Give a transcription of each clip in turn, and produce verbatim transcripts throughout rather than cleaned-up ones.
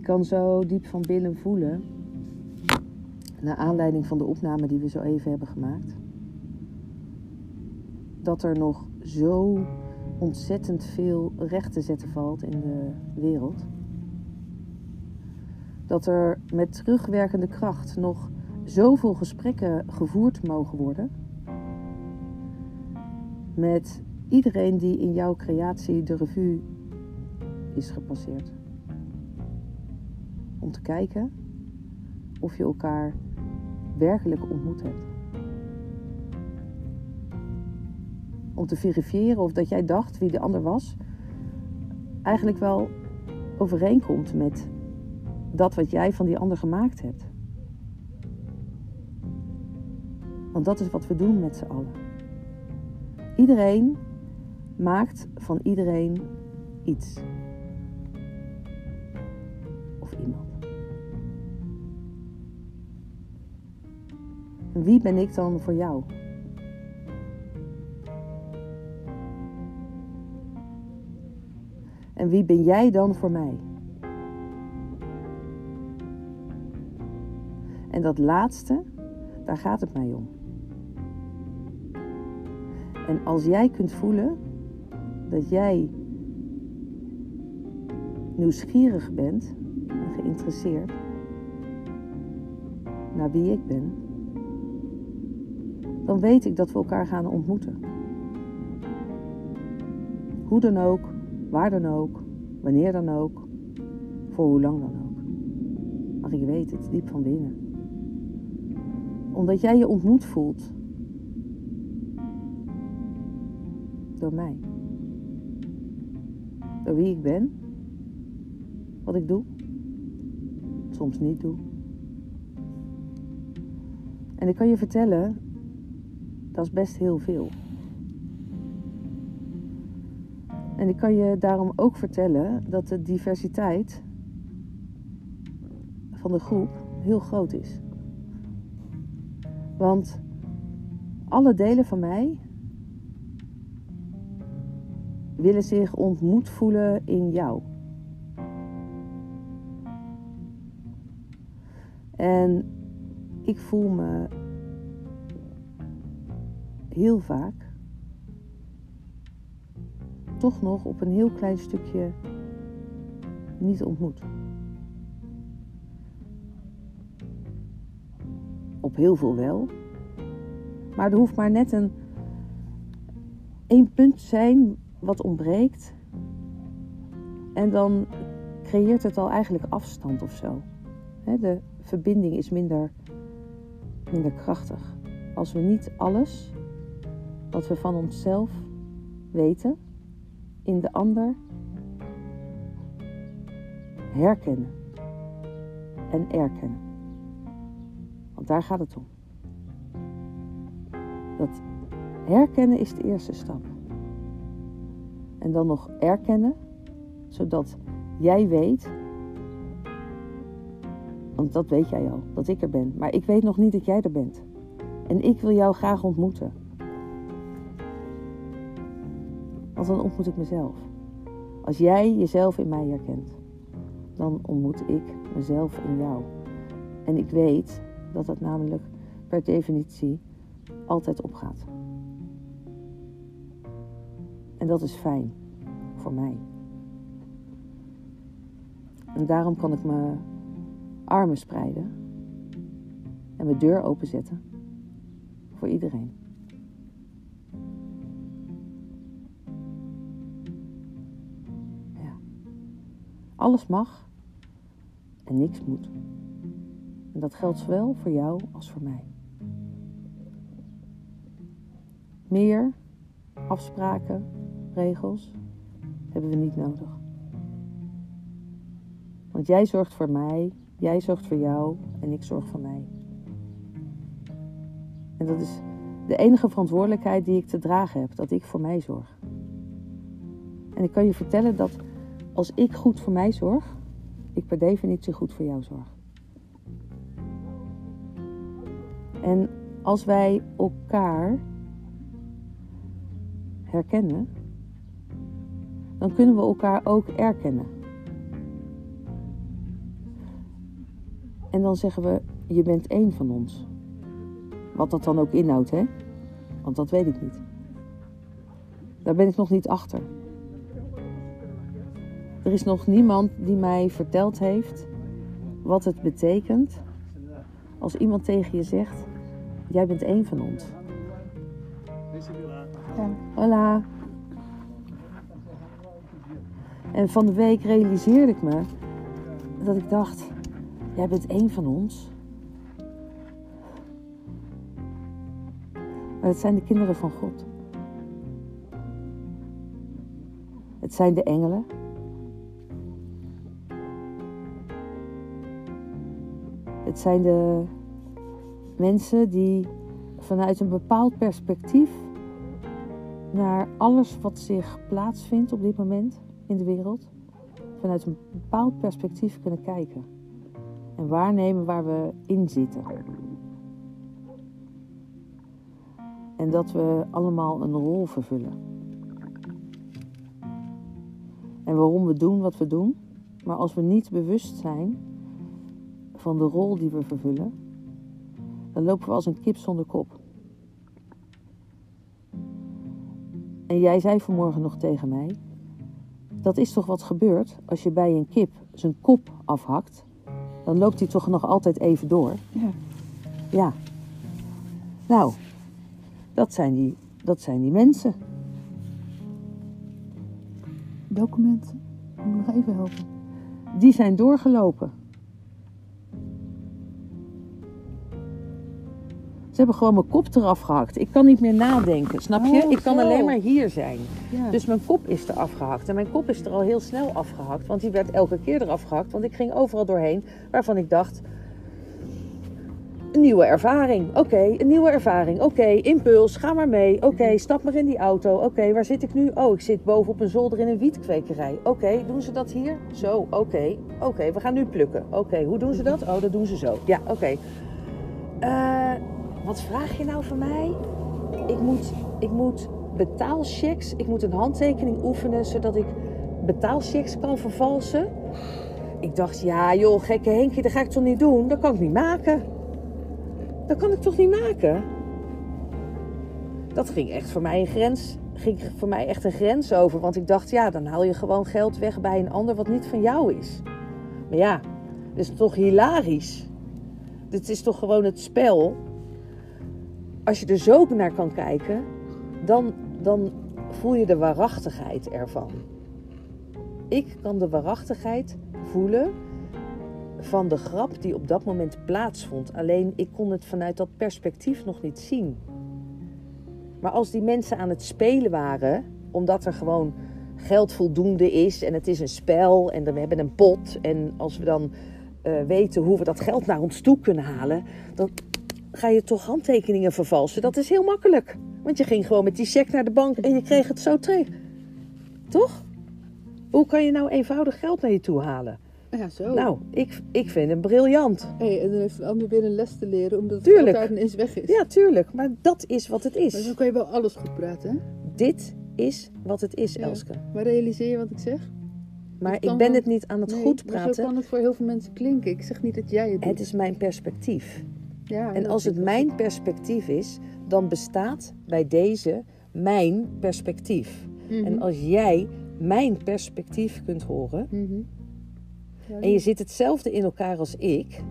Ik kan zo diep van binnen voelen, naar aanleiding van de opname die we zo even hebben gemaakt, dat er nog zo ontzettend veel recht te zetten valt in de wereld. Dat er met terugwerkende kracht nog zoveel gesprekken gevoerd mogen worden. Met iedereen die in jouw creatie de revue is gepasseerd. Om te kijken of je elkaar werkelijk ontmoet hebt. Om te verifiëren of dat jij dacht wie de ander was, eigenlijk wel overeenkomt met dat wat jij van die ander gemaakt hebt. Want dat is wat we doen met z'n allen. Iedereen maakt van iedereen iets. Of iemand. En wie ben ik dan voor jou? En wie ben jij dan voor mij? En dat laatste, daar gaat het mij om. En als jij kunt voelen dat jij nieuwsgierig bent en geïnteresseerd naar wie ik ben, dan weet ik dat we elkaar gaan ontmoeten. Hoe dan ook, waar dan ook, wanneer dan ook, voor hoe lang dan ook. Maar ik weet het diep van binnen. Omdat jij je ontmoet voelt door mij. Door wie ik ben, wat ik doe, soms niet doe. En ik kan je vertellen, dat is best heel veel. En ik kan je daarom ook vertellen dat de diversiteit van de groep heel groot is. Want alle delen van mij willen zich ontmoet voelen in jou. En ik voel me heel vaak toch nog op een heel klein stukje niet ontmoet. Op heel veel wel. Maar er hoeft maar net een één punt te zijn wat ontbreekt. En dan creëert het al eigenlijk afstand of zo. De verbinding is minder, minder krachtig. Als we niet alles wat we van onszelf weten in de ander herkennen en erkennen. Want daar gaat het om. Dat herkennen is de eerste stap. En dan nog erkennen, zodat jij weet, want dat weet jij al, dat ik er ben. Maar ik weet nog niet dat jij er bent. En ik wil jou graag ontmoeten. Want dan ontmoet ik mezelf. Als jij jezelf in mij herkent, dan ontmoet ik mezelf in jou. En ik weet dat dat namelijk per definitie altijd opgaat. En dat is fijn voor mij. En daarom kan ik mijn armen spreiden en mijn deur openzetten voor iedereen. Ja. Alles mag en niks moet. En dat geldt zowel voor jou als voor mij. Meer afspraken, regels hebben we niet nodig. Want jij zorgt voor mij, jij zorgt voor jou en ik zorg voor mij. En dat is de enige verantwoordelijkheid die ik te dragen heb, dat ik voor mij zorg. En ik kan je vertellen dat als ik goed voor mij zorg, ik per definitie goed voor jou zorg. En als wij elkaar herkennen, dan kunnen we elkaar ook erkennen. En dan zeggen we, je bent één van ons. Wat dat dan ook inhoudt, hè? Want dat weet ik niet. Daar ben ik nog niet achter. Er is nog niemand die mij verteld heeft wat het betekent als iemand tegen je zegt, jij bent één van ons. Ja. Hola. En van de week realiseerde ik me dat ik dacht, jij bent één van ons. Maar het zijn de kinderen van God. Het zijn de engelen. Het zijn de mensen die vanuit een bepaald perspectief naar alles wat zich plaatsvindt op dit moment in de wereld, vanuit een bepaald perspectief kunnen kijken. En waarnemen waar we in zitten. En dat we allemaal een rol vervullen. En waarom we doen wat we doen. Maar als we niet bewust zijn van de rol die we vervullen, dan lopen we als een kip zonder kop. En jij zei vanmorgen nog tegen mij, dat is toch wat gebeurt als je bij een kip zijn kop afhakt, dan loopt hij toch nog altijd even door. Ja. Ja. Nou, dat zijn die, dat zijn die mensen. Welke mensen? Ik moet nog even helpen. Die zijn doorgelopen. Ze hebben gewoon mijn kop eraf gehakt. Ik kan niet meer nadenken, snap je? Oh, ik kan zo. alleen maar hier zijn. Ja. Dus mijn kop is eraf gehakt. En mijn kop is er al heel snel afgehakt. Want die werd elke keer eraf gehakt. Want ik ging overal doorheen waarvan ik dacht, een nieuwe ervaring. Oké, okay, een nieuwe ervaring. Oké, okay, impuls, ga maar mee. Oké, okay, stap maar in die auto. Oké, okay, waar zit ik nu? Oh, ik zit boven op een zolder in een wietkwekerij. Oké, okay, doen ze dat hier? Zo, oké. Okay. Oké, okay, we gaan nu plukken. Oké, okay, hoe doen ze dat? Oh, dat doen ze zo. Ja, oké. Okay. Uh, wat vraag je nou van mij? Ik moet, ik moet betaalchecks, ik moet een handtekening oefenen zodat ik betaalchecks kan vervalsen. Ik dacht, ja joh, gekke Henkie, dat ga ik toch niet doen? Dat kan ik niet maken. Dat kan ik toch niet maken? Dat ging echt voor mij een grens, ging voor mij echt een grens over. Want ik dacht, ja, dan haal je gewoon geld weg bij een ander wat niet van jou is. Maar ja, dat is toch hilarisch. Dit is toch gewoon het spel. Als je er zo naar kan kijken, dan, dan voel je de waarachtigheid ervan. Ik kan de waarachtigheid voelen van de grap die op dat moment plaatsvond. Alleen ik kon het vanuit dat perspectief nog niet zien. Maar als die mensen aan het spelen waren, omdat er gewoon geld voldoende is en het is een spel en we hebben een pot en als we dan uh, weten hoe we dat geld naar ons toe kunnen halen, dan ga je toch handtekeningen vervalsen. Dat is heel makkelijk. Want je ging gewoon met die cheque naar de bank en je kreeg het zo terug. Toch? Hoe kan je nou eenvoudig geld naar je toe halen? Ja, zo. Nou, ik, ik vind hem briljant. Hey, en dan heeft een ander weer een les te leren, omdat het Tuurlijk. altijd ineens weg is. Ja, tuurlijk. Maar dat is wat het is. Maar zo kan je wel alles goed praten, hè? Dit is wat het is, Ja. Elske. Maar realiseer je wat ik zeg? Maar Het ik kan ben wel- het niet aan het Nee, goed maar zo praten. kan het voor heel veel mensen klinken. Ik zeg niet dat jij het doet. Het is mijn perspectief. Ja, En dat als vind het ik wel mijn perspectief is, dan bestaat bij deze mijn perspectief. goed. Mhm. En als jij mijn perspectief kunt horen, Mhm. Ja, en je zit hetzelfde in elkaar als ik,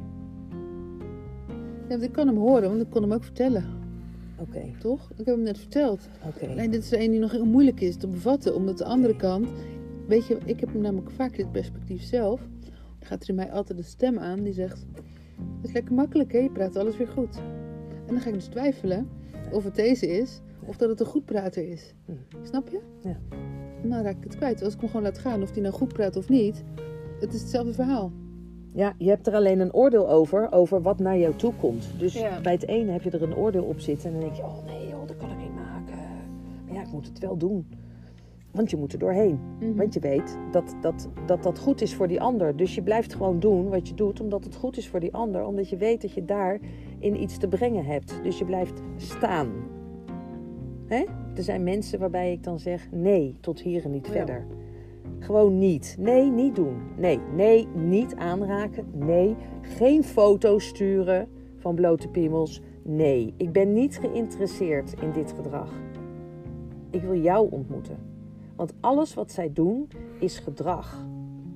Ja, want ik kan hem horen, want ik kon hem ook vertellen. oké, Toch? Ik heb hem net verteld. oké. Nee, dit is er een die nog heel moeilijk is te bevatten. Omdat de andere Oké. kant... Weet je, ik heb namelijk vaak dit perspectief zelf. Dan gaat er in mij altijd een stem aan die zegt... Het is lekker makkelijk, hè? Je praat alles weer goed. En dan ga ik dus twijfelen of het deze is... of dat het een goed prater is. Hm. Snap je? Ja. En dan raak ik het kwijt. Als ik hem gewoon laat gaan, of die nou goed praat of niet... Het is hetzelfde verhaal. Ja, je hebt er alleen een oordeel over, over wat naar jou toe komt. Dus Ja. bij het ene heb je er een oordeel op zitten en dan denk je, oh nee joh, dat kan ik niet maken. Maar ja, ik moet het wel doen. Want je moet er doorheen. Mhm. Want je weet dat dat, dat dat goed is voor die ander. Dus je blijft gewoon doen wat je doet, omdat het goed is voor die ander. Omdat je weet dat je daarin iets te brengen hebt. Dus je blijft staan. Hè? Er zijn mensen waarbij ik dan zeg, nee, tot hier en niet Ja. verder. Gewoon niet. Nee, niet doen. Nee, nee, niet aanraken. Nee, geen foto's sturen van blote piemels. Nee, ik ben niet geïnteresseerd in dit gedrag. Ik wil jou ontmoeten. Want alles wat zij doen is gedrag.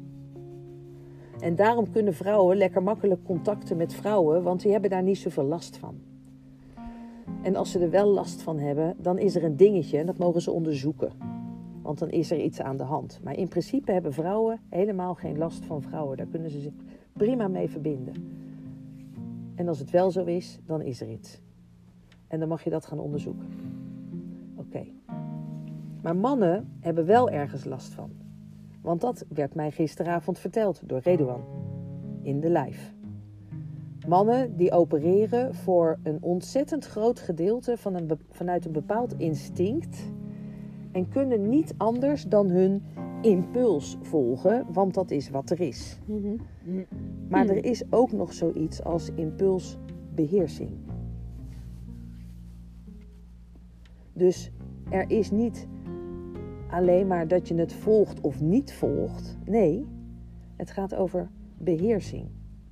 En daarom kunnen vrouwen lekker makkelijk contacten met vrouwen, want die hebben daar niet zoveel last van. En als ze er wel last van hebben, dan is er een dingetje en dat mogen ze onderzoeken. Want dan is er iets aan de hand. Maar in principe hebben vrouwen helemaal geen last van vrouwen. Daar kunnen ze zich prima mee verbinden. En als het wel zo is, dan is er iets. En dan mag je dat gaan onderzoeken. Oké. Okay. Maar mannen hebben wel ergens last van. Want dat werd mij gisteravond verteld door Redouan. In de live. Mannen die opereren voor een ontzettend groot gedeelte van een be- vanuit een bepaald instinct. En kunnen niet anders dan hun impuls volgen. Want dat is wat er is. Mm-hmm. Maar er is ook nog zoiets als impulsbeheersing. Dus er is niet alleen maar dat je het volgt of niet volgt. Nee, het gaat over beheersing.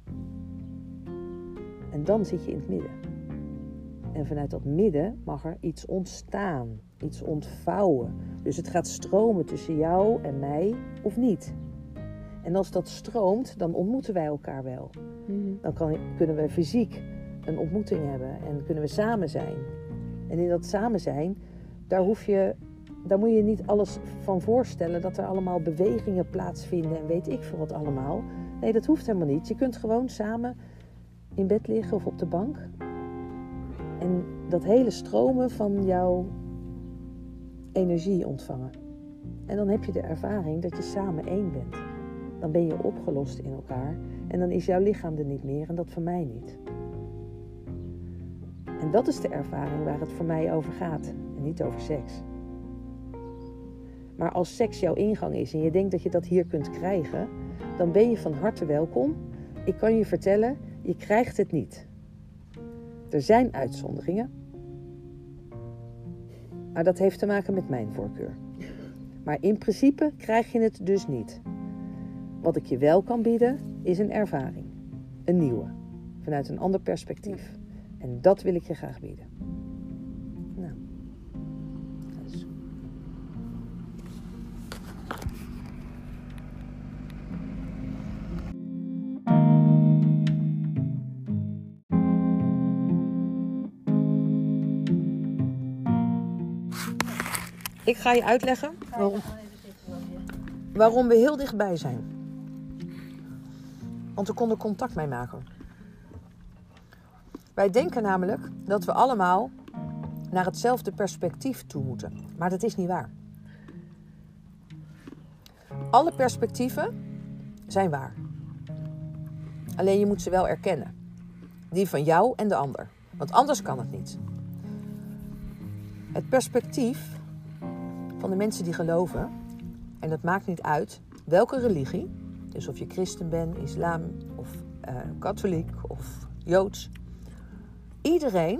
En dan zit je in het midden. En vanuit dat midden mag er iets ontstaan. Iets ontvouwen. Dus het gaat stromen tussen jou en mij of niet. En als dat stroomt, dan ontmoeten wij elkaar wel. Mm-hmm. Dan kan, kunnen we fysiek een ontmoeting hebben. En kunnen we samen zijn. En in dat samen zijn, daar hoef je... Daar moet je niet alles van voorstellen dat er allemaal bewegingen plaatsvinden en weet ik veel wat allemaal. Nee, dat hoeft helemaal niet. Je kunt gewoon samen in bed liggen of op de bank. En dat hele stromen van jouw energie ontvangen. En dan heb je de ervaring dat je samen één bent. Dan ben je opgelost in elkaar en dan is jouw lichaam er niet meer en dat van mij niet. En dat is de ervaring waar het voor mij over gaat en niet over seks. Maar als seks jouw ingang is en je denkt dat je dat hier kunt krijgen, dan ben je van harte welkom. Ik kan je vertellen, je krijgt het niet. Er zijn uitzonderingen. Maar dat heeft te maken met mijn voorkeur. Maar in principe krijg je het dus niet. Wat ik je wel kan bieden, is een ervaring. Een nieuwe. Vanuit een ander perspectief. En dat wil ik je graag bieden. Nou. Dus. Ik ga je uitleggen waarom, waarom we heel dichtbij zijn. Want we konden contact mee maken. Wij denken namelijk dat we allemaal naar hetzelfde perspectief toe moeten. Maar dat is niet waar. Alle perspectieven zijn waar. Alleen je moet ze wel erkennen. Die van jou en de ander. Want anders kan het niet. Het perspectief van de mensen die geloven, en dat maakt niet uit welke religie, dus of je christen bent, islam of uh, katholiek of joods. Iedereen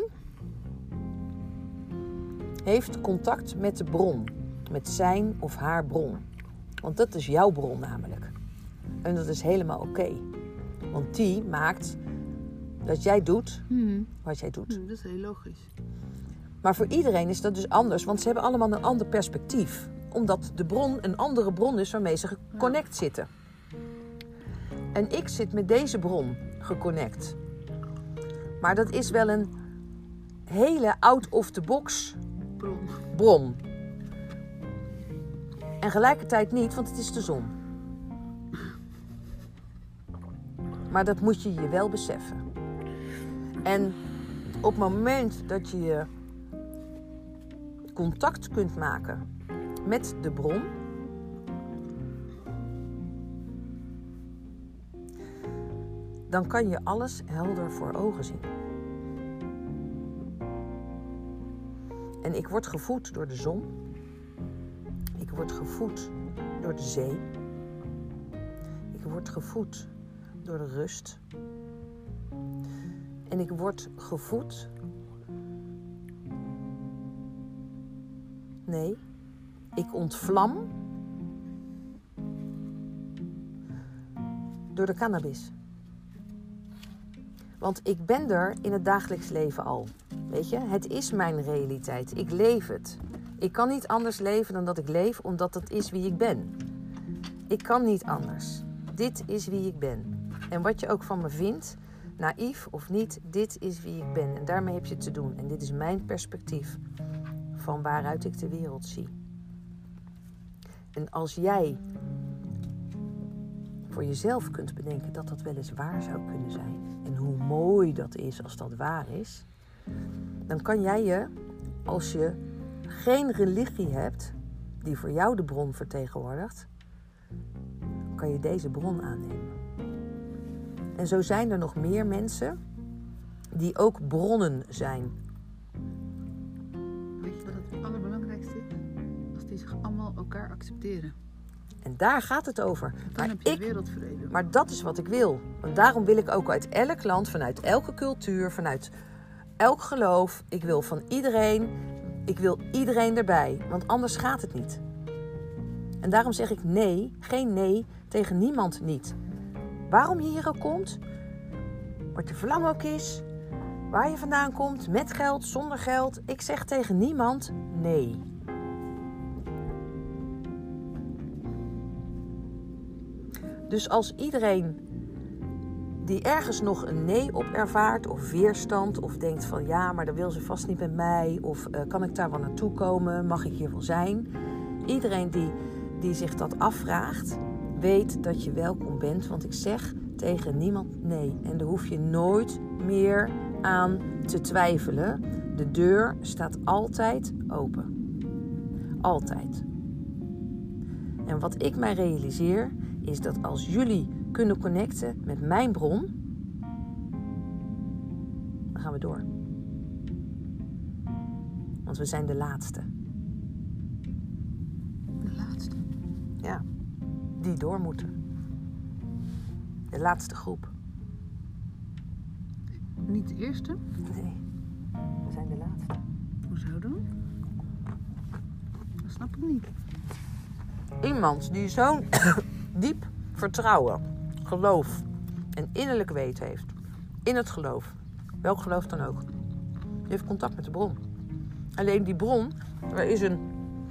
heeft contact met de bron, met zijn of haar bron. Want dat is jouw bron namelijk. En dat is helemaal oké. Okay. Want die maakt dat jij doet Mm-hmm. wat jij doet. Mm, dat is heel logisch. Maar voor iedereen is dat dus anders, want ze hebben allemaal een ander perspectief. Omdat de bron een andere bron is waarmee ze geconnect zitten. En ik zit met deze bron geconnect. Maar dat is wel een hele out-of-the-box Bron. bron. En gelijkertijd niet, want het is de zon. Maar dat moet je je wel beseffen. En op het moment dat je je contact kunt maken met de bron, dan kan je alles helder voor ogen zien. En ik word gevoed door de zon. Ik word gevoed door de zee. Ik word gevoed door de rust. En ik word gevoed. Nee, ik ontvlam door de cannabis. Want ik ben er in het dagelijks leven al. Weet je, het is mijn realiteit. Ik leef het. Ik kan niet anders leven dan dat ik leef, omdat dat is wie ik ben. Ik kan niet anders. Dit is wie ik ben. En wat je ook van me vindt, naïef of niet, dit is wie ik ben. En daarmee heb je te doen. En dit is mijn perspectief van waaruit ik de wereld zie. En als jij voor jezelf kunt bedenken dat dat wel eens waar zou kunnen zijn. En hoe mooi dat is als dat waar is. Dan kan jij je, als je geen religie hebt die voor jou de bron vertegenwoordigt, kan je deze bron aannemen. En zo zijn er nog meer mensen die ook bronnen zijn. Weet je wat het allerbelangrijkste is? Als die zich allemaal elkaar accepteren. En daar gaat het over. Dan Maar, heb je ik, wereldvrede. maar dat is wat ik wil. Want daarom wil ik ook uit elk land, vanuit elke cultuur, vanuit elk geloof. Ik wil van iedereen, ik wil iedereen erbij. Want anders gaat het niet. En daarom zeg ik nee, geen nee tegen niemand niet. Waarom je hier ook komt, wat je verlangen ook is, waar je vandaan komt, met geld, zonder geld. Ik zeg tegen niemand nee. Dus als iedereen die ergens nog een nee op ervaart of weerstand of denkt van ja, maar dan wil ze vast niet met mij of uh, kan ik daar wel naartoe komen, mag ik hier wel zijn? Iedereen die, die zich dat afvraagt, weet dat je welkom bent, want ik zeg tegen niemand nee. En daar hoef je nooit meer aan te twijfelen. De deur staat altijd open. Altijd. En wat ik mij realiseer is dat als jullie kunnen connecten met mijn bron, dan gaan we door. Want we zijn de laatste. De laatste. Ja, die door moeten. De laatste groep. Niet de eerste? Nee, we zijn de laatste. Hoezo dan? Dat snap ik niet. Iemand die zo'n diep vertrouwen, geloof en innerlijk weet heeft in het geloof, welk geloof dan ook, die heeft contact met de bron. Alleen die bron, er is een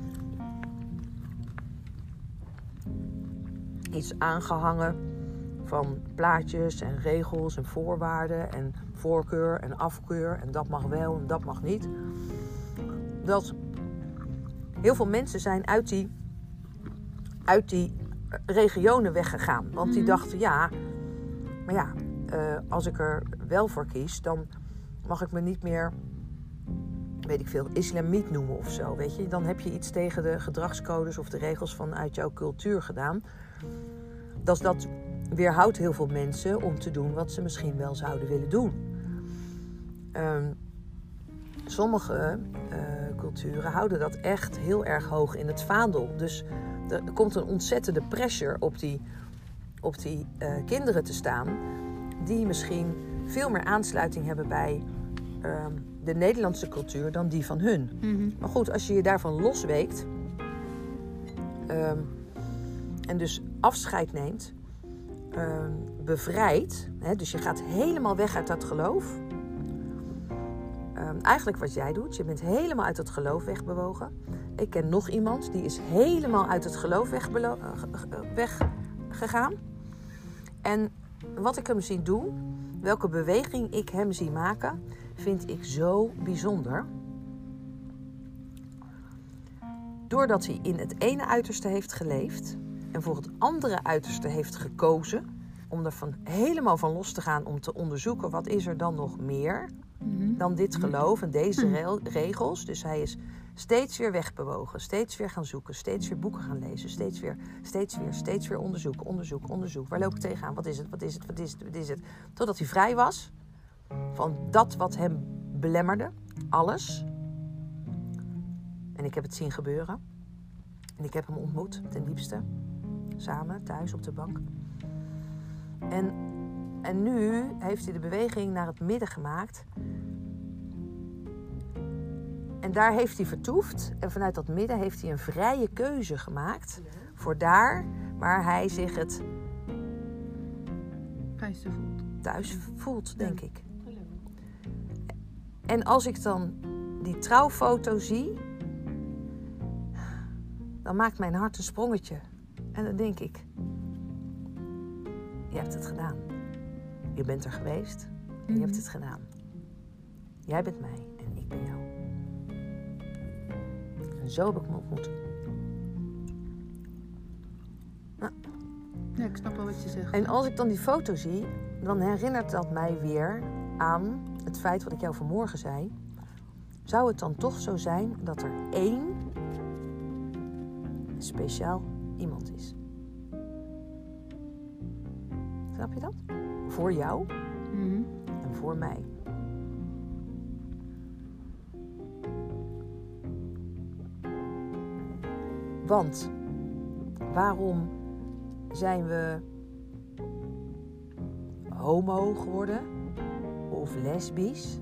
iets aangehangen van plaatjes en regels en voorwaarden en voorkeur en afkeur en dat mag wel en dat mag niet. Dat heel veel mensen zijn uit die uit die regionen weggegaan. Want die dachten, ja, maar ja, uh, als ik er wel voor kies, dan mag ik me niet meer, weet ik veel, islamiet noemen of zo, weet je. Dan heb je iets tegen de gedragscodes of de regels vanuit jouw cultuur gedaan. Dus dat weerhoudt heel veel mensen om te doen wat ze misschien wel zouden willen doen. Um, sommige uh, culturen houden dat echt heel erg hoog in het vaandel. Dus er komt een ontzettende pressure op die, op die uh, kinderen te staan, die misschien veel meer aansluiting hebben bij uh, de Nederlandse cultuur dan die van hun. Mm-hmm. Maar goed, als je je daarvan losweekt um, en dus afscheid neemt, um, bevrijdt, hè, dus je gaat helemaal weg uit dat geloof. Um, eigenlijk wat jij doet, je bent helemaal uit het geloof wegbewogen. Ik ken nog iemand, die is helemaal uit het geloof wegbelo- weggegaan. En wat ik hem zie doen, welke beweging ik hem zie maken, vind ik zo bijzonder. Doordat hij in het ene uiterste heeft geleefd en voor het andere uiterste heeft gekozen, om er van, helemaal van los te gaan, om te onderzoeken wat is er dan nog meer dan dit geloof en deze re- regels. Dus hij is steeds weer wegbewogen, steeds weer gaan zoeken, steeds weer boeken gaan lezen, steeds weer, steeds weer, steeds weer onderzoek, onderzoek, onderzoek. Waar loop ik tegenaan? Wat is het, wat is het, wat is het, wat is het? Totdat hij vrij was van dat wat hem belemmerde, alles. En ik heb het zien gebeuren. En ik heb hem ontmoet, ten diepste. Samen, thuis, op de bank. En, en nu heeft hij de beweging naar het midden gemaakt. En daar heeft hij vertoefd. En vanuit dat midden heeft hij een vrije keuze gemaakt. Voor daar waar hij zich het thuis te voelt. thuis voelt, denk Ja. ik. En als ik dan die trouwfoto zie, dan maakt mijn hart een sprongetje. En dan denk ik, je hebt het gedaan. Je bent er geweest en je hebt het gedaan. Jij bent mij en ik ben jou. En zo heb ik me ontmoet. Ja, ik snap wel wat je zegt. En als ik dan die foto zie, dan herinnert dat mij weer aan het feit wat ik jou vanmorgen zei. Zou het dan toch zo zijn dat er één speciaal iemand is? Snap je dat? Voor jou Mhm. en voor mij. Want waarom zijn we homo geworden of lesbisch?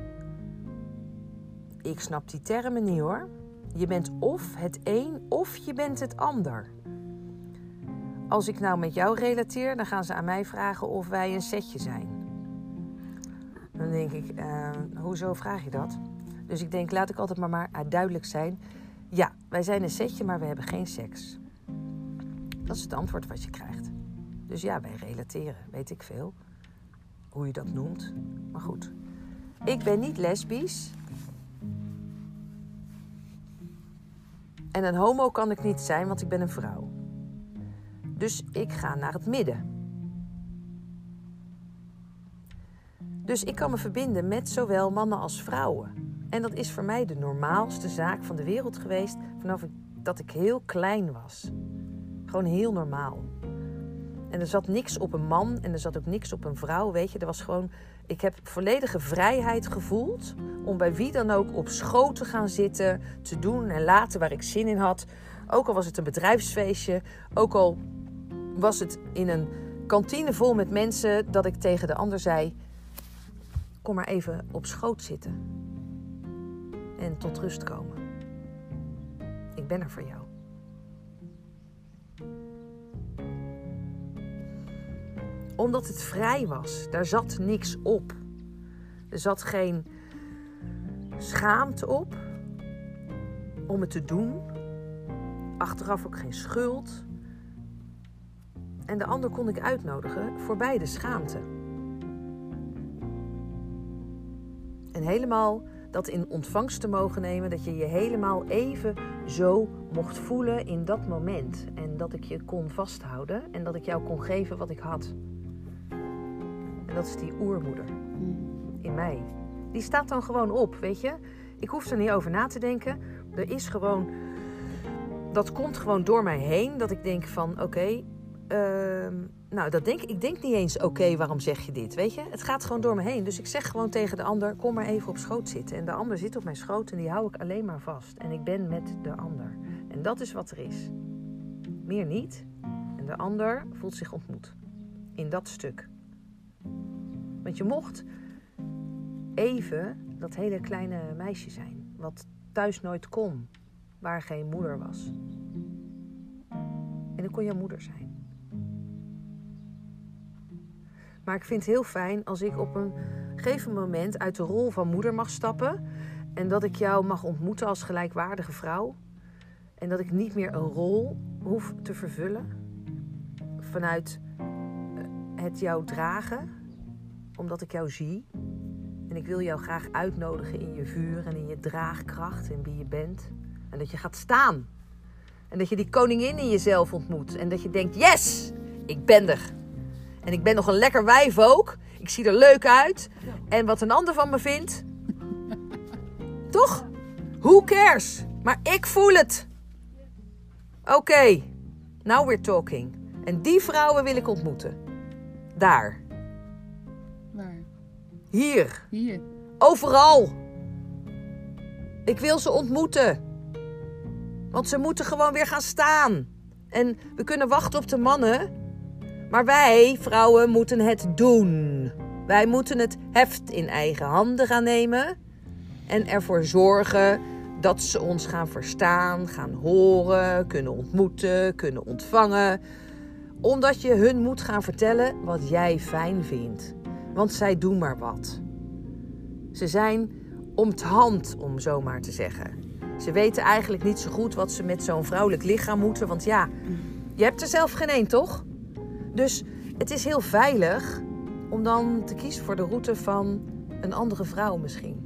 Ik snap die termen niet hoor. Je bent of het een of je bent het ander. Als ik nou met jou relateer, dan gaan ze aan mij vragen of wij een setje zijn. Dan denk ik, uh, hoezo vraag je dat? Dus ik denk, laat ik altijd maar, maar duidelijk zijn. Ja, wij zijn een setje, maar we hebben geen seks. Dat is het antwoord wat je krijgt. Dus ja, wij relateren, weet ik veel. Hoe je dat noemt. Maar goed. Ik ben niet lesbisch. En een homo kan ik niet zijn, want ik ben een vrouw. Dus ik ga naar het midden. Dus ik kan me verbinden met zowel mannen als vrouwen. En dat is voor mij de normaalste zaak van de wereld geweest vanaf dat ik heel klein was. Gewoon heel normaal. En er zat niks op een man en er zat ook niks op een vrouw, weet je. Er was gewoon, ik heb volledige vrijheid gevoeld om bij wie dan ook op schoot te gaan zitten, te doen en laten waar ik zin in had. Ook al was het een bedrijfsfeestje, ook al was het in een kantine vol met mensen, dat ik tegen de ander zei, kom maar even op schoot zitten en tot rust komen. Ik ben er voor jou. Omdat het vrij was. Daar zat niks op. Er zat geen schaamte op om het te doen. Achteraf ook geen schuld. En de ander kon ik uitnodigen voorbij de schaamte. En helemaal dat in ontvangst te mogen nemen, dat je je helemaal even zo mocht voelen in dat moment. En dat ik je kon vasthouden en dat ik jou kon geven wat ik had. En dat is die oermoeder in mij. Die staat dan gewoon op, weet je. Ik hoef er niet over na te denken. Er is gewoon, dat komt gewoon door mij heen, dat ik denk van, oké, okay, uh, nou, dat denk, ik denk niet eens, oké, okay, waarom zeg je dit, weet je? Het gaat gewoon door me heen. Dus ik zeg gewoon tegen de ander, kom maar even op schoot zitten. En de ander zit op mijn schoot en die hou ik alleen maar vast. En ik ben met de ander. En dat is wat er is. Meer niet. En de ander voelt zich ontmoet. In dat stuk. Want je mocht even dat hele kleine meisje zijn. Wat thuis nooit kon. Waar geen moeder was. En dan kon je moeder zijn. Maar ik vind het heel fijn als ik op een gegeven moment uit de rol van moeder mag stappen. En dat ik jou mag ontmoeten als gelijkwaardige vrouw. En dat ik niet meer een rol hoef te vervullen. Vanuit het jou dragen. Omdat ik jou zie. En ik wil jou graag uitnodigen in je vuur en in je draagkracht en wie je bent. En dat je gaat staan. En dat je die koningin in jezelf ontmoet. En dat je denkt, yes, ik ben er. En ik ben nog een lekker wijf ook. Ik zie er leuk uit. En wat een ander van me vindt. Toch? Who cares? Maar ik voel het. Oké, okay, now we're talking. En die vrouwen wil ik ontmoeten. Daar. Waar? Hier. Hier. Overal. Ik wil ze ontmoeten. Want ze moeten gewoon weer gaan staan. En we kunnen wachten op de mannen. Maar wij, vrouwen, moeten het doen. Wij moeten het heft in eigen handen gaan nemen. En ervoor zorgen dat ze ons gaan verstaan, gaan horen, kunnen ontmoeten, kunnen ontvangen. Omdat je hun moet gaan vertellen wat jij fijn vindt. Want zij doen maar wat. Ze zijn om 't hand, om zo maar te zeggen. Ze weten eigenlijk niet zo goed wat ze met zo'n vrouwelijk lichaam moeten. Want ja, je hebt er zelf geen één, toch? Dus het is heel veilig om dan te kiezen voor de route van een andere vrouw misschien.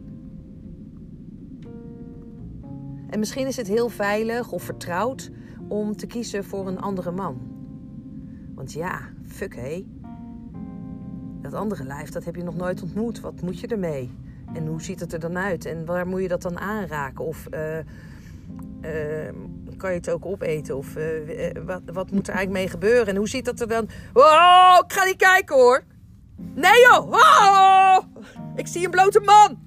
En misschien is het heel veilig of vertrouwd om te kiezen voor een andere man. Want ja, fuck hé. Dat andere lijf, dat heb je nog nooit ontmoet. Wat moet je ermee? En hoe ziet het er dan uit? En waar moet je dat dan aanraken? Of uh, uh, kan je het ook opeten? Of uh, wat, wat moet er eigenlijk mee gebeuren? En hoe ziet dat er dan... Oh, ik ga niet kijken hoor. Nee joh. Oh, ik zie een blote man.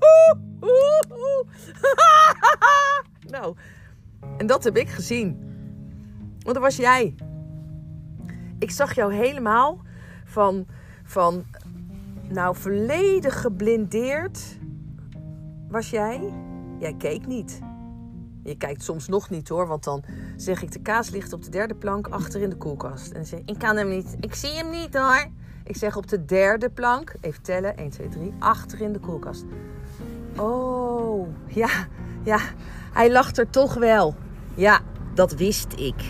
Nou, en dat heb ik gezien. Want dat was jij. Ik zag jou helemaal van, van nou, volledig geblindeerd was jij. Jij keek niet. Je kijkt soms nog niet hoor, want dan zeg ik de kaas ligt op de derde plank achter in de koelkast. En dan zeg ik, ik kan hem niet, ik zie hem niet hoor. Ik zeg op de derde plank, even tellen, één, twee, drie, achter in de koelkast. Oh, ja, ja, hij lacht er toch wel. Ja, dat wist ik.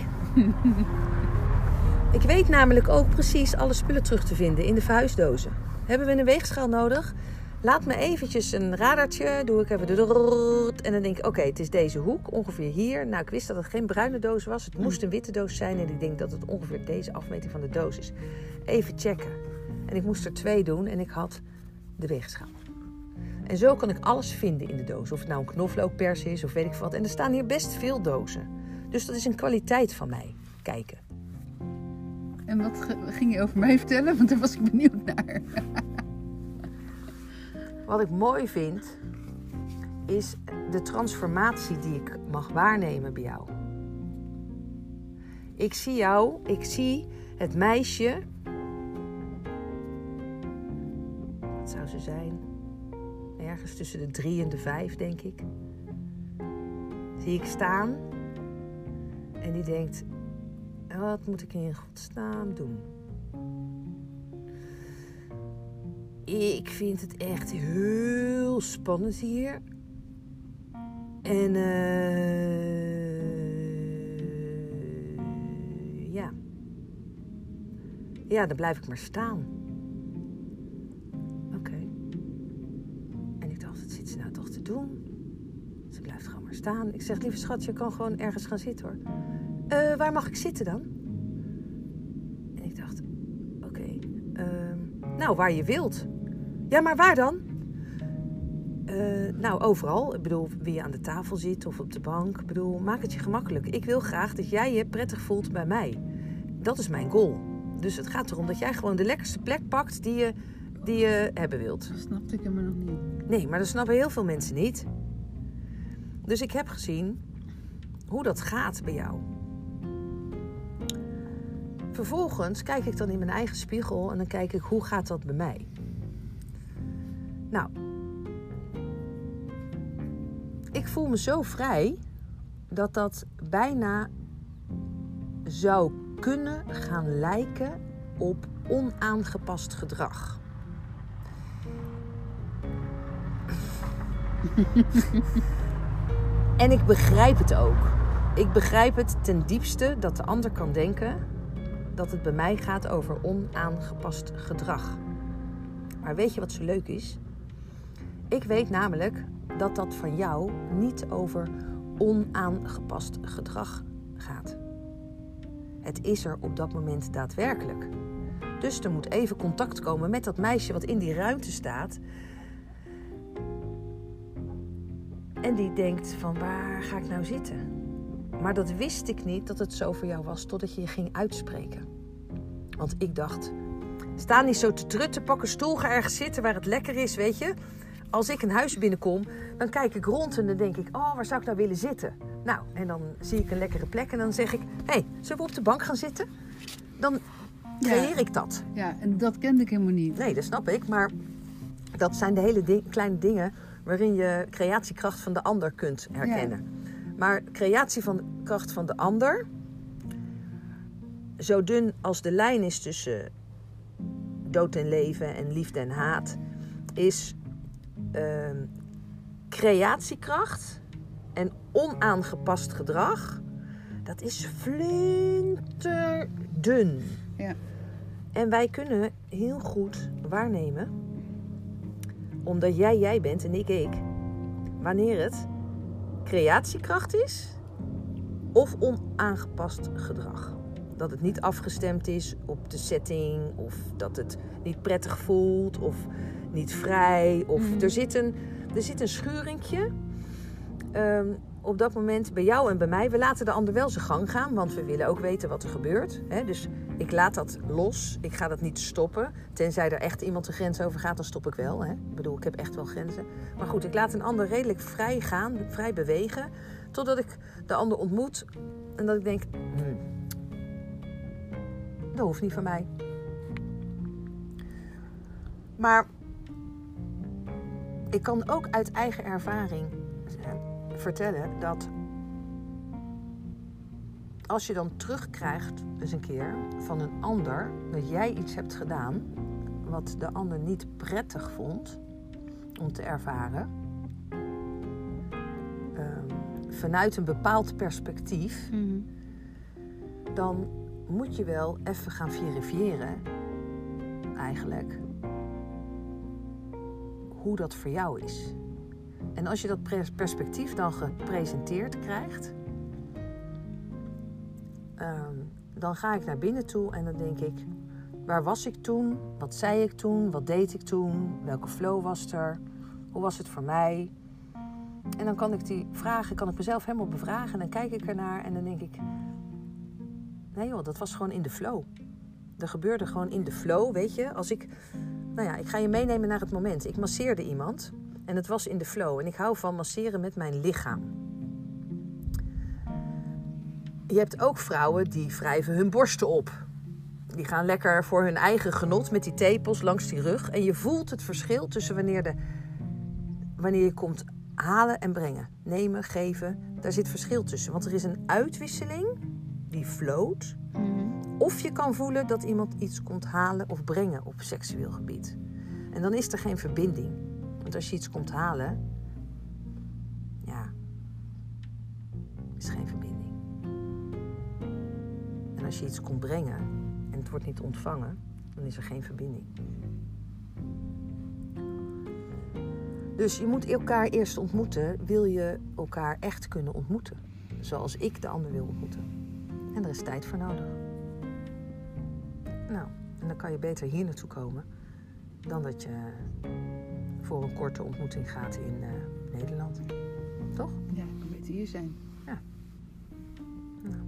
Ik weet namelijk ook precies alle spullen terug te vinden in de verhuisdozen. Hebben we een weegschaal nodig? Laat me eventjes een radartje, doe ik even de... En dan denk ik, oké, okay, het is deze hoek, ongeveer hier. Nou, ik wist dat het geen bruine doos was. Het moest een witte doos zijn en ik denk dat het ongeveer deze afmeting van de doos is. Even checken. En ik moest er twee doen en ik had de weegschaal. En zo kan ik alles vinden in de doos. Of het nou een knoflookpers is of weet ik wat. En er staan hier best veel dozen. Dus dat is een kwaliteit van mij. Kijken. En wat ging je over mij vertellen? Want daar was ik benieuwd naar. Wat ik mooi vind, is de transformatie die ik mag waarnemen bij jou. Ik zie jou, ik zie het meisje. Wat zou ze zijn? Ergens tussen de drie en de vijf, denk ik. Zie ik staan. En die denkt, wat moet ik in godsnaam doen? Ik vind het echt heel spannend hier. En uh, ja. Ja, dan blijf ik maar staan. Oké. Okay. En ik dacht, wat zit ze nou toch te doen? Ze blijft gewoon maar staan. Ik zeg, lieve schat, je kan gewoon ergens gaan zitten hoor. Uh, waar mag ik zitten dan? En ik dacht, oké. Okay, uh, nou, waar je wilt. Ja, maar waar dan? Uh, nou, overal. Ik bedoel, wie je aan de tafel zit of op de bank. Ik bedoel, maak het je gemakkelijk. Ik wil graag dat jij je prettig voelt bij mij. Dat is mijn goal. Dus het gaat erom dat jij gewoon de lekkerste plek pakt die je, die je hebben wilt. Dat snapte ik helemaal nog niet. Nee, maar dat snappen heel veel mensen niet. Dus ik heb gezien hoe dat gaat bij jou. Vervolgens kijk ik dan in mijn eigen spiegel en dan kijk ik, hoe gaat dat bij mij? Nou, ik voel me zo vrij dat dat bijna zou kunnen gaan lijken op onaangepast gedrag. En ik begrijp het ook. Ik begrijp het ten diepste dat de ander kan denken dat het bij mij gaat over onaangepast gedrag. Maar weet je wat zo leuk is? Ik weet namelijk dat dat van jou niet over onaangepast gedrag gaat. Het is er op dat moment daadwerkelijk. Dus er moet even contact komen met dat meisje wat in die ruimte staat. En die denkt van, waar ga ik nou zitten? Maar dat wist ik niet dat het zo voor jou was totdat je je ging uitspreken. Want ik dacht, sta niet zo te trutten, pak een stoel, ga ergens zitten waar het lekker is, weet je. Als ik een huis binnenkom, dan kijk ik rond en dan denk ik, oh, waar zou ik nou willen zitten? Nou, en dan zie ik een lekkere plek en dan zeg ik, hé, hey, zullen we op de bank gaan zitten? Dan creëer ja. ik dat. Ja, en dat kende ik helemaal niet. Nee, dat snap ik, maar dat zijn de hele ding, kleine dingen waarin je creatiekracht van de ander kunt herkennen. Ja. Maar creatie van de kracht van de ander zo dun als de lijn is tussen dood en leven en liefde en haat, is uh, creatiekracht en onaangepast gedrag. Dat is flinterdun. Ja. En wij kunnen heel goed waarnemen, omdat jij jij bent en ik ik, wanneer het creatiekracht is of onaangepast gedrag. Dat het niet afgestemd is op de setting, of dat het niet prettig voelt, of niet vrij. Of Mm. er, zit een, er zit een schuringje um, op dat moment bij jou en bij mij. We laten de ander wel zijn gang gaan, want we willen ook weten wat er gebeurt. Hè? Dus ik laat dat los. Ik ga dat niet stoppen. Tenzij er echt iemand de grens over gaat, dan stop ik wel. Hè? Ik bedoel, ik heb echt wel grenzen. Maar goed, ik laat een ander redelijk vrij gaan, vrij bewegen. Totdat ik de ander ontmoet en dat ik denk, hmm, dat hoeft niet van mij. Maar ik kan ook uit eigen ervaring vertellen dat als je dan terugkrijgt eens een keer van een ander dat jij iets hebt gedaan wat de ander niet prettig vond om te ervaren, uh, vanuit een bepaald perspectief, Mm. dan moet je wel even gaan verifiëren eigenlijk hoe dat voor jou is. En als je dat perspectief dan gepresenteerd krijgt, um, dan ga ik naar binnen toe en dan denk ik, waar was ik toen? Wat zei ik toen? Wat deed ik toen? Welke flow was er? Hoe was het voor mij? En dan kan ik die vragen, kan ik mezelf helemaal bevragen en dan kijk ik ernaar en dan denk ik, nee joh, dat was gewoon in de flow. Er gebeurde gewoon in de flow, weet je. Als ik, nou ja, ik ga je meenemen naar het moment. Ik masseerde iemand en het was in de flow. En ik hou van masseren met mijn lichaam. Je hebt ook vrouwen die wrijven hun borsten op. Die gaan lekker voor hun eigen genot met die tepels langs die rug. En je voelt het verschil tussen wanneer, de, wanneer je komt halen en brengen. Nemen, geven. Daar zit verschil tussen. Want er is een uitwisseling die float. Mm. Of je kan voelen dat iemand iets komt halen of brengen op seksueel gebied. En dan is er geen verbinding. Want als je iets komt halen, ja, is geen verbinding. En als je iets komt brengen en het wordt niet ontvangen, dan is er geen verbinding. Dus je moet elkaar eerst ontmoeten, wil je elkaar echt kunnen ontmoeten. Zoals ik de ander wil ontmoeten. En er is tijd voor nodig. Nou, en dan kan je beter hier naartoe komen dan dat je voor een korte ontmoeting gaat in uh, Nederland. Toch? Ja, ik kan beter hier zijn. Ja. Nou.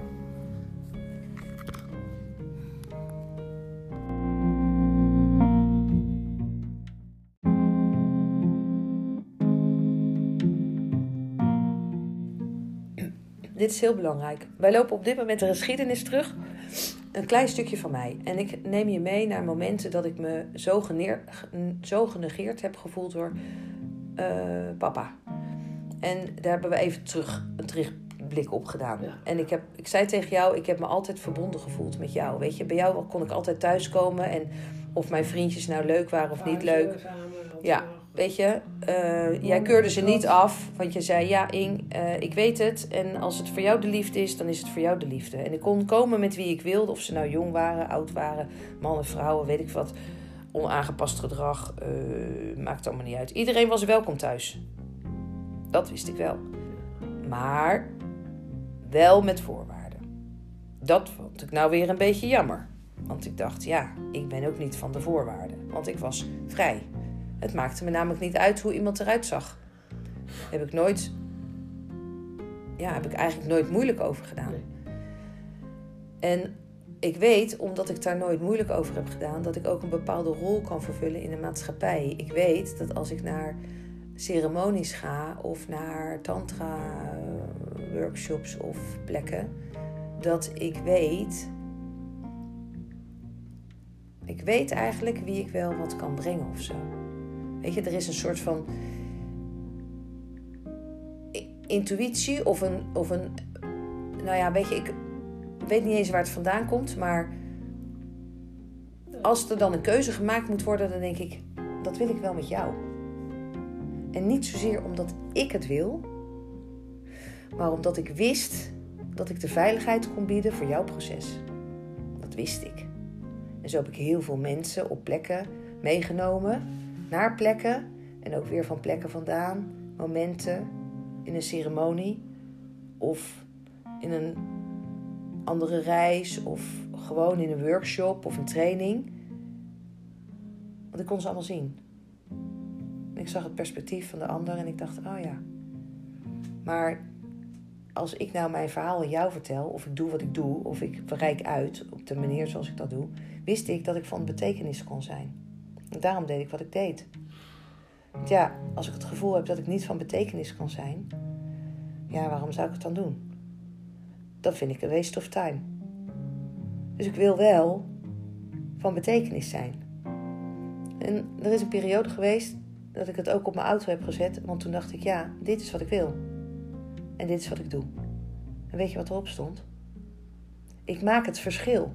Dit is heel belangrijk. Wij lopen op dit moment de geschiedenis terug. Een klein stukje van mij. En ik neem je mee naar momenten dat ik me zo, geneer, zo genegeerd heb gevoeld door uh, papa. En daar hebben we even terug een terugblik op gedaan. Ja. En ik, heb, ik zei tegen jou, ik heb me altijd verbonden gevoeld met jou. Weet je, bij jou kon ik altijd thuiskomen. En of mijn vriendjes nou leuk waren of niet leuk. Ja, weet je, uh, jij keurde ze niet af. Want je zei, ja Ing, uh, ik weet het. En als het voor jou de liefde is, dan is het voor jou de liefde. En ik kon komen met wie ik wilde. Of ze nou jong waren, oud waren, mannen, vrouwen, weet ik wat. Onaangepast gedrag, uh, maakt allemaal niet uit. Iedereen was welkom thuis. Dat wist ik wel. Maar wel met voorwaarden. Dat vond ik nou weer een beetje jammer. Want ik dacht, ja, ik ben ook niet van de voorwaarden. Want ik was vrij. Het maakte me namelijk niet uit hoe iemand eruit zag. Heb ik nooit... Ja, heb ik eigenlijk nooit moeilijk over gedaan. Nee. En ik weet, omdat ik daar nooit moeilijk over heb gedaan, dat ik ook een bepaalde rol kan vervullen in de maatschappij. Ik weet dat als ik naar ceremonies ga of naar tantra workshops of plekken, dat ik weet... Ik weet eigenlijk wie ik wel wat kan brengen of zo. Weet je, er is een soort van intuïtie of een, of een... Nou ja, weet je, ik, weet niet eens waar het vandaan komt, maar als er dan een keuze gemaakt moet worden, dan denk ik, dat wil ik wel met jou. En niet zozeer omdat ik het wil, maar omdat ik wist dat ik de veiligheid kon bieden voor jouw proces. Dat wist ik. En zo heb ik heel veel mensen op plekken meegenomen, naar plekken en ook weer van plekken vandaan, momenten in een ceremonie of in een andere reis of gewoon in een workshop of een training. Want ik kon ze allemaal zien. En ik zag het perspectief van de ander en ik dacht, oh ja. Maar als ik nou mijn verhaal aan jou vertel, of ik doe wat ik doe, of ik reik uit op de manier zoals ik dat doe, wist ik dat ik van betekenis kon zijn. En daarom deed ik wat ik deed. Want ja, als ik het gevoel heb dat ik niet van betekenis kan zijn, ja, waarom zou ik het dan doen? Dat vind ik een waste of time. Dus ik wil wel van betekenis zijn. En er is een periode geweest dat ik het ook op mijn auto heb gezet, want toen dacht ik, ja, dit is wat ik wil. En dit is wat ik doe. En weet je wat erop stond? Ik maak het verschil.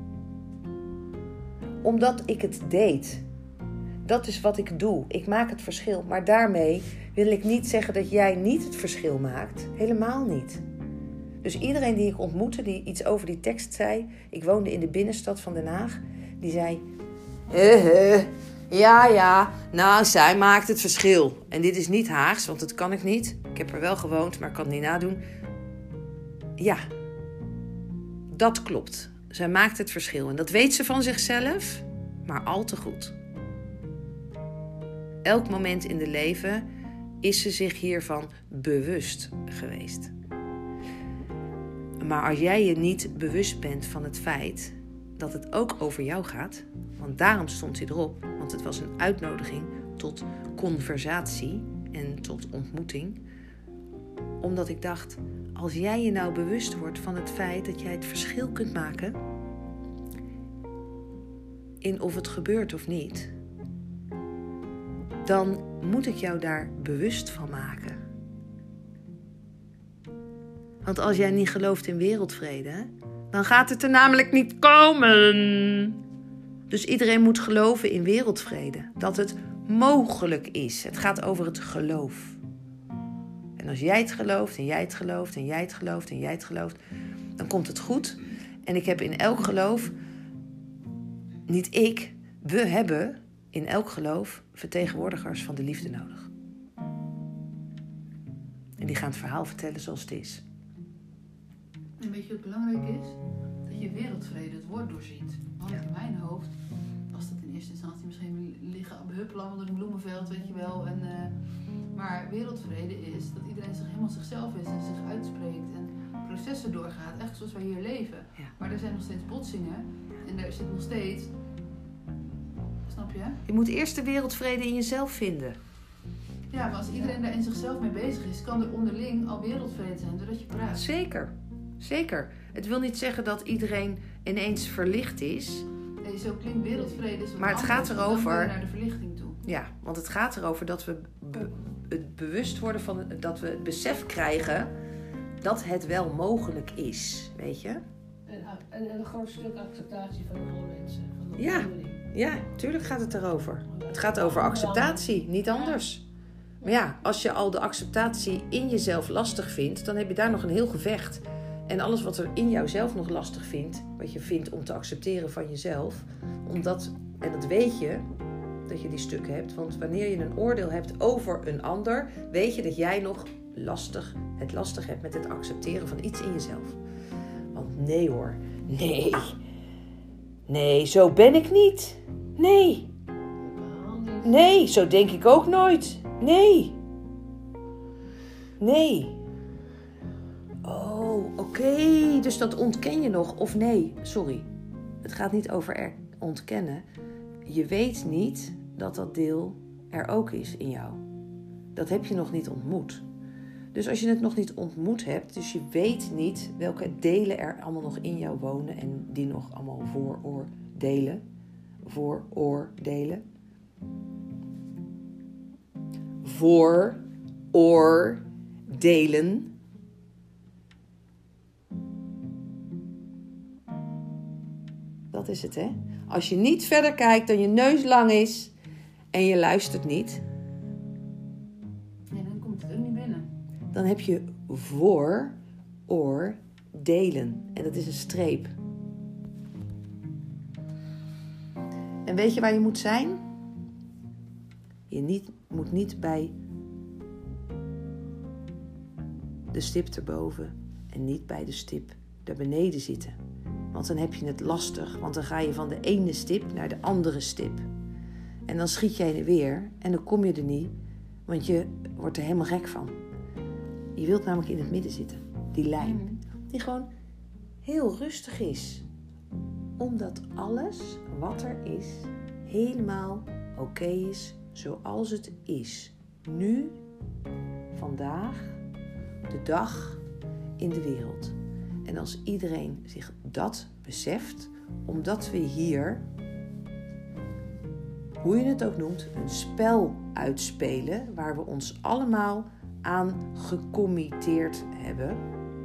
Omdat ik het deed. Dat is wat ik doe. Ik maak het verschil. Maar daarmee wil ik niet zeggen dat jij niet het verschil maakt. Helemaal niet. Dus iedereen die ik ontmoette, die iets over die tekst zei. Ik woonde in de binnenstad van Den Haag. Die zei, he, he, ja, ja, nou, zij maakt het verschil. En dit is niet Haags, want dat kan ik niet. Ik heb er wel gewoond, maar ik kan het niet nadoen. Ja, dat klopt. Zij maakt het verschil. En dat weet ze van zichzelf, maar al te goed. Elk moment in de leven is ze zich hiervan bewust geweest. Maar als jij je niet bewust bent van het feit dat het ook over jou gaat, want daarom stond hij erop, want het was een uitnodiging tot conversatie en tot ontmoeting, omdat ik dacht, als jij je nou bewust wordt van het feit dat jij het verschil kunt maken in of het gebeurt of niet, dan moet ik jou daar bewust van maken. Want als jij niet gelooft in wereldvrede, dan gaat het er namelijk niet komen. Dus iedereen moet geloven in wereldvrede. Dat het mogelijk is. Het gaat over het geloof. En als jij het gelooft en jij het gelooft en jij het gelooft en jij het gelooft, dan komt het goed. En ik heb in elk geloof, niet ik, we hebben in elk geloof vertegenwoordigers van de liefde nodig. En die gaan het verhaal vertellen zoals het is. En weet je wat belangrijk is? Dat je wereldvrede het woord doorziet. Want ja. In mijn hoofd was dat in eerste instantie misschien liggen behuppelen onder een bloemenveld, weet je wel. En, uh, maar wereldvrede is dat iedereen zich helemaal zichzelf is en zich uitspreekt en processen doorgaat. Echt zoals wij hier leven. Ja. Maar er zijn nog steeds botsingen en er zit nog steeds... Snap je? Je moet eerst de wereldvrede in jezelf vinden. Ja, maar als iedereen daar in zichzelf mee bezig is, kan er onderling al wereldvrede zijn doordat je praat. Zeker. Zeker. Het wil niet zeggen dat iedereen ineens verlicht is. Nee, zo klinkt wereldvrede. Maar het gaat erover... naar de verlichting toe. Ja, want het gaat erover dat we be- het bewust worden van... dat we het besef krijgen dat het wel mogelijk is. Weet je? En, en, en een groot stuk acceptatie van andere mensen. Van de ja. onderling. Ja, tuurlijk gaat het erover. Het gaat over acceptatie, niet anders. Maar ja, als je al de acceptatie in jezelf lastig vindt, dan heb je daar nog een heel gevecht. En alles wat er in jouzelf nog lastig vindt, wat je vindt om te accepteren van jezelf, omdat, en dat weet je, dat je die stukken hebt, want wanneer je een oordeel hebt over een ander, weet je dat jij nog lastig, het lastig hebt met het accepteren van iets in jezelf. Want nee hoor, nee, nee, zo ben ik niet. Nee, nee, zo denk ik ook nooit. Nee, nee. Oh, oké, okay. Dus dat ontken je nog. Of nee, sorry. Het gaat niet over er- ontkennen. Je weet niet dat dat deel er ook is in jou. Dat heb je nog niet ontmoet. Dus als je het nog niet ontmoet hebt, dus je weet niet welke delen er allemaal nog in jou wonen en die nog allemaal vooroordelen, vooroordelen, vooroordelen. Dat is het, hè? Als je niet verder kijkt dan je neus lang is en je luistert niet, Ja, dan komt het ook niet binnen. dan heb je vooroordelen. En dat is een streep. En weet je waar je moet zijn? Je niet, moet niet bij de stip erboven en niet bij de stip daar beneden zitten. Want dan heb je het lastig, want dan ga je van de ene stip naar de andere stip. En dan schiet je heen en weer en dan kom je er niet, want je wordt er helemaal gek van. Je wilt namelijk in het midden zitten, die lijn, die gewoon heel rustig is. Omdat alles wat er is, helemaal oké is zoals het is. Nu, vandaag, de dag in de wereld. En als iedereen zich dat beseft, omdat we hier, hoe je het ook noemt, een spel uitspelen, waar we ons allemaal aan gecommitteerd hebben.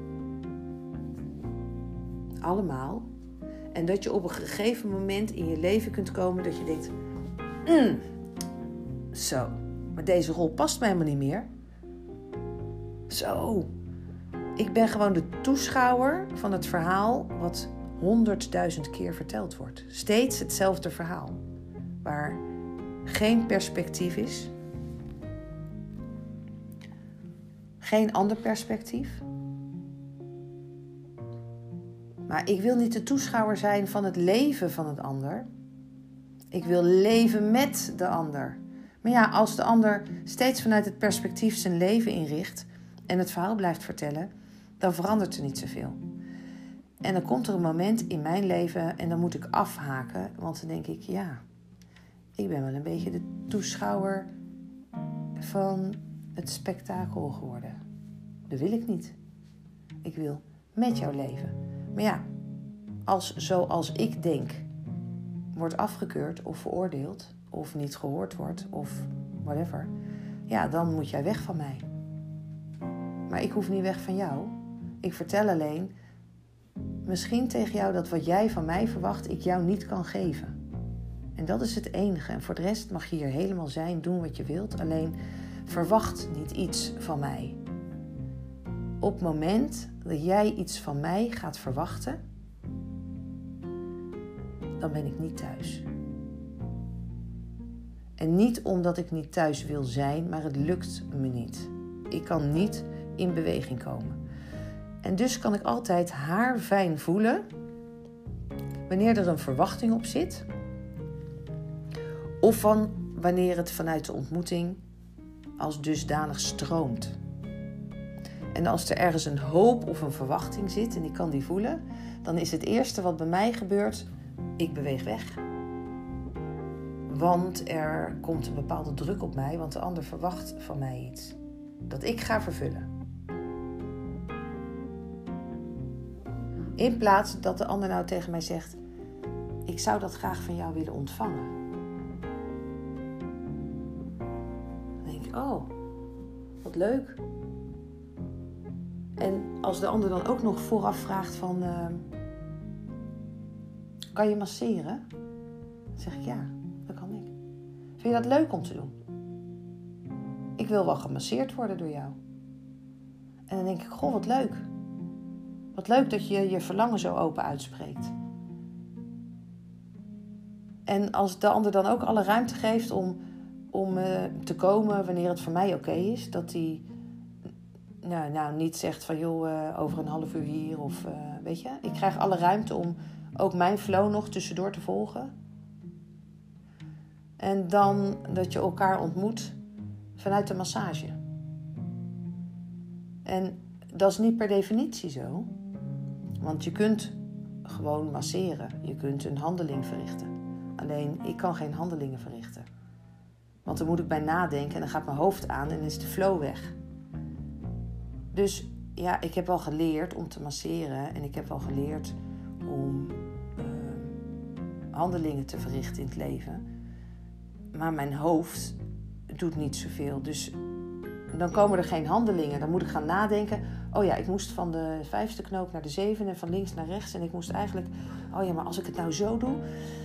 Allemaal. En dat je op een gegeven moment in je leven kunt komen dat je denkt, mm, zo, maar deze rol past mij helemaal niet meer. Zo, ik ben gewoon de toeschouwer van het verhaal wat honderdduizend keer verteld wordt. Steeds hetzelfde verhaal, waar geen perspectief is, geen ander perspectief. Maar ik wil niet de toeschouwer zijn van het leven van het ander. Ik wil leven met de ander. Maar ja, als de ander steeds vanuit het perspectief zijn leven inricht en het verhaal blijft vertellen, dan verandert er niet zoveel. En dan komt er een moment in mijn leven en dan moet ik afhaken, want dan denk ik, ja, ik ben wel een beetje de toeschouwer van het spektakel geworden. Dat wil ik niet. Ik wil met jou leven. Maar ja, als zoals ik denk wordt afgekeurd of veroordeeld of niet gehoord wordt of whatever, ja, dan moet jij weg van mij. Maar ik hoef niet weg van jou. Ik vertel alleen misschien tegen jou dat wat jij van mij verwacht, ik jou niet kan geven. En dat is het enige. En voor de rest mag je hier helemaal zijn, doen wat je wilt. Alleen verwacht niet iets van mij. Op het moment dat jij iets van mij gaat verwachten, dan ben ik niet thuis. En niet omdat ik niet thuis wil zijn, maar het lukt me niet. Ik kan niet in beweging komen. En dus kan ik altijd haarfijn voelen wanneer er een verwachting op zit, of van wanneer het vanuit de ontmoeting als dusdanig stroomt. En als er ergens een hoop of een verwachting zit en ik kan die voelen, dan is het eerste wat bij mij gebeurt, ik beweeg weg. Want er komt een bepaalde druk op mij, want de ander verwacht van mij iets. Dat ik ga vervullen. In plaats dat de ander nou tegen mij zegt, ik zou dat graag van jou willen ontvangen. Dan denk ik, oh, wat leuk. En als de ander dan ook nog vooraf vraagt van, uh, kan je masseren? Dan zeg ik, ja, dat kan ik. Vind je dat leuk om te doen? Ik wil wel gemasseerd worden door jou. En dan denk ik, goh, wat leuk. Wat leuk dat je je verlangen zo open uitspreekt. En als de ander dan ook alle ruimte geeft om, om uh, te komen wanneer het voor mij oké is, dat hij nou, nou niet zegt van joh, uh, over een half uur hier of uh, weet je. Ik krijg alle ruimte om ook mijn flow nog tussendoor te volgen. En dan dat je elkaar ontmoet vanuit de massage. En dat is niet per definitie zo. Want je kunt gewoon masseren. Je kunt een handeling verrichten. Alleen, ik kan geen handelingen verrichten. Want dan moet ik bij nadenken en dan gaat mijn hoofd aan en is de flow weg. Dus ja, ik heb wel geleerd om te masseren. En ik heb wel geleerd om uh, handelingen te verrichten in het leven. Maar mijn hoofd doet niet zoveel. Dus dan komen er geen handelingen. Dan moet ik gaan nadenken. Oh ja, ik moest van de vijfste knoop naar de zevende, van links naar rechts. En ik moest eigenlijk, oh ja, maar als ik het nou zo doe.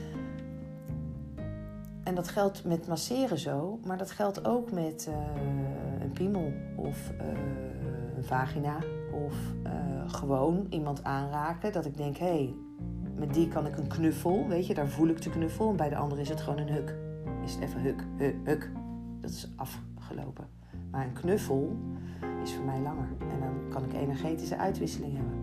En dat geldt met masseren zo, maar dat geldt ook met uh, een piemel of uh, een vagina. Of uh, gewoon iemand aanraken. Dat ik denk, hé, hey, met die kan ik een knuffel. Weet je, daar voel ik de knuffel. En bij de andere is het gewoon een huk. Is het even huk, huk, huk. Dat is afgelopen. Maar een knuffel is voor mij langer. En dan kan ik energetische uitwisseling hebben.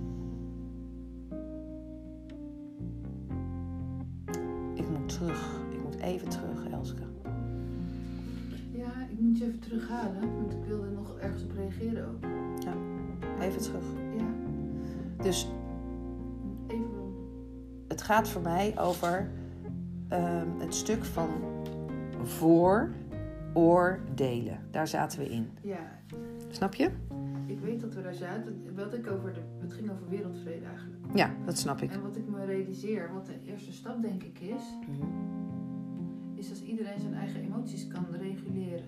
Ik moet terug. Ik moet even terug, Elske. Ja, ik moet je even terughalen. Want ik wilde nog ergens op reageren ook. Ja, even terug. Ja. Dus even. Het gaat voor mij over uh, het stuk van vooroordelen. Daar zaten we in. Ja. Snap je? Ik weet dat we daar zaten. Wat ik over de, het ging over wereldvrede eigenlijk. Ja, dat snap ik. En wat ik me realiseer, wat de eerste stap denk ik is, Mm-hmm. is als iedereen zijn eigen emoties kan reguleren.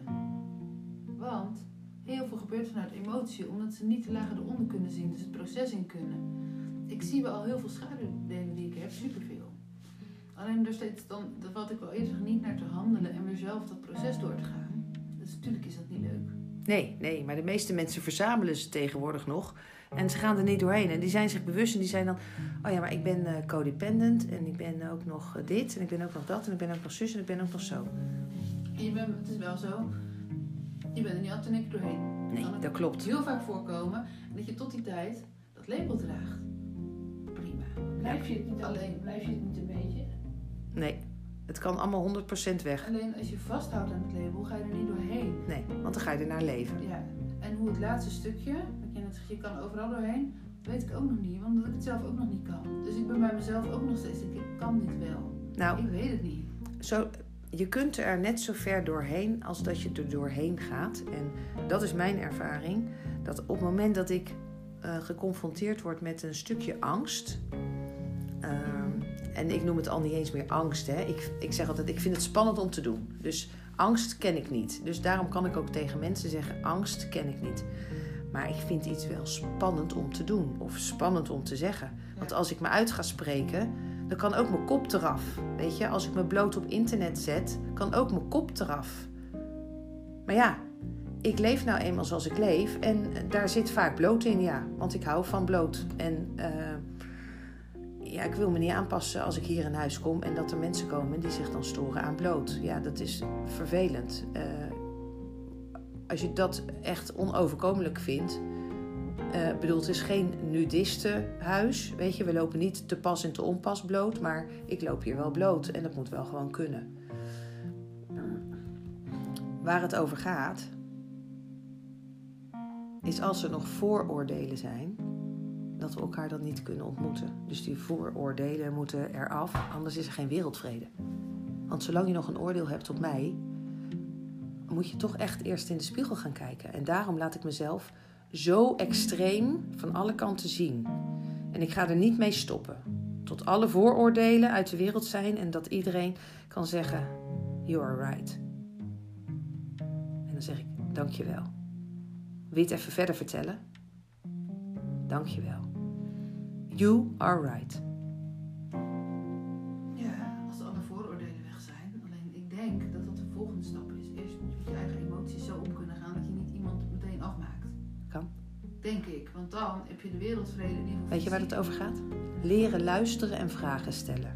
Want heel veel gebeurt vanuit emotie, omdat ze niet te laag eronder kunnen zien, dus het proces in kunnen. Ik zie wel heel veel schaduwdelen die ik heb, superveel. Alleen er steeds dan, wat ik wel eerder zeg, niet naar te handelen en weer zelf dat proces door te gaan. Dus natuurlijk is dat niet leuk. Nee, nee, maar de meeste mensen verzamelen ze tegenwoordig nog. En ze gaan er niet doorheen. En die zijn zich bewust en die zijn dan, oh ja, maar ik ben uh, codependent. En ik ben ook nog uh, dit. En ik ben ook nog dat. En ik ben ook nog zus. En ik ben ook nog zo. En je bent, het is wel zo, je bent er niet altijd niks doorheen. Nee, kan dat klopt. heel vaak voorkomen dat je tot die tijd dat label draagt. Prima. Blijf je het niet Alleen- alleen, blijf je het niet een beetje? Nee, het kan allemaal honderd procent weg. Alleen als je vasthoudt aan het label, ga je er niet doorheen. Nee, want dan ga je er naar leven. Ja. En hoe het laatste stukje, wat je net zegt, je kan overal doorheen, weet ik ook nog niet, want dat ik het zelf ook nog niet kan. Dus ik ben bij mezelf ook nog steeds, ik, ik kan dit wel. Nou, Ik weet het niet. Zo, je kunt er net zo ver doorheen als dat je er doorheen gaat. En dat is mijn ervaring. Dat op het moment dat ik uh, geconfronteerd word met een stukje angst. Uh, en ik noem het al niet eens meer angst. Hè. Ik, ik zeg altijd, ik vind het spannend om te doen. Dus angst ken ik niet. Dus daarom kan ik ook tegen mensen zeggen, angst ken ik niet. Maar ik vind iets wel spannend om te doen. Of spannend om te zeggen. Want als ik me uit ga spreken, dan kan ook mijn kop eraf. Weet je, als ik me bloot op internet zet, kan ook mijn kop eraf. Maar ja, ik leef nou eenmaal zoals ik leef. En daar zit vaak bloot in, ja. Want ik hou van bloot. En uh, ja, ik wil me niet aanpassen als ik hier in huis kom en dat er mensen komen die zich dan storen aan bloot. Ja, dat is vervelend. Uh, als je dat echt onoverkomelijk vindt. Uh, bedoel, het is geen nudistenhuis. Weet je, we lopen niet te pas en te onpas bloot. Maar ik loop hier wel bloot en dat moet wel gewoon kunnen. Waar het over gaat, is als er nog vooroordelen zijn, dat we elkaar dan niet kunnen ontmoeten. Dus die vooroordelen moeten eraf, anders is er geen wereldvrede. Want zolang je nog een oordeel hebt op mij, moet je toch echt eerst in de spiegel gaan kijken. En daarom laat ik mezelf zo extreem van alle kanten zien. En ik ga er niet mee stoppen. Tot alle vooroordelen uit de wereld zijn en dat iedereen kan zeggen, you are right. En dan zeg ik, dankjewel. Wil je het even verder vertellen? Dankjewel. You are right. Ja, als alle vooroordelen weg zijn. Alleen ik denk dat dat de volgende stap is. Eerst moet je met je eigen emoties zo om kunnen gaan dat je niet iemand meteen afmaakt. Kan. Denk ik, want dan heb je de wereldvrede in ieder geval. Weet je waar het over gaat? Leren luisteren en vragen stellen.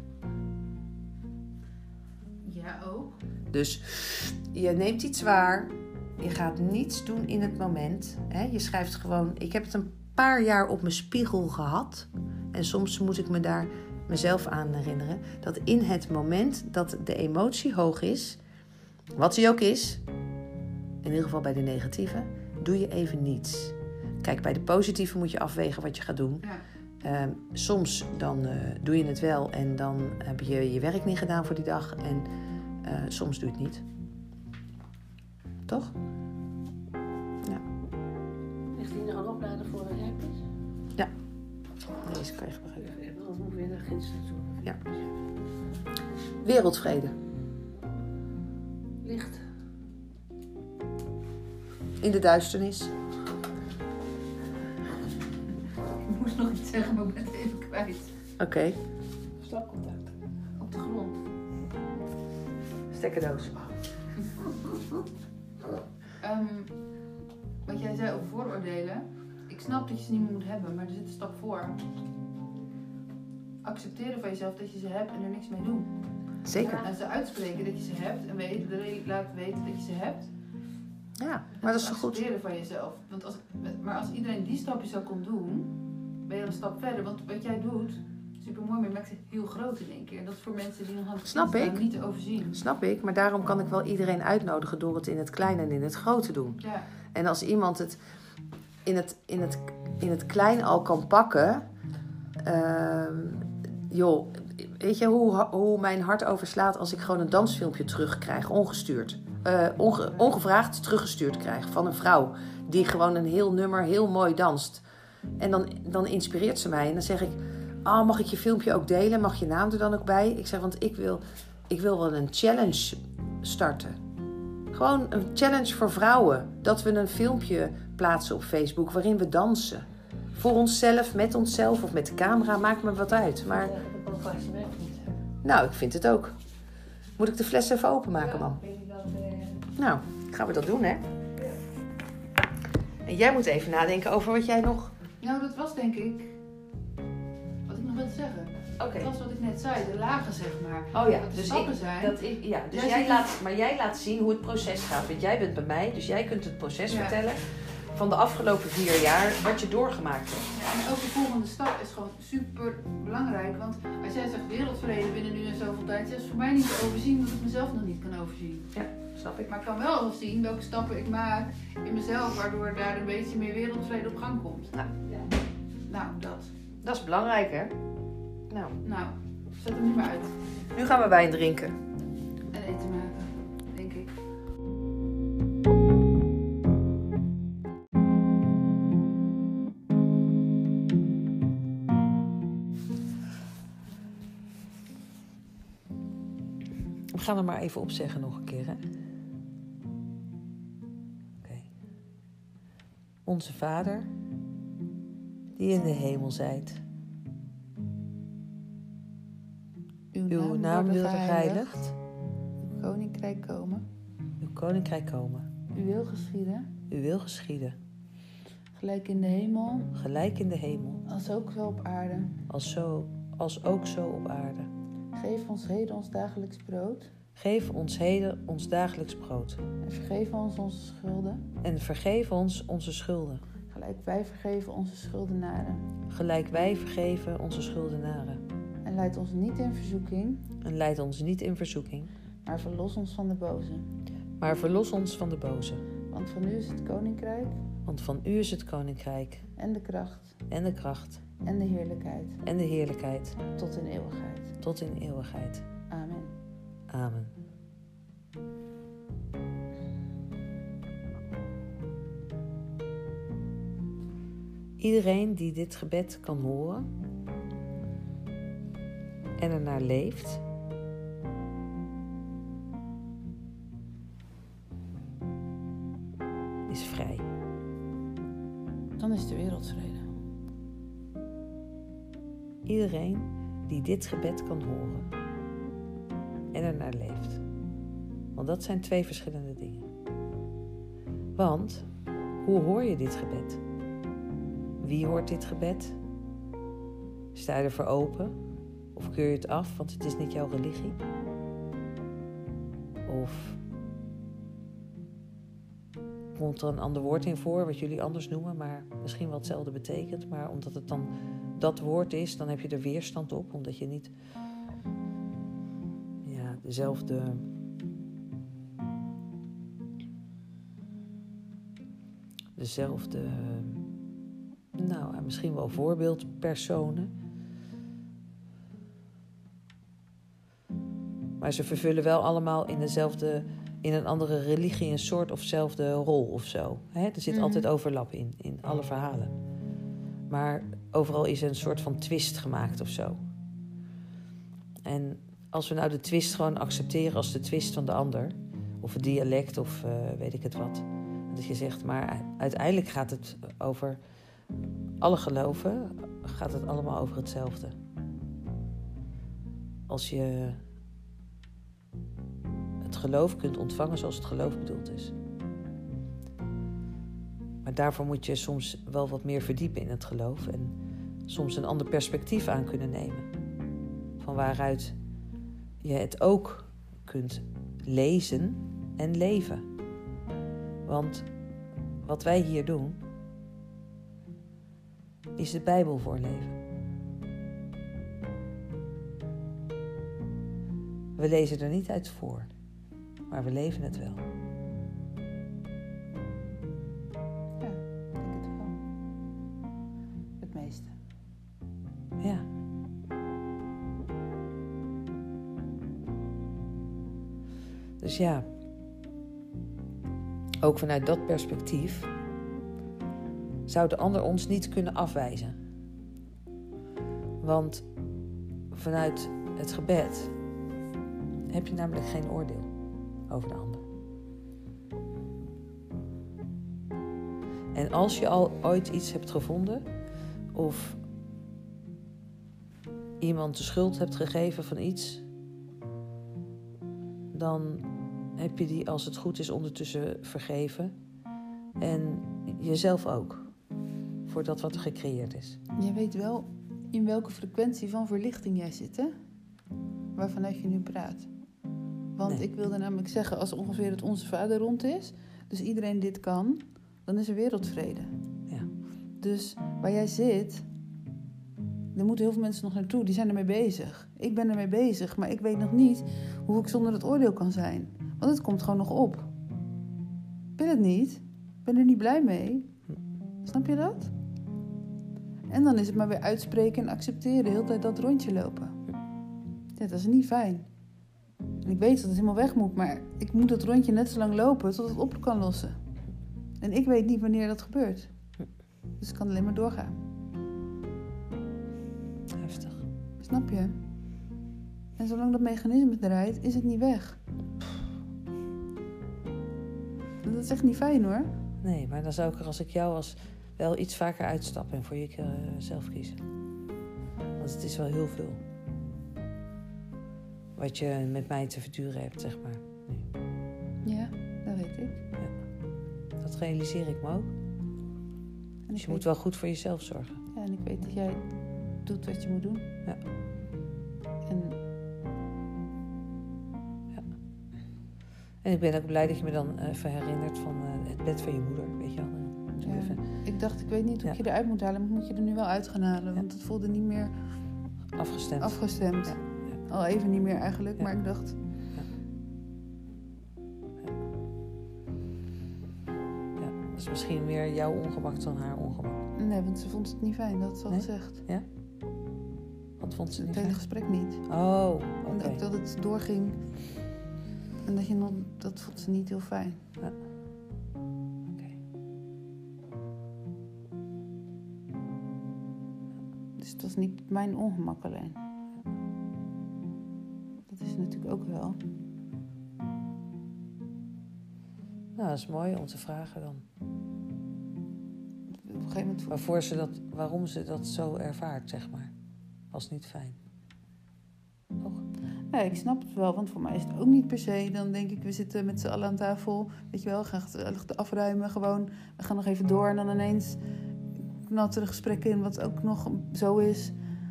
Ja, ook. Dus je neemt iets waar. Je gaat niets doen in het moment. Hè? Je schrijft gewoon, ik heb het een paar jaar op mijn spiegel gehad. En soms moet ik me daar mezelf aan herinneren. Dat in het moment dat de emotie hoog is, wat die ook is, in ieder geval bij de negatieve, doe je even niets. Kijk, bij de positieve moet je afwegen wat je gaat doen. Ja. Uh, soms dan uh, doe je het wel en dan heb je je werk niet gedaan voor die dag. En uh, soms doe je het niet. Toch? Ja. Ligt hij nog een oplader voor een herpes? Ja. Deze kan je gebruiken. Dan moet ik weer naar ginds naartoe. Ja. Wereldvrede. Licht. in de duisternis. Ik moest nog iets zeggen, maar ik ben het even kwijt. Oké. Okay. Stapcontact. Op de grond. Stekkerdoos. Um, wat jij zei over vooroordelen. Ik snap dat je ze niet meer moet hebben, maar er zit een stap voor. Accepteren van jezelf dat je ze hebt en er niks mee doen. Zeker. En ze uitspreken dat je ze hebt en weet, laten weten dat je ze hebt. Ja, maar dat is zo goed. Accepteren van jezelf. Want als, maar als iedereen die stapje zou kon doen, ben je al een stap verder. Want wat jij doet, super mooi, maar je maakt het heel groot in één keer. En dat is voor mensen die nog aan het Snap staan ik. niet te overzien. Snap ik, maar daarom kan ik wel iedereen uitnodigen door het in het klein en in het groot te doen. Ja. En als iemand het in het, in het, in het klein al kan pakken. Uh, joh, weet je hoe, hoe mijn hart overslaat als ik gewoon een dansfilmpje terugkrijg, ongestuurd. Uh, onge, ongevraagd teruggestuurd krijg van een vrouw die gewoon een heel nummer heel mooi danst. En dan, dan inspireert ze mij en dan zeg ik, oh, mag ik je filmpje ook delen? Mag je naam er dan ook bij? Ik zeg, want ik wil, ik wil wel een challenge starten. Gewoon een challenge voor vrouwen. Dat we een filmpje plaatsen op Facebook waarin we dansen. Voor onszelf, met onszelf of met de camera, maakt me wat uit. Maar... Ja, dat heb ik wel vaak gemerkt. Nou, ik vind het ook. Moet ik de fles even openmaken, man? Ja, weet ik dat, eh... Nou, gaan we dat doen, hè? En jij moet even nadenken over wat jij nog... Nou, dat was denk ik wat ik nog wilde zeggen. Oké. Okay. Dat was wat ik net zei, de lagen zeg maar. Oh ja, dat de dus stappen ik, zijn. dat ik, ja, dus jij jij ziet... laat, maar jij laat zien hoe het proces gaat. Want jij bent bij mij, dus jij kunt het proces ja. vertellen van de afgelopen vier jaar wat je doorgemaakt hebt. Ja, en ook de volgende stap is gewoon super belangrijk. Want als jij zegt wereldvrede binnen nu en zoveel tijd, is voor mij niet te overzien dat ik mezelf nog niet kan overzien. Ja, snap ik. Maar ik kan wel zien welke stappen ik maak in mezelf, waardoor daar een beetje meer wereldvrede op gang komt. Nou, ja. nou dat. Dat is belangrijk, hè? Nou. Nou, zet hem nu maar uit. Nu gaan we wijn drinken. En eten maken, denk ik. We gaan er maar even opzeggen nog een keer, hè? Oké. Okay. Onze Vader, die in de hemel zijt. Uw, Uw naam, naam wordt wordt geheiligd. Uw koninkrijk komen. Uw koninkrijk komen. Uw wil geschieden. Uw wil geschieden. Gelijk in de hemel. Gelijk in de hemel. Als ook zo op aarde. Als, zo, als ook zo op aarde. Geef ons heden ons dagelijks brood. Geef ons heden ons dagelijks brood. En vergeef ons onze schulden. En vergeef ons onze schulden. Gelijk wij vergeven onze schuldenaren. Gelijk wij vergeven onze schuldenaren. En leid ons niet in verzoeking. En leid ons niet in verzoeking. Maar verlos ons van de boze. Maar verlos ons van de boze. Want van u is het koninkrijk. Want van u is het koninkrijk. En de kracht. En de kracht. En de heerlijkheid. En de heerlijkheid. Tot in eeuwigheid. Tot in eeuwigheid. Amen. Amen. Iedereen die dit gebed kan horen en er naar leeft, is vrij. Dan is de wereldvrede. Iedereen die dit gebed kan horen en er naar leeft. Want dat zijn twee verschillende dingen. Want, hoe hoor je dit gebed? Wie hoort dit gebed? Sta je ervoor open? Of keur je het af, want het is niet jouw religie? Of komt er een ander woord in voor, wat jullie anders noemen, maar misschien wel hetzelfde betekent. Maar omdat het dan dat woord is, dan heb je er weerstand op, omdat je niet ja, dezelfde dezelfde nou, misschien wel voorbeeldpersonen. Maar ze vervullen wel allemaal in dezelfde, in een andere religie een soort ofzelfde rol of zo. Hè? Er zit mm-hmm. altijd overlap in, in alle verhalen. Maar overal is er een soort van twist gemaakt of zo. En als we nou de twist gewoon accepteren als de twist van de ander, of het dialect of uh, weet ik het wat, dat je zegt, maar uiteindelijk gaat het over alle geloven, gaat het allemaal over hetzelfde. Als je het geloof kunt ontvangen zoals het geloof bedoeld is. Maar daarvoor moet je soms wel wat meer verdiepen in het geloof en soms een ander perspectief aan kunnen nemen. Van waaruit je het ook kunt lezen en leven. Want wat wij hier doen, is de Bijbel voorleven. We lezen er niet uit voor, maar we leven het wel. Ja, ik denk het wel. Het meeste. Ja. Dus ja, ook vanuit dat perspectief zou de ander ons niet kunnen afwijzen. Want vanuit het gebed heb je namelijk geen oordeel over de ander. En als je al ooit iets hebt gevonden of iemand de schuld hebt gegeven van iets, dan heb je die, als het goed is, ondertussen vergeven. En jezelf ook. Voor dat wat er gecreëerd is. Je weet wel in welke frequentie van verlichting jij zit, hè? Waarvanuit je nu praat. Want Nee. ik wilde namelijk zeggen, als ongeveer het Onze Vader rond is, dus iedereen dit kan, dan is er wereldvrede. Ja. Dus waar jij zit, daar moeten heel veel mensen nog naartoe. Die zijn ermee bezig. Ik ben ermee bezig, maar ik weet nog niet hoe ik zonder het oordeel kan zijn. Want het komt gewoon nog op. Ik wil het niet. Ik ben er niet blij mee. Snap je dat? En dan is het maar weer uitspreken en accepteren. De hele tijd dat rondje lopen. Ja, dat is niet fijn. En ik weet dat het helemaal weg moet, maar ik moet dat rondje net zo lang lopen tot het op kan lossen. En ik weet niet wanneer dat gebeurt. Dus het kan alleen maar doorgaan. Heftig. Snap je? En zolang dat mechanisme draait, is het niet weg. Dat is echt niet fijn hoor. Nee, maar dan zou ik er als ik jou was wel iets vaker uitstappen en voor jezelf kiezen. Want het is wel heel veel. Wat je met mij te verduren hebt, zeg maar. Nu. Ja, dat weet ik. Dat realiseer ik me ook. En Dus ik je weet, moet wel goed voor jezelf zorgen. ja, en ik weet dat jij doet wat je moet doen. Ja. En En ik ben ook blij dat je me dan even herinnert van uh, het bed van je moeder. Weet je wel. Dan ja, even ik dacht, ik weet niet hoe Ja. ik je eruit moet halen, maar moet je er nu wel uit gaan halen. Want het voelde niet meer afgestemd. afgestemd. Ja. Al even niet meer eigenlijk, Ja. maar ik dacht, Ja, dat is misschien meer jouw ongemak dan haar ongemak. nee, want ze vond het niet fijn, dat is al Nee? gezegd. Wat vond ze Het niet hele fijn? gesprek niet. Oh, oké. En ook dat het doorging. En dat je nog, dat vond ze niet heel fijn. Oké. Dus het was niet mijn ongemak alleen. Dat is natuurlijk ook wel. Nou, dat is mooi om te vragen dan. Op een gegeven moment... Waarvoor ze dat, waarom ze dat zo ervaart, zeg maar. Was niet fijn. Toch? Ja, ik snap het wel, want voor mij is het ook niet per se. Dan denk ik, we zitten met z'n allen aan tafel. Weet je wel, we gaan het afruimen gewoon. We gaan nog even door en dan ineens knalt er een gesprek in wat ook nog zo is.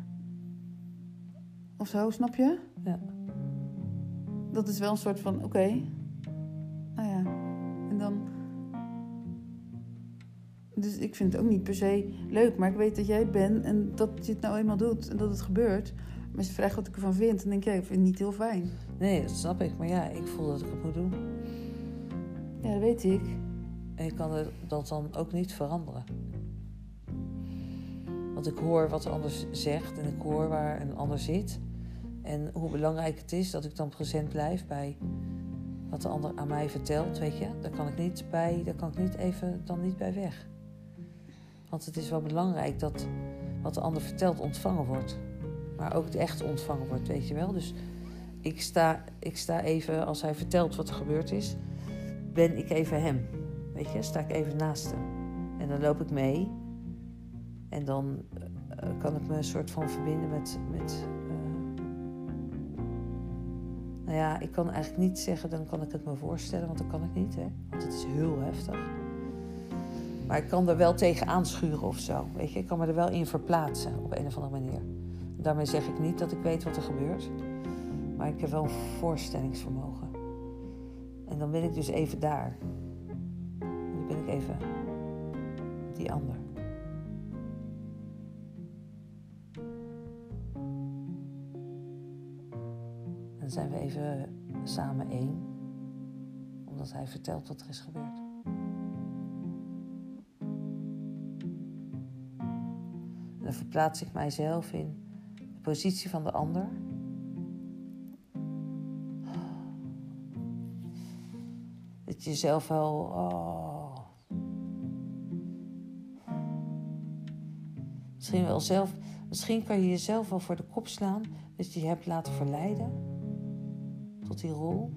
Of zo, snap je? Ja. Dat is wel een soort van, oké. Okay. Nou ja, en dan... Dus ik vind het ook niet per se leuk, maar ik weet dat jij het bent en dat je het nou eenmaal doet en dat het gebeurt. Maar als je vraagt wat ik ervan vind, dan denk jij, ik vind het niet heel fijn. Nee, dat snap ik. Maar ja, ik voel dat ik het moet doen. Ja, dat weet ik. En ik kan dat dan ook niet veranderen. Want ik hoor wat de ander zegt en ik hoor waar een ander zit. En hoe belangrijk het is dat ik dan present blijf bij wat de ander aan mij vertelt, weet je. Daar kan ik niet bij, daar kan ik niet even dan niet bij weg. Want het is wel belangrijk dat wat de ander vertelt ontvangen wordt. Maar ook echt ontvangen wordt, weet je wel. Dus ik sta, ik sta even, als hij vertelt wat er gebeurd is, ben ik even hem. weet je, sta ik even naast hem. En dan loop ik mee. En dan uh, kan ik me een soort van verbinden met... met uh... nou ja, ik kan eigenlijk niet zeggen, dan kan ik het me voorstellen. Want dat kan ik niet, hè. Want het is heel heftig. Maar ik kan er wel tegen aanschuren of zo. Weet je, ik kan me er wel in verplaatsen op een of andere manier. Daarmee zeg ik niet dat ik weet wat er gebeurt. Maar ik heb wel een voorstellingsvermogen. En dan ben ik dus even daar. En dan ben ik even die ander. En dan zijn we even samen één. Omdat hij vertelt wat er is gebeurd. En dan verplaats ik mijzelf in de positie van de ander. Dat je jezelf wel... Oh, misschien wel zelf... Misschien kan je jezelf wel voor de kop slaan dat je je hebt laten verleiden tot die rol.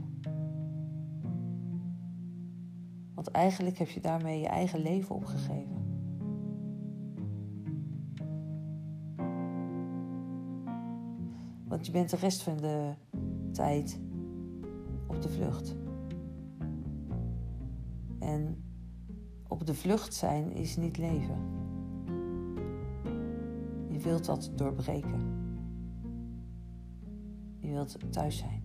Want eigenlijk heb je daarmee je eigen leven opgegeven. Want je bent de rest van de tijd op de vlucht. En op de vlucht zijn is niet leven. Je wilt dat doorbreken. Je wilt thuis zijn.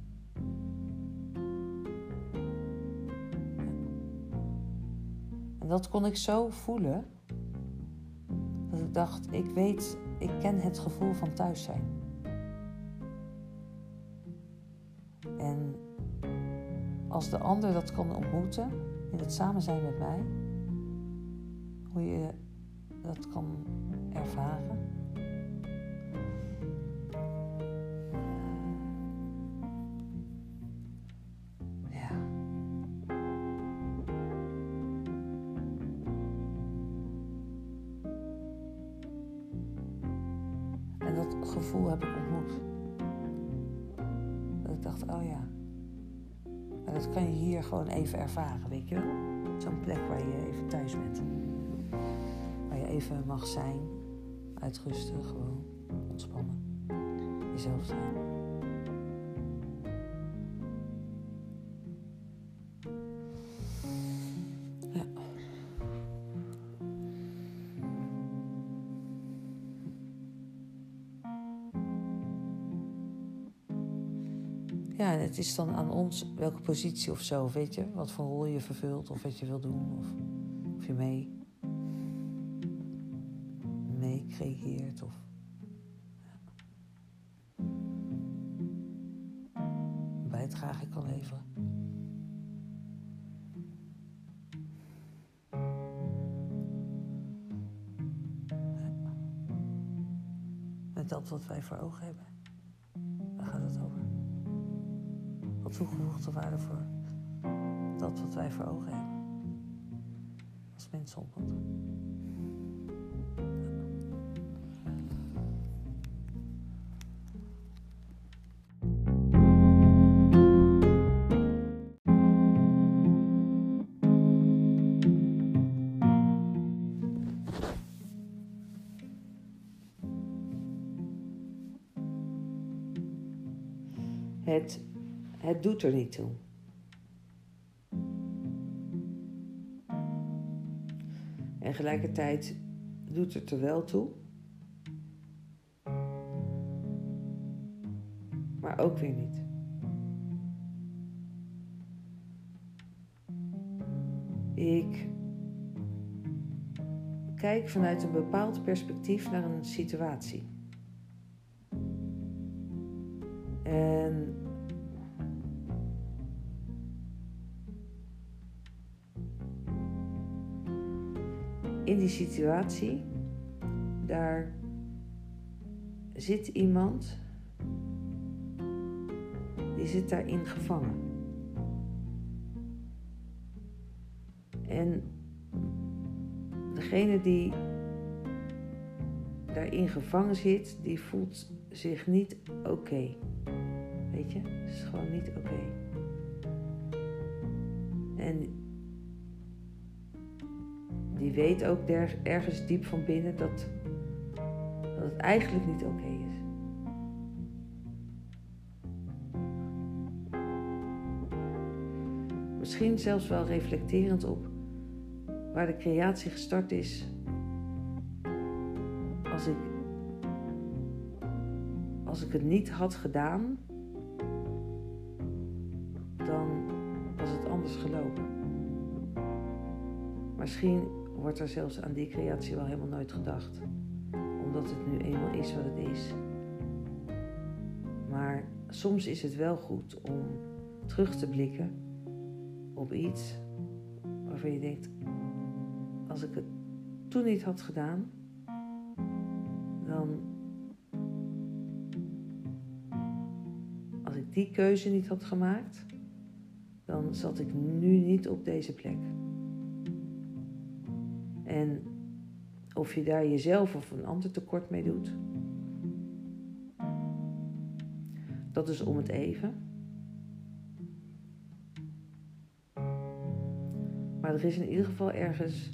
En dat kon ik zo voelen, dat ik dacht, ik weet, ik ken het gevoel van thuis zijn. En als de ander dat kan ontmoeten, in het samen zijn met mij, hoe je dat kan ervaren. Ja. En dat gevoel heb ik ontmoet. Dat ik dacht, oh ja. Maar dat kan je hier gewoon even ervaren, weet je wel? Zo'n plek waar je even thuis bent. Waar je even mag zijn, uitrusten, gewoon ontspannen. Jezelf zijn. Ja. Ja, en het is dan aan ons welke positie of zo, weet je? Wat voor rol je vervult of wat je wil doen. Of, of je mee, mee creëert of... Ja. Een bijdrage kan leveren. Ja. Met dat wat wij voor ogen hebben. Daar gaat het over. Wat toegevoegde waarde voor dat wat wij voor ogen hebben. Als mensen ontmoeten. Het, het doet er niet toe. En tegelijkertijd doet het er wel toe. Maar ook weer niet. Ik kijk vanuit een bepaald perspectief naar een situatie. En in die situatie, daar zit iemand, die zit daarin gevangen. En degene die daarin gevangen zit, die voelt zich niet oké. Okay. Weet je? Het is gewoon niet oké. Okay. En je weet ook der, ergens diep van binnen dat, dat het eigenlijk niet oké is. Misschien zelfs wel reflecterend op waar de creatie gestart is. Als ik, als ik het niet had gedaan, dan was het anders gelopen. Misschien wordt er zelfs aan die creatie wel helemaal nooit gedacht. Omdat het nu eenmaal is wat het is. Maar soms is het wel goed om terug te blikken op iets waarvan je denkt, als ik het toen niet had gedaan, dan, als ik die keuze niet had gemaakt, dan zat ik nu niet op deze plek. En of je daar jezelf of een ander tekort mee doet, dat is om het even. Maar er is in ieder geval ergens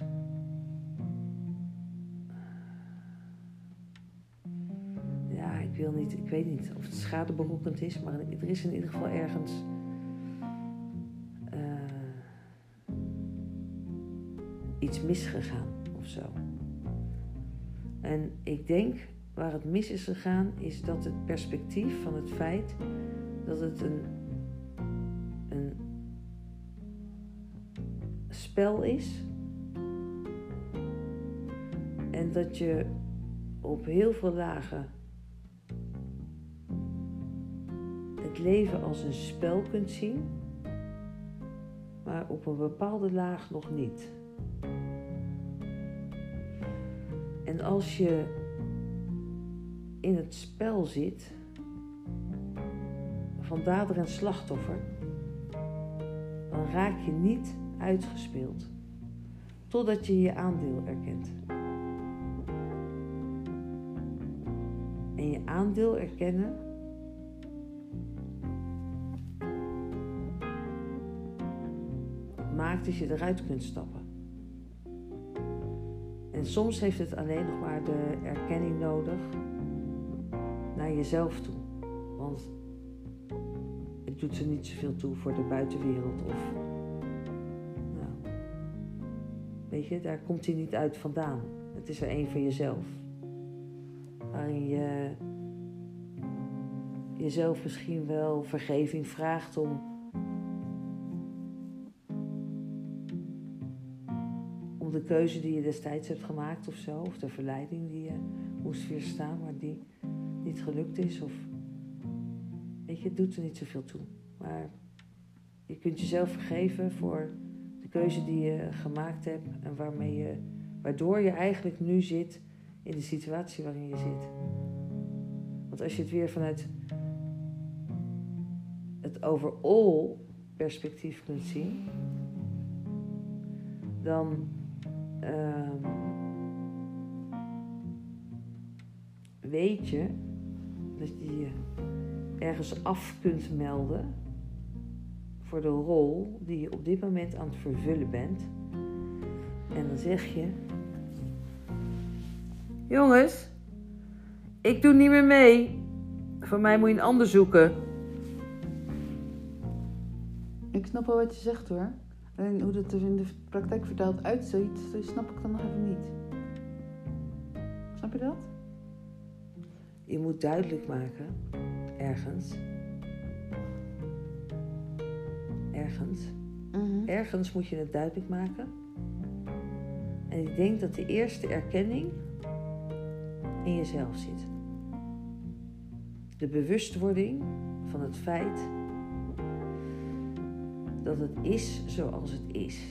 ja, ik wil niet, ik weet niet of het schadeberokkend is, maar er is in ieder geval ergens uh, iets misgegaan of zo. En ik denk waar het mis is gegaan, is dat het perspectief van het feit dat het een, een spel is. En dat je op heel veel lagen het leven als een spel kunt zien, maar op een bepaalde laag nog niet. En als je in het spel zit van dader en slachtoffer, dan raak je niet uitgespeeld totdat je je aandeel erkent. En je aandeel erkennen maakt dat je eruit kunt stappen. En soms heeft het alleen nog maar de erkenning nodig naar jezelf toe. Want het doet er niet zoveel toe voor de buitenwereld. Of, nou, weet je, daar komt hij niet uit vandaan. Het is er één van jezelf. Waarin je jezelf misschien wel vergeving vraagt om om de keuze die je destijds hebt gemaakt of zo, of de verleiding die je moest weerstaan, maar die niet gelukt is. Of, weet je, het doet er niet zoveel toe. Maar je kunt jezelf vergeven voor de keuze die je gemaakt hebt en waarmee je, waardoor je eigenlijk nu zit in de situatie waarin je zit. Want als je het weer vanuit het overall perspectief kunt zien, dan uh, weet je dat je je ergens af kunt melden voor de rol die je op dit moment aan het vervullen bent. En dan zeg je: jongens, ik doe niet meer mee. Voor mij moet je een ander zoeken. Ik snap wel wat je zegt hoor. En hoe dat er in de praktijk vertaald uitziet, snap ik dan nog even niet. Snap je dat? Je moet duidelijk maken, ergens. Ergens. Mm-hmm. Ergens moet je het duidelijk maken. En ik denk dat de eerste erkenning in jezelf zit. De bewustwording van het feit dat het is zoals het is.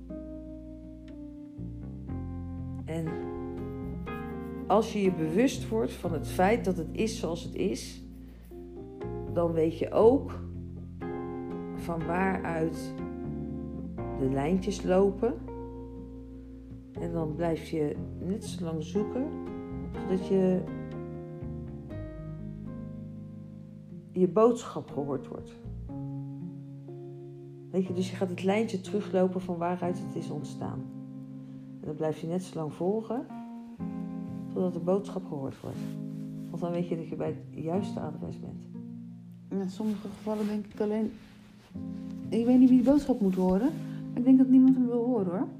En als je je bewust wordt van het feit dat het is zoals het is, dan weet je ook van waaruit de lijntjes lopen. En dan blijf je net zo lang zoeken totdat je je boodschap gehoord wordt. Weet je, dus je gaat het lijntje teruglopen van waaruit het is ontstaan. En dan blijf je net zo lang volgen totdat de boodschap gehoord wordt. Want dan weet je dat je bij het juiste adres bent. In sommige gevallen denk ik alleen... Ik weet niet wie die boodschap moet horen. Maar ik denk dat niemand hem wil horen, hoor.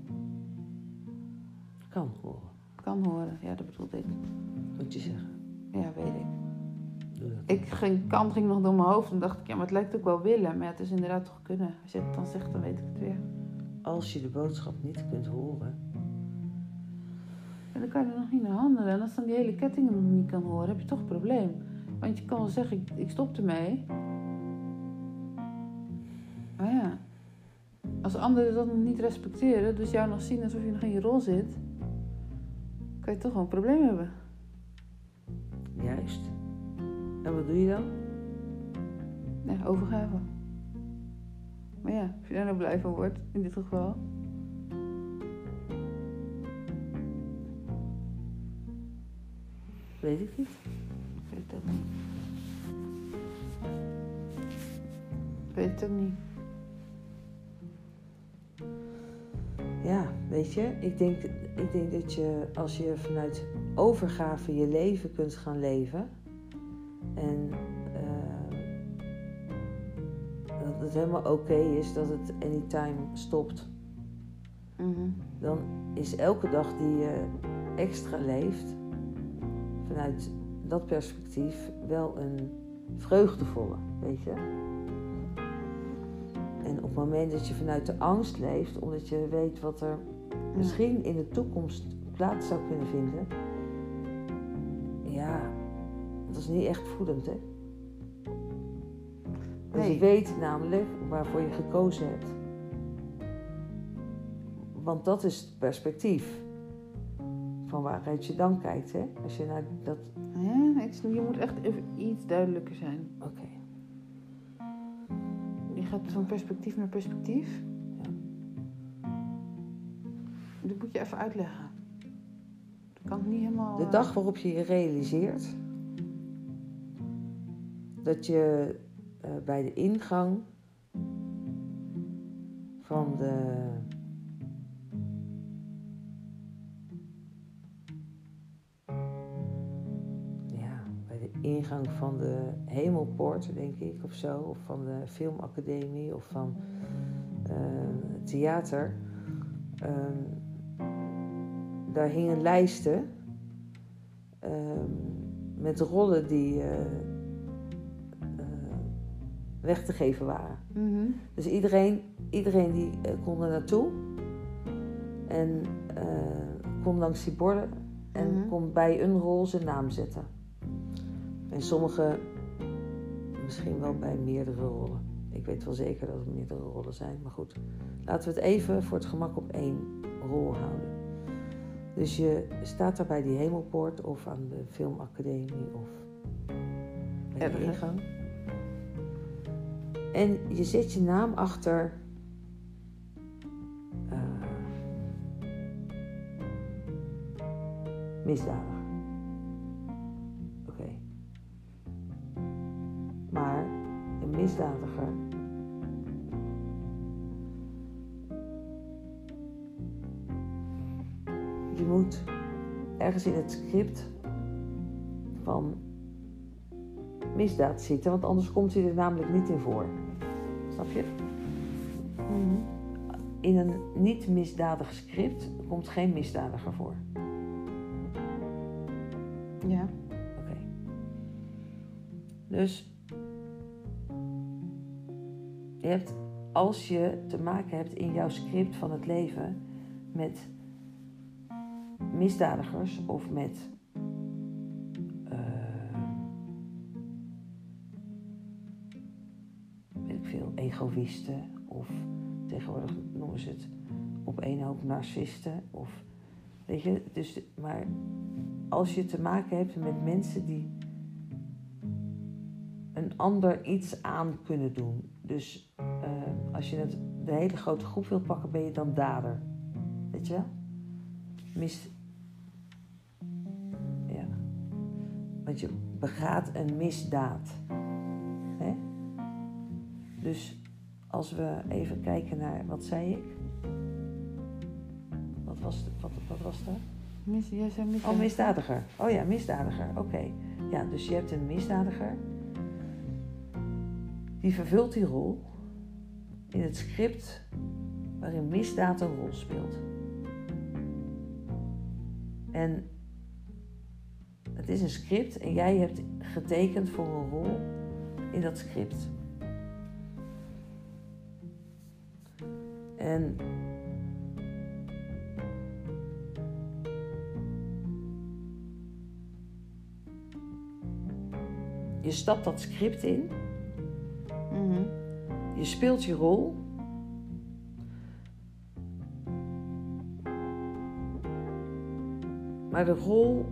Kan horen, Kan horen, ja, dat bedoelde ik. moet je zeggen. Ja, weet ik. Doe dat. Ik ging, kan ging nog door mijn hoofd en dacht ik, ja, maar het lijkt ook wel willen. Maar ja, het is inderdaad toch kunnen. Als je het dan zegt, dan weet ik het weer. Als je de boodschap niet kunt horen, En dan kan je er nog niet naar handelen. En als dan die hele ketting nog niet kan horen, heb je toch een probleem. Want je kan wel zeggen, ik, ik stop ermee. Maar ja, als anderen dat nog niet respecteren, dus jou nog zien alsof je nog in je rol zit, kan je toch wel een probleem hebben. juist. En wat doe je dan? Ja, overgave. Maar ja, als je daar nou blij van wordt, in dit geval. Weet ik niet. Ik weet het ook niet. Ik weet het ook niet. Ja, weet je, ik denk, ik denk dat je als je vanuit overgave je leven kunt gaan leven en uh, dat het helemaal oké is dat het anytime stopt, Mm-hmm. dan is elke dag die je extra leeft vanuit dat perspectief wel een vreugdevolle, weet je. En op het moment dat je vanuit de angst leeft, omdat je weet wat er misschien in de toekomst plaats zou kunnen vinden, ja, dat is niet echt voedend, hè? Want Nee. je weet namelijk waarvoor je gekozen hebt. Want dat is het perspectief van waaruit je dan kijkt, hè? Als je naar dat... Ja, ik, je moet echt even iets duidelijker zijn. Oké. Je gaat van perspectief naar perspectief. Ja. Dat moet je even uitleggen. Dat kan ik niet helemaal... De eh, dag waarop je je realiseert dat je uh, bij de ingang van de ja, bij de ingang van de Hemelpoort, denk ik, of zo, of van de Filmacademie of van uh, het theater. Uh, daar hingen lijsten uh, met rollen die uh, uh, weg te geven waren. Mm-hmm. Dus iedereen, iedereen die uh, kon er naartoe en uh, kon langs die borden en Mm-hmm. kon bij een rol zijn naam zetten. En sommige misschien wel bij meerdere rollen. Ik weet wel zeker dat het meerdere rollen zijn, maar goed. Laten we het even voor het gemak op één rol houden. Dus je staat daar bij die Hemelpoort of aan de Filmacademie of bij de ingang. En je zet je naam achter uh, misdadiger. Oké. Okay. Maar een misdadiger je moet ergens in het script van misdaad zitten, want anders komt hij er namelijk niet in voor. Snap je? Mm-hmm. In een niet misdadig script komt geen misdadiger voor. Ja. Oké. Okay. Dus je hebt, als je te maken hebt in jouw script van het leven met misdadigers of met uh, weet ik veel, egoïsten of tegenwoordig noemen ze het op één hoop narcisten of weet je, dus maar als je te maken hebt met mensen die een ander iets aan kunnen doen, dus uh, als je het, de hele grote groep wilt pakken, ben je dan dader, weet je wel? Mis ja. Want je begaat een misdaad. Hè? Dus als we even kijken naar, wat zei ik? Wat was, wat, wat was dat? Mis, jij zei misdadiger. Oh, misdadiger. Oh ja, misdadiger. Oké. Okay. Ja, dus je hebt een misdadiger. Die vervult die rol in het script waarin misdaad een rol speelt. En het is een script en jij hebt getekend voor een rol in dat script. En je stapt dat script in. Mm-hmm. Je speelt je rol. Maar de rol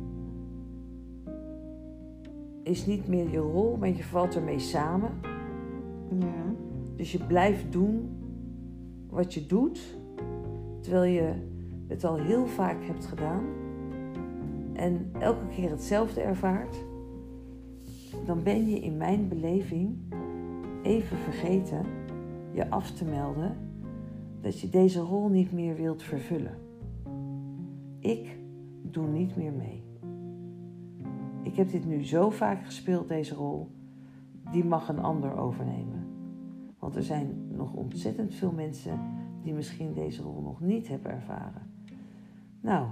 is niet meer je rol, maar je valt ermee samen. Ja. Dus je blijft doen wat je doet, terwijl je het al heel vaak hebt gedaan en elke keer hetzelfde ervaart. Dan ben je in mijn beleving even vergeten je af te melden dat je deze rol niet meer wilt vervullen. Ik doe niet meer mee. Ik heb dit nu zo vaak gespeeld, deze rol, die mag een ander overnemen. Want er zijn nog ontzettend veel mensen die misschien deze rol nog niet hebben ervaren. Nou,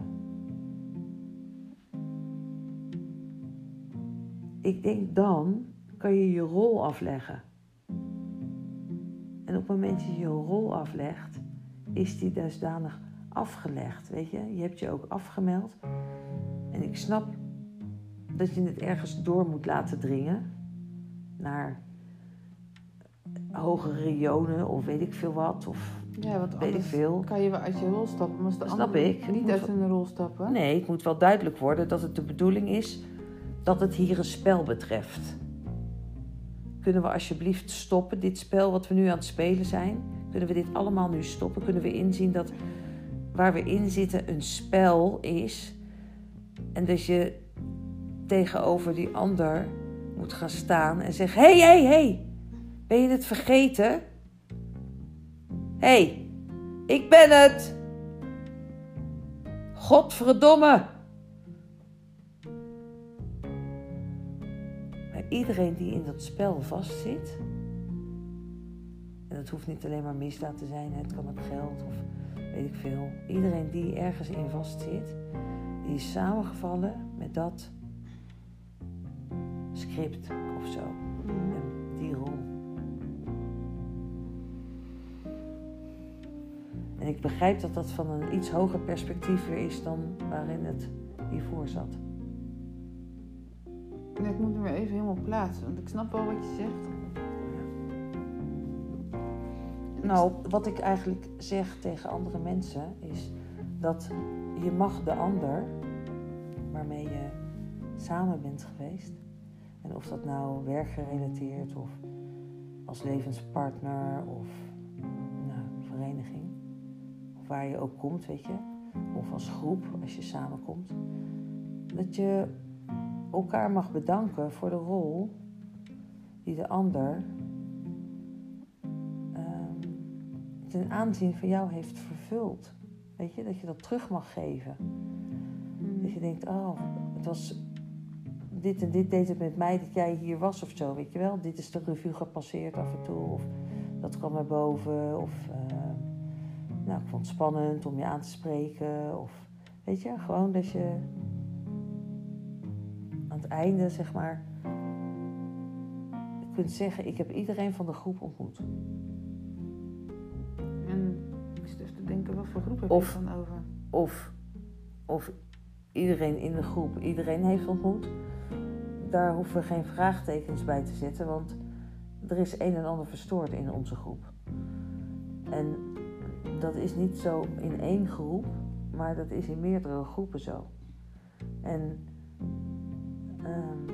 ik denk dan kan je je rol afleggen. En op het moment dat je je rol aflegt, is die dusdanig afgelegd, weet je. Je hebt je ook afgemeld. En ik snap dat je het ergens door moet laten dringen naar hogere regionen of weet ik veel wat. Of Ja, want weet ik anders veel. kan je wel uit je rol stappen. Maar als de Snap anderen ik. Het niet moet uit wel- hun rol stappen. Nee, het moet wel duidelijk worden dat het de bedoeling is dat het hier een spel betreft. Kunnen we alsjeblieft stoppen, dit spel wat we nu aan het spelen zijn? Kunnen we dit allemaal nu stoppen? Kunnen we inzien dat waar we in zitten een spel is en dat je tegenover die ander moet gaan staan en zeggen: hé, hé, hé, ben je het vergeten? Hé, hey, ik ben het! Godverdomme! Maar iedereen die in dat spel vastzit, en dat hoeft niet alleen maar misdaad te zijn, het kan ook geld of weet ik veel. Iedereen die ergens in vastzit, die is samengevallen met dat script of zo. En die rol. En ik begrijp dat dat van een iets hoger perspectief weer is dan waarin het hiervoor zat. Ja, ik moet hem weer even helemaal plaatsen, want ik snap wel wat je zegt. Nou, wat ik eigenlijk zeg tegen andere mensen is dat je mag de ander waarmee je samen bent geweest, en of dat nou werkgerelateerd of als levenspartner of nou, vereniging, of waar je ook komt, weet je, of als groep als je samenkomt, dat je elkaar mag bedanken voor de rol die de ander um, ten aanzien van jou heeft vervuld. Weet je, dat je dat terug mag geven. Mm. Dat je denkt, oh, het was dit en dit deed het met mij dat jij hier was of zo, weet je wel. Dit is de revue gepasseerd af en toe, of dat kwam naar boven, of uh, nou, ik vond het spannend om je aan te spreken, of weet je, gewoon dat je aan het einde, zeg maar, kunt zeggen, ik heb iedereen van de groep ontmoet. En ik zit even te denken, wat voor groep heb Of- je dan over? Of, of iedereen in de groep iedereen heeft ontmoet. Daar hoeven we geen vraagtekens bij te zetten, want er is een en ander verstoord in onze groep. En dat is niet zo in één groep, maar dat is in meerdere groepen zo. En um,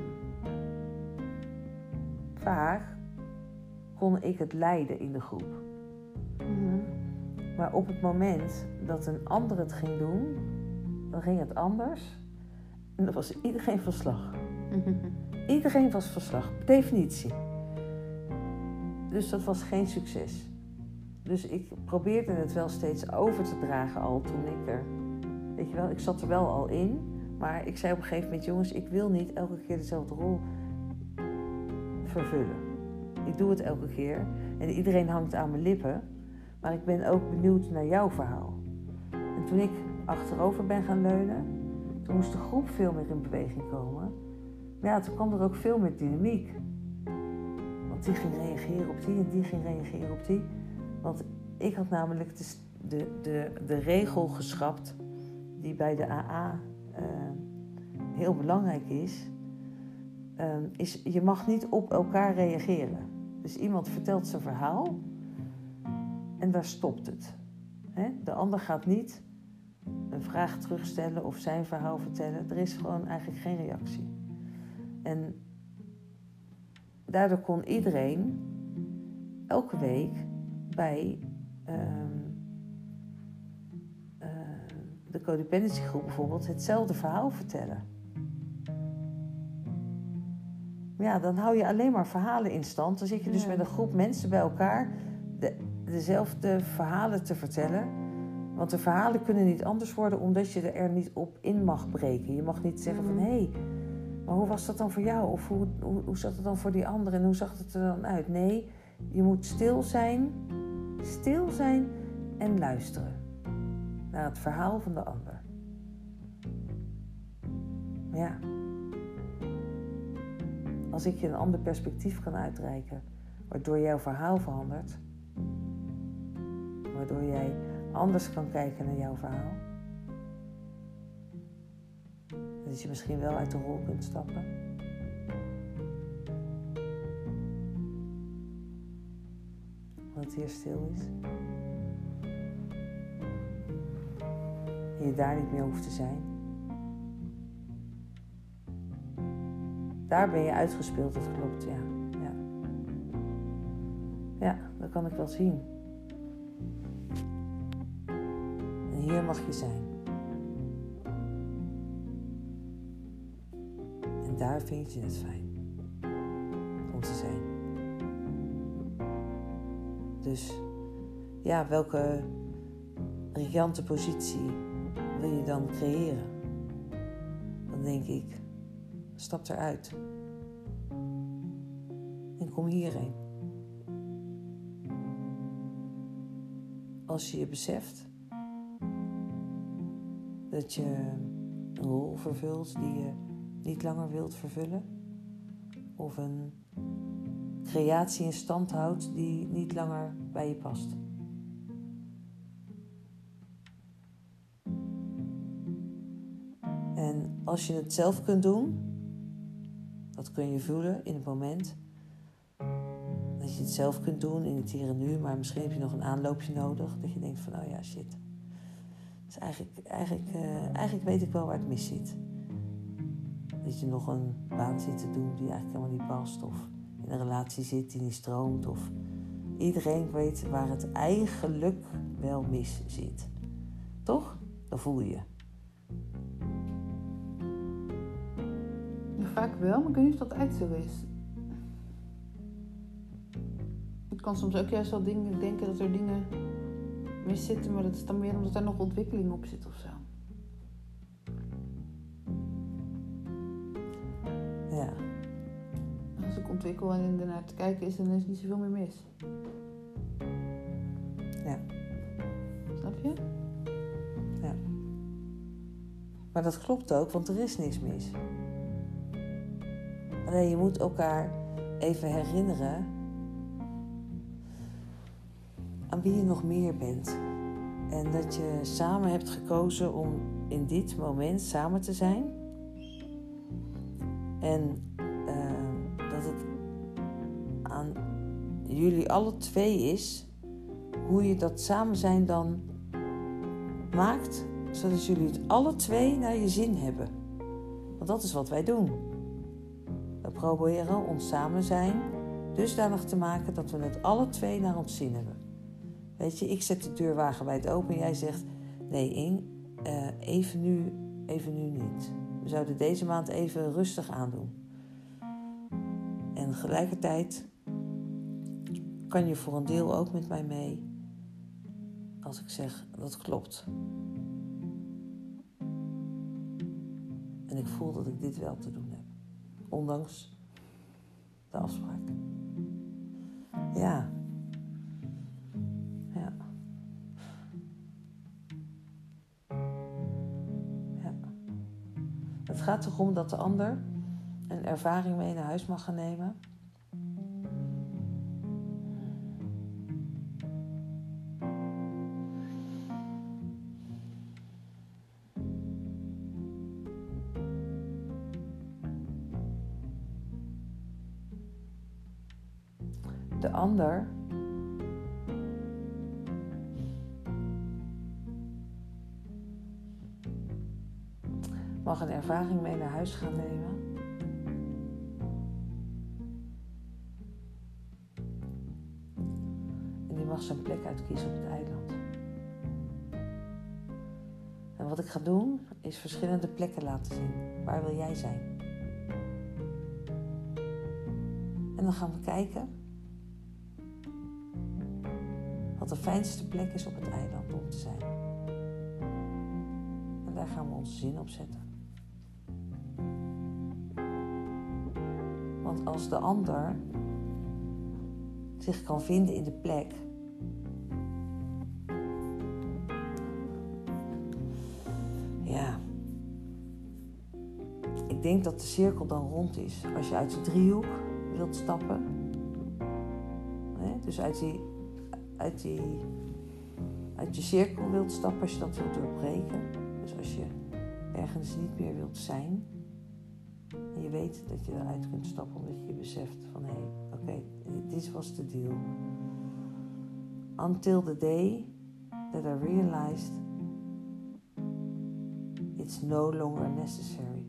vaak kon ik het leiden in de groep. Mhm. Maar op het moment dat een ander het ging doen, dan ging het anders. En dan was iedereen van slag. Iedereen was van slag, per definitie. Dus dat was geen succes. Dus ik probeerde het wel steeds over te dragen al toen ik er... Weet je wel, ik zat er wel al in. Maar ik zei op een gegeven moment, jongens, ik wil niet elke keer dezelfde rol vervullen. Ik doe het elke keer. En iedereen hangt aan mijn lippen. Maar ik ben ook benieuwd naar jouw verhaal. En toen ik achterover ben gaan leunen, toen moest de groep veel meer in beweging komen. Maar ja, toen kwam er ook veel meer dynamiek. Want die ging reageren op die en die ging reageren op die. Want ik had namelijk de, de, de, de regel geschrapt die bij de A A uh, heel belangrijk is. Uh, is, je mag niet op elkaar reageren. Dus iemand vertelt zijn verhaal en daar stopt het. Hè? De ander gaat niet een vraag terugstellen of zijn verhaal vertellen. Er is gewoon eigenlijk geen reactie. En daardoor kon iedereen elke week bij uh, uh, de codependency groep bijvoorbeeld hetzelfde verhaal vertellen. Maar ja, dan hou je alleen maar verhalen in stand. Dan zit je dus ja. met een groep mensen bij elkaar de, dezelfde verhalen te vertellen. Want de verhalen kunnen niet anders worden omdat je er niet op in mag breken. Je mag niet zeggen van, hé, hey, maar hoe was dat dan voor jou? Of hoe, hoe, hoe zat het dan voor die ander? En hoe zag het er dan uit? Nee, je moet stil zijn, stil zijn en luisteren naar het verhaal van de ander. Ja. Als ik je een ander perspectief kan uitreiken, waardoor jouw verhaal verandert, waardoor jij anders kan kijken naar jouw verhaal, dat je misschien wel uit de rol kunt stappen. Dat het hier stil is. En je daar niet meer hoeft te zijn. Daar ben je uitgespeeld, dat klopt, ja. Ja, ja, dat kan ik wel zien. En hier mag je zijn. En daar vind je het fijn om te zijn. Dus ja, welke riante positie wil je dan creëren? Dan denk ik, stap eruit. En kom hierheen. Als je je beseft dat je een rol vervult die je niet langer wilt vervullen, of een creatie in stand houdt die niet langer bij je past. En als je het zelf kunt doen, dat kun je voelen in het moment. Dat je het zelf kunt doen in het hier en nu, maar misschien heb je nog een aanloopje nodig. Dat je denkt van, oh ja, shit. Dus eigenlijk, eigenlijk, uh, eigenlijk weet ik wel waar het mis zit. Dat je nog een baan zit te doen die eigenlijk helemaal niet past. Of in een relatie zit die niet stroomt. Of iedereen weet waar het eigenlijk wel mis zit. Toch? Dan voel je. Ja, vaak wel, maar ik weet niet of dat echt zo is. Ik kan soms ook juist wel dingen denken dat er dingen mis zitten, maar dat is dan meer omdat er nog ontwikkeling op zit of zo. Ja. Als ik ontwikkel en ernaar te kijken is, dan is er niet zoveel meer mis. Ja. Snap je? Ja. Maar dat klopt ook, want er is niks mis. Alleen je moet elkaar even herinneren aan wie je nog meer bent. En dat je samen hebt gekozen om in dit moment samen te zijn. En uh, dat het aan jullie alle twee is hoe je dat samen zijn dan maakt, zodat jullie het alle twee naar je zin hebben. Want dat is wat wij doen. We proberen ons samen zijn dusdanig te maken dat we het alle twee naar ons zin hebben. Weet je, ik zet de deur wagenwijd open en jij zegt, nee Ing, uh, even nu, even nu niet. We zouden deze maand even rustig aandoen. En tegelijkertijd kan je voor een deel ook met mij mee. als ik zeg dat klopt. En ik voel dat ik dit wel te doen heb. Ondanks de afspraak. Ja. Ja. Ja. Het gaat erom dat de ander een ervaring mee naar huis mag gaan nemen. De ander mag een ervaring mee naar huis gaan nemen. En die mag zijn plek uitkiezen op het eiland. En wat ik ga doen, is verschillende plekken laten zien. Waar wil jij zijn? En dan gaan we kijken wat de fijnste plek is op het eiland om te zijn. En daar gaan we onze zin op zetten. Want als de ander zich kan vinden in de plek ja, ik denk dat de cirkel dan rond is. Als je uit de driehoek wilt stappen, hè, dus uit die Uit, die, uit je cirkel wilt stappen, als je dat wilt doorbreken. Dus als je ergens niet meer wilt zijn. En je weet dat je eruit kunt stappen omdat je je beseft van hé, hey, oké, okay, dit was de deal. Until the day that I realized it's no longer necessary.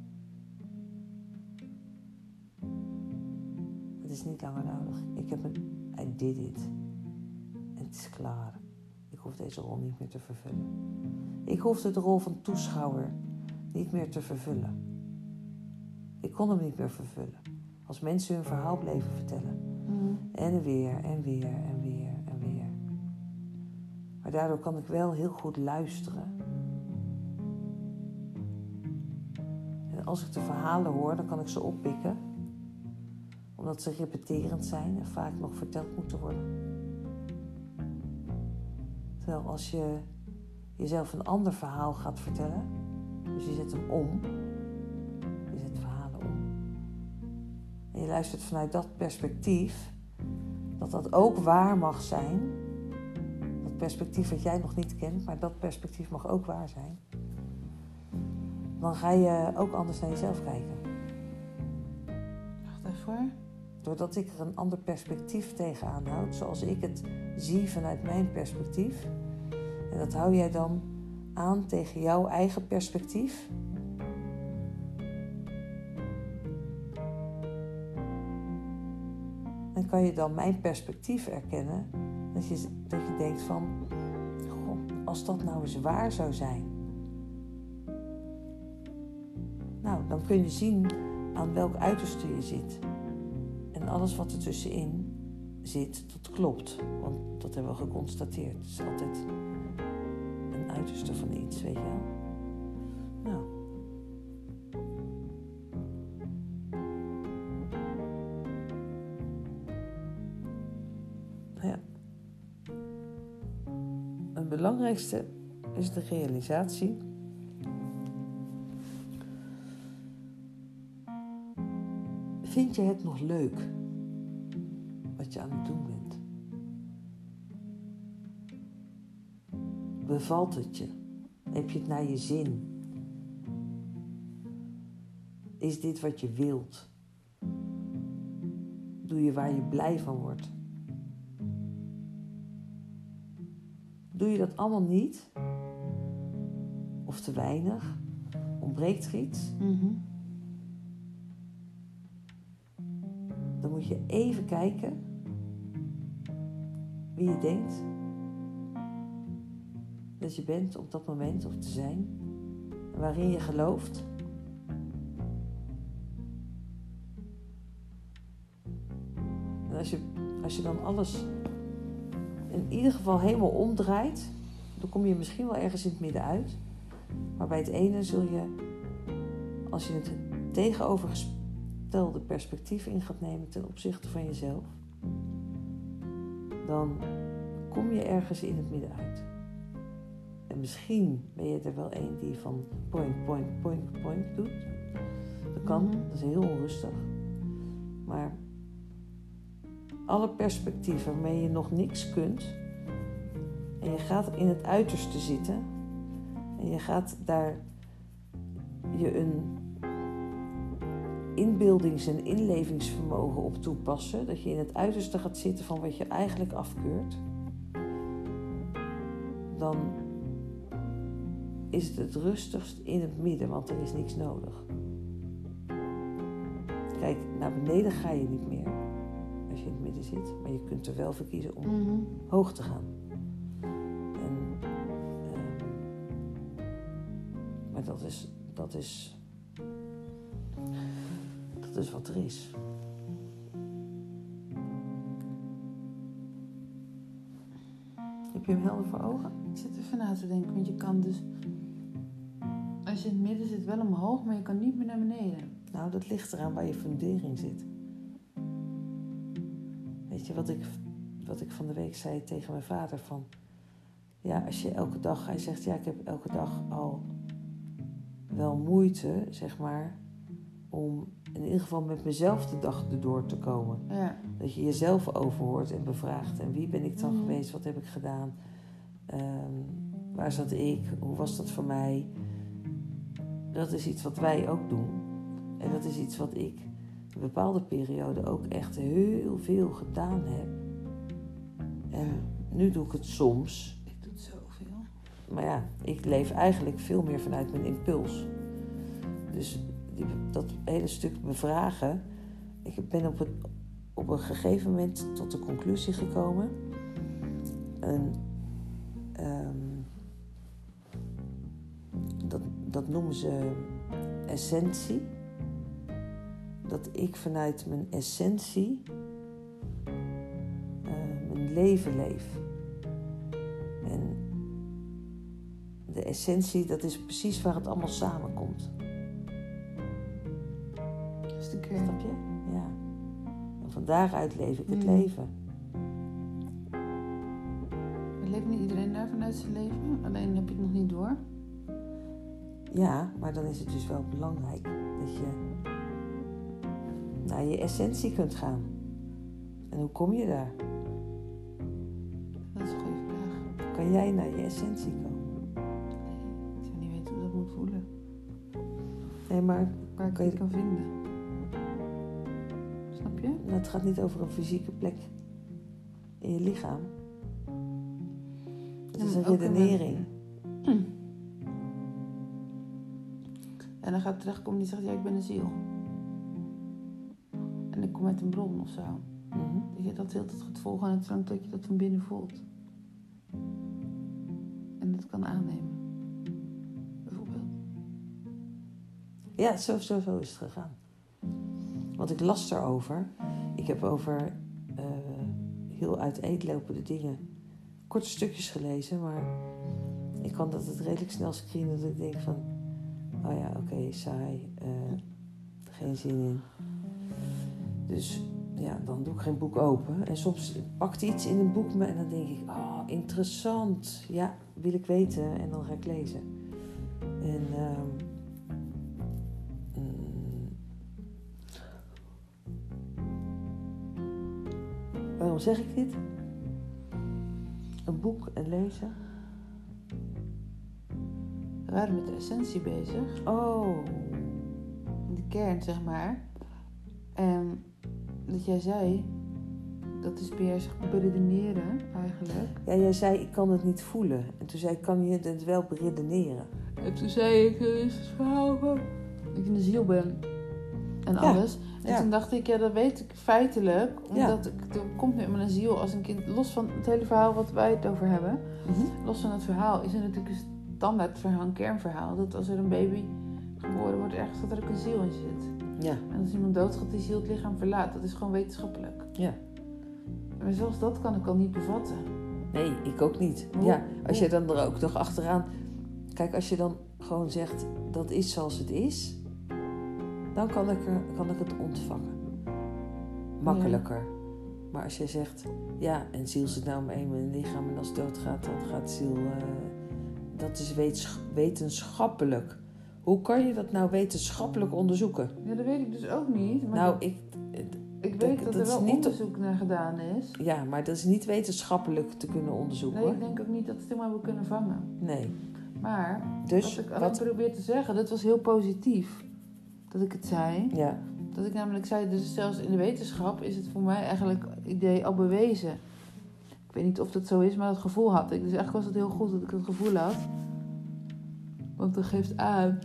Het is niet langer nodig. Ik heb het, I did it. Het is klaar. Ik hoef deze rol niet meer te vervullen. Ik hoefde de rol van toeschouwer niet meer te vervullen. Ik kon hem niet meer vervullen. Als mensen hun verhaal bleven vertellen. Mm. En weer, en weer, en weer, en weer. Maar daardoor kan ik wel heel goed luisteren. En als ik de verhalen hoor, dan kan ik ze oppikken. Omdat ze repeterend zijn en vaak nog verteld moeten worden. Terwijl als je jezelf een ander verhaal gaat vertellen, dus je zet hem om, je zet verhalen om, en je luistert vanuit dat perspectief, dat dat ook waar mag zijn, dat perspectief wat jij nog niet kent, maar dat perspectief mag ook waar zijn, dan ga je ook anders naar jezelf kijken. Wacht even hoor. Doordat ik er een ander perspectief tegenaan houd, zoals ik het zie vanuit mijn perspectief. En dat hou jij dan aan tegen jouw eigen perspectief. En kan je dan mijn perspectief erkennen. Dat je, dat je denkt van, goh, als dat nou eens waar zou zijn. Nou, dan kun je zien aan welk uiterste je zit. En alles wat er tussenin zit, dat klopt. Want dat hebben we geconstateerd. Het is altijd een uiterste van iets, weet je wel. Nou. Nou ja. Het belangrijkste is de realisatie. Vind je het nog leuk wat je aan het doen bent? Bevalt het je? Heb je het naar je zin? Is dit wat je wilt? Doe je waar je blij van wordt? Doe je dat allemaal niet? Of te weinig? Ontbreekt er iets? Mm-hmm. Dan moet je even kijken wie je denkt dat je bent op dat moment of te zijn. En waarin je gelooft. En als je, als je dan alles in ieder geval helemaal omdraait, dan kom je misschien wel ergens in het midden uit. Maar bij het ene zul je, als je het tegenovergestelde perspectief in gaat nemen ten opzichte van jezelf, dan kom je ergens in het midden uit. En misschien ben je er wel een die van point, point, point, point doet. Dat kan, Mhm. dat is heel onrustig. Maar alle perspectieven waarmee je nog niks kunt en je gaat in het uiterste zitten en je gaat daar je een inbeeldings- en inlevingsvermogen op toepassen, dat je in het uiterste gaat zitten van wat je eigenlijk afkeurt, dan is het het rustigst in het midden, want er is niks nodig. Kijk, naar beneden ga je niet meer als je in het midden zit, maar je kunt er wel voor kiezen om Mhm. hoog te gaan. En, ehm, maar dat is, dat is, dat is wat er is. Heb je hem helder voor ogen? Ik zit even na te denken, want je kan dus... Als je in het midden zit wel omhoog, maar je kan niet meer naar beneden. Nou, dat ligt eraan waar je fundering zit. Weet je, wat ik, wat ik van de week zei tegen mijn vader van... Ja, als je elke dag... Hij zegt, ja, ik heb elke dag al wel moeite, zeg maar... om in ieder geval met mezelf de dag erdoor te komen. Ja. Dat je jezelf overhoort en bevraagt. En wie ben ik dan Mhm. geweest? Wat heb ik gedaan? Ehm, waar zat ik? Hoe was dat voor mij? Dat is iets wat wij ook doen. En dat is iets wat ik in een bepaalde periode ook echt heel veel gedaan heb. En nu doe ik het soms. Ik doe het zoveel. Maar ja, ik leef eigenlijk veel meer vanuit mijn impuls. Dus die, dat hele stuk bevragen. Ik ben op, het, op een gegeven moment tot de conclusie gekomen. En, um, dat, dat noemen ze essentie. Dat ik vanuit mijn essentie uh, mijn leven leef. En de essentie, dat is precies waar het allemaal samenkomt. Dat is de kern. Snap je? Ja. En van daaruit leef ik het Mm. leven. Leeft niet iedereen daar vanuit zijn leven? Alleen heb je het nog niet door. Ja, maar dan is het dus wel belangrijk dat je naar je essentie kunt gaan. En hoe kom je daar? Dat is een goede vraag. Kan jij naar je essentie komen? Ik zou niet weten hoe dat moet voelen. Nee, maar Waar ik Kan je- die kan vinden. Snap je? nou, het gaat niet over een fysieke plek in je lichaam. Het Ja, is maar een ook in redenering. En dan gaat het terechtkomen die zegt, ja, ik ben een ziel. En ik kom uit een bron of zo. Mhm. Dat je dat heel tijd gaat volgen en het zolang tot je dat van binnen voelt. En dat kan aannemen. Bijvoorbeeld. Ja, zo, zo, zo is het gegaan. Want ik las erover. Ik heb over uh, heel uiteenlopende dingen korte stukjes gelezen, maar ik kan dat het redelijk snel screenen dat ik denk van, oh ja, oké, okay, saai, uh, geen zin in. Dus ja, dan doe ik geen boek open. En soms pakt iets in een boek me en dan denk ik, oh, interessant. Ja, wil ik weten. En dan ga ik lezen. En um, mm, waarom zeg ik dit? Een boek en lezen. We waren met de essentie bezig. Oh. De kern, zeg maar. En dat jij zei, dat is meer zeg, beredeneren eigenlijk. Ja, jij zei, ik kan het niet voelen. En toen zei ik, kan je het wel beredeneren? En toen zei ik, er is het verhaal van dat ik in de ziel ben. En Ja, alles. En ja. toen dacht ik, ja, dat weet ik feitelijk. Ja. Omdat ik, er komt nu in mijn ziel als een kind. Los van het hele verhaal wat wij het over hebben. Mm-hmm. Los van het verhaal is er natuurlijk een standaard verhaal, een kernverhaal. Dat als er een baby geboren wordt ergens, dat er ook een ziel in zit. Ja. En als iemand doodgaat, die ziel het lichaam verlaat. Dat is gewoon wetenschappelijk. Ja. Maar zelfs dat kan ik al niet bevatten. Nee, ik ook niet. Hoe- Ja, als hoe- je dan er ook nog achteraan... Kijk, als je dan gewoon zegt, dat is zoals het is... dan kan ik, er, kan ik het ontvangen. Makkelijker. Maar als jij zegt, ja, en ziel zit nou maar één met een lichaam... en als het doodgaat, dan gaat ziel... Uh, dat is wetens- wetenschappelijk. Hoe kan je dat nou wetenschappelijk onderzoeken? Ja, dat weet ik dus ook niet. Maar Nou, dat- ik... ik weet dat- dat, dat er is wel niet- onderzoek naar gedaan is. Ja, maar dat is niet wetenschappelijk te kunnen onderzoeken, Nee, hoor. ik denk ook niet dat ze het helemaal hebben kunnen vangen. Nee. Maar, Dus, wat ik alleen wat... probeer te zeggen, dat was heel positief. Dat ik het zei. Ja. Dat ik namelijk zei, dus zelfs in de wetenschap is het voor mij eigenlijk idee al bewezen. Ik weet niet of dat zo is, maar dat gevoel had ik. Dus eigenlijk was het heel goed dat ik dat gevoel had. Want dat geeft aan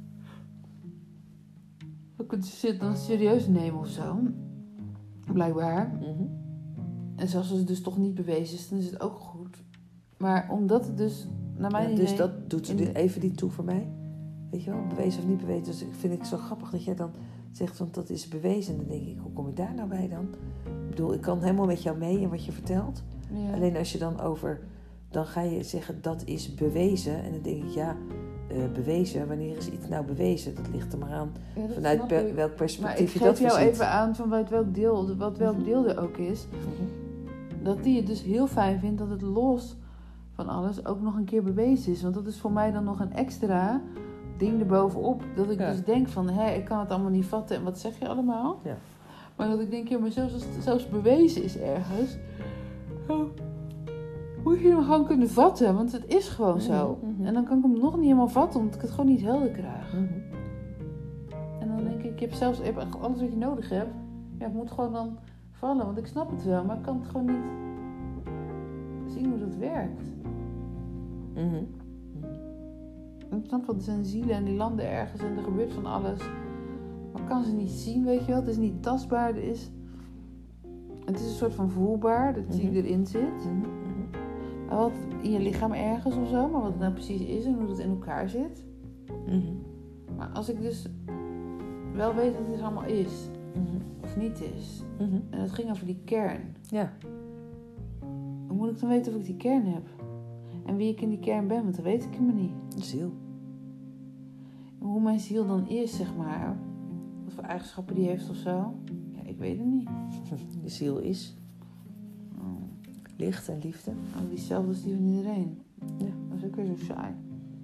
dat ik het zit dan serieus nemen of zo. Blijkbaar. Mhm. En zelfs als het dus toch niet bewezen is, dan is het ook goed. Maar omdat het dus, naar mijn Ja, idee... dus dat doet in er de- even niet toe voor mij. Weet je wel, bewezen of niet bewezen. Dus ik vind het zo grappig dat jij dan zegt, want dat is bewezen. En dan denk ik, hoe kom je daar nou bij dan? Ik bedoel, ik kan helemaal met jou mee in wat je vertelt. Ja. Alleen als je dan over, dan ga je zeggen, dat is bewezen. En dan denk ik, ja, eh, bewezen, wanneer is iets nou bewezen? Dat ligt er maar aan Ja, dat vanuit snap pe- ik. welk Maar ik perspectief je geef dat jou voorziet. even aan van wat welk deel, wat welk Mhm. deel er ook is. Mhm. Dat die het dus heel fijn vindt dat het los van alles ook nog een keer bewezen is. Want dat is voor mij dan nog een extra ding erbovenop. Dat ik Ja. dus denk van, hé, ik kan het allemaal niet vatten. En wat zeg je allemaal? Ja. Maar dat ik denk, ja, maar zelfs als het zelfs bewezen is ergens... Oh, moet je hem gewoon kunnen vatten. Want het is gewoon zo. Mhm, mhm. En dan kan ik hem nog niet helemaal vatten, omdat ik het gewoon niet helder krijg. Mhm. En dan denk ik, je hebt zelfs je hebt echt alles wat je nodig hebt. Ja, het moet gewoon dan vallen, want ik snap het wel, maar ik kan het gewoon niet zien hoe dat werkt. Mhm. Ik snap wel, er zijn zielen en die landen ergens en er gebeurt van alles. Maar ik kan ze niet zien, weet je wel. Het is niet tastbaar, het is... Het is een soort van voelbaar, dat zie Mhm. ik erin zit. Mhm. Mhm. Wat in je lichaam ergens of zo, maar wat het nou precies is en hoe dat in elkaar zit. Mhm. Maar als ik dus wel weet dat dit allemaal is, Mhm. of niet is... Mhm. En het ging over die kern. Ja. Hoe moet ik dan weten of ik die kern heb? En wie ik in die kern ben, want dat weet ik helemaal niet. Ziel. En hoe mijn ziel dan is, zeg maar. Wat voor eigenschappen die heeft of zo. Ja, ik weet het niet. De ziel is Oh, licht en liefde. nou, diezelfde als die van iedereen. Ja. Dat is ook weer zo saai.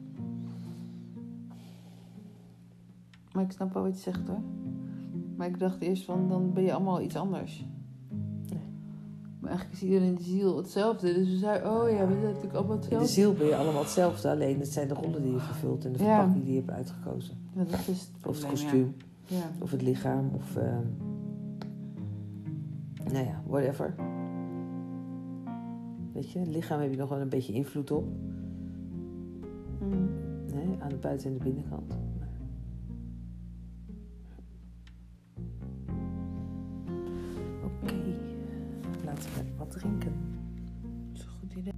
Maar ik snap wel wat je zegt hoor. Maar ik dacht eerst van, dan ben je allemaal iets anders. Nee. Maar eigenlijk is iedereen de ziel hetzelfde. Dus we zeiden, oh ja, we zijn natuurlijk allemaal In de hetzelfde. ziel ben je allemaal hetzelfde, alleen het zijn de rollen die je vervult en de Ja. verpakking die je hebt uitgekozen. Ja, dat is het Of het probleem, kostuum, Ja. Ja. of het lichaam, of uh, nou ja, whatever. Weet je, het lichaam heb je nog wel een beetje invloed op. Mm. Nee, aan de buiten- en de binnenkant. Oké, laten we wat drinken. Dat is een goed idee.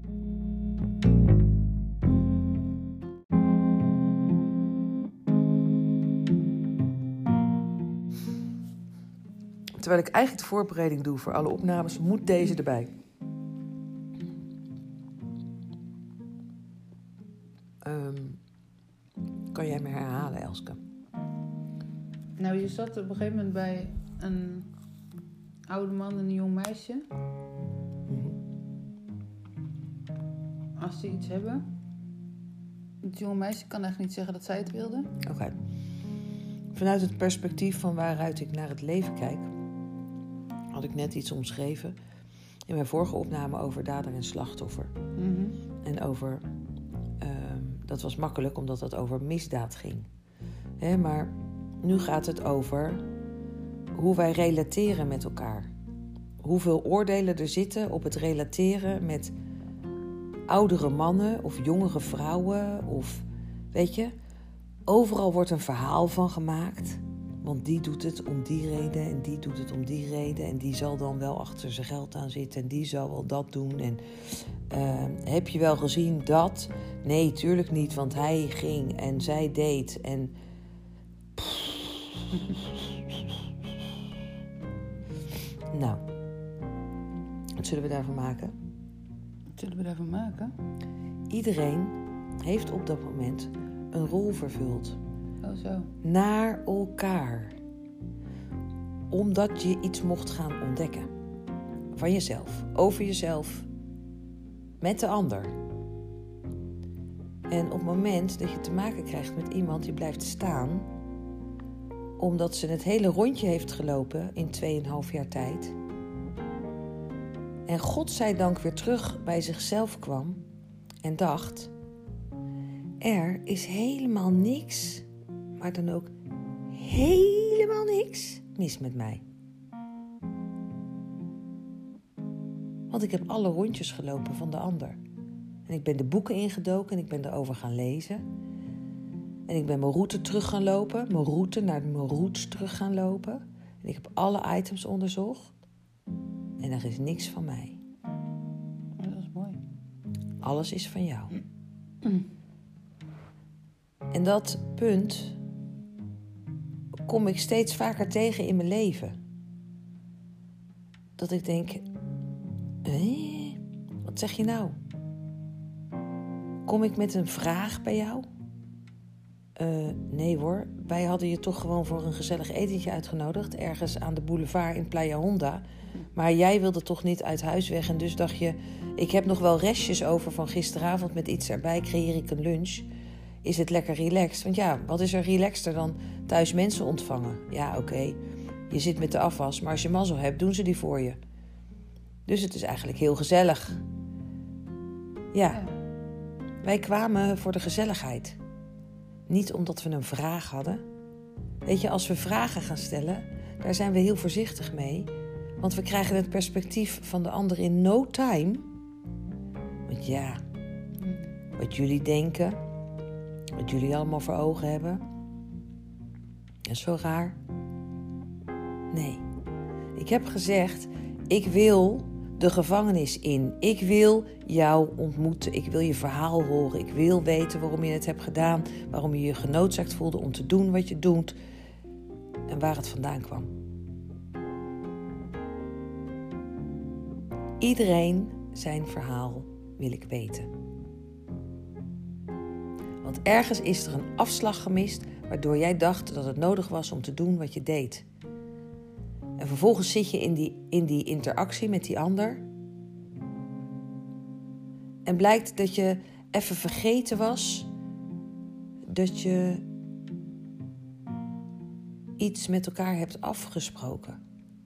Terwijl ik eigenlijk de voorbereiding doe voor alle opnames, moet deze erbij. Um, kan jij me herhalen, Elske? Nou, je zat op een gegeven moment bij een oude man en een jong meisje. Mm-hmm. Als ze iets hebben. Het jonge meisje kan eigenlijk niet zeggen dat zij het wilde. Oké. Okay. Vanuit het perspectief van waaruit ik naar het leven kijk, had ik net iets omschreven in mijn vorige opname over dader en slachtoffer. Mm-hmm. En over, uh, dat was makkelijk omdat het over misdaad ging. Hè, maar nu gaat het over hoe wij relateren met elkaar. Hoeveel oordelen er zitten op het relateren met oudere mannen of jongere vrouwen. Of, weet je, overal wordt een verhaal van gemaakt. Want die doet het om die reden en die doet het om die reden. En die zal dan wel achter zijn geld aan zitten en die zal wel dat doen. En uh, heb je wel gezien dat? Nee, tuurlijk niet, want hij ging en zij deed. En nou, wat zullen we daarvan maken? Zullen we daarvan maken? Iedereen heeft op dat moment een rol vervuld. Oh zo. Naar elkaar. Omdat je iets mocht gaan ontdekken. Van jezelf. Over jezelf. Met de ander. En op het moment dat je te maken krijgt met iemand die blijft staan, omdat ze het hele rondje heeft gelopen in tweeënhalf jaar tijd, en godzijdank weer terug bij zichzelf kwam en dacht, er is helemaal niks, maar dan ook helemaal niks mis met mij. Want ik heb alle rondjes gelopen van de ander. En ik ben de boeken ingedoken en ik ben erover gaan lezen. En ik ben mijn route terug gaan lopen. Mijn route naar mijn roots terug gaan lopen. En ik heb alle items onderzocht. En er is niks van mij. Oh, dat is mooi. Alles is van jou. En dat punt kom ik steeds vaker tegen in mijn leven. Dat ik denk, hé, wat zeg je nou? Kom ik met een vraag bij jou? Uh, nee hoor, wij hadden je toch gewoon voor een gezellig etentje uitgenodigd. Ergens aan de boulevard in Playa Honda. Maar jij wilde toch niet uit huis weg. En dus dacht je, ik heb nog wel restjes over van gisteravond met iets erbij. Creëer ik een lunch. Is het lekker relaxed? Want ja, wat is er relaxter dan thuis mensen ontvangen? Ja, oké, okay. Je zit met de afwas. Maar als je mazzel hebt, doen ze die voor je. Dus het is eigenlijk heel gezellig. Ja. ja. Wij kwamen voor de gezelligheid. Niet omdat we een vraag hadden. Weet je, als we vragen gaan stellen, daar zijn we heel voorzichtig mee. Want we krijgen het perspectief van de ander in no time. Want ja, wat jullie denken, wat jullie allemaal voor ogen hebben, dat is zo raar. Nee, ik heb gezegd, ik wil de gevangenis in. Ik wil jou ontmoeten. Ik wil je verhaal horen. Ik wil weten waarom je het hebt gedaan. Waarom je je genoodzaakt voelde om te doen wat je doet. En waar het vandaan kwam. Iedereen zijn verhaal wil ik weten. Want ergens is er een afslag gemist, waardoor jij dacht dat het nodig was om te doen wat je deed. En vervolgens zit je in die, in die interactie met die ander. En blijkt dat je even vergeten was dat je iets met elkaar hebt afgesproken.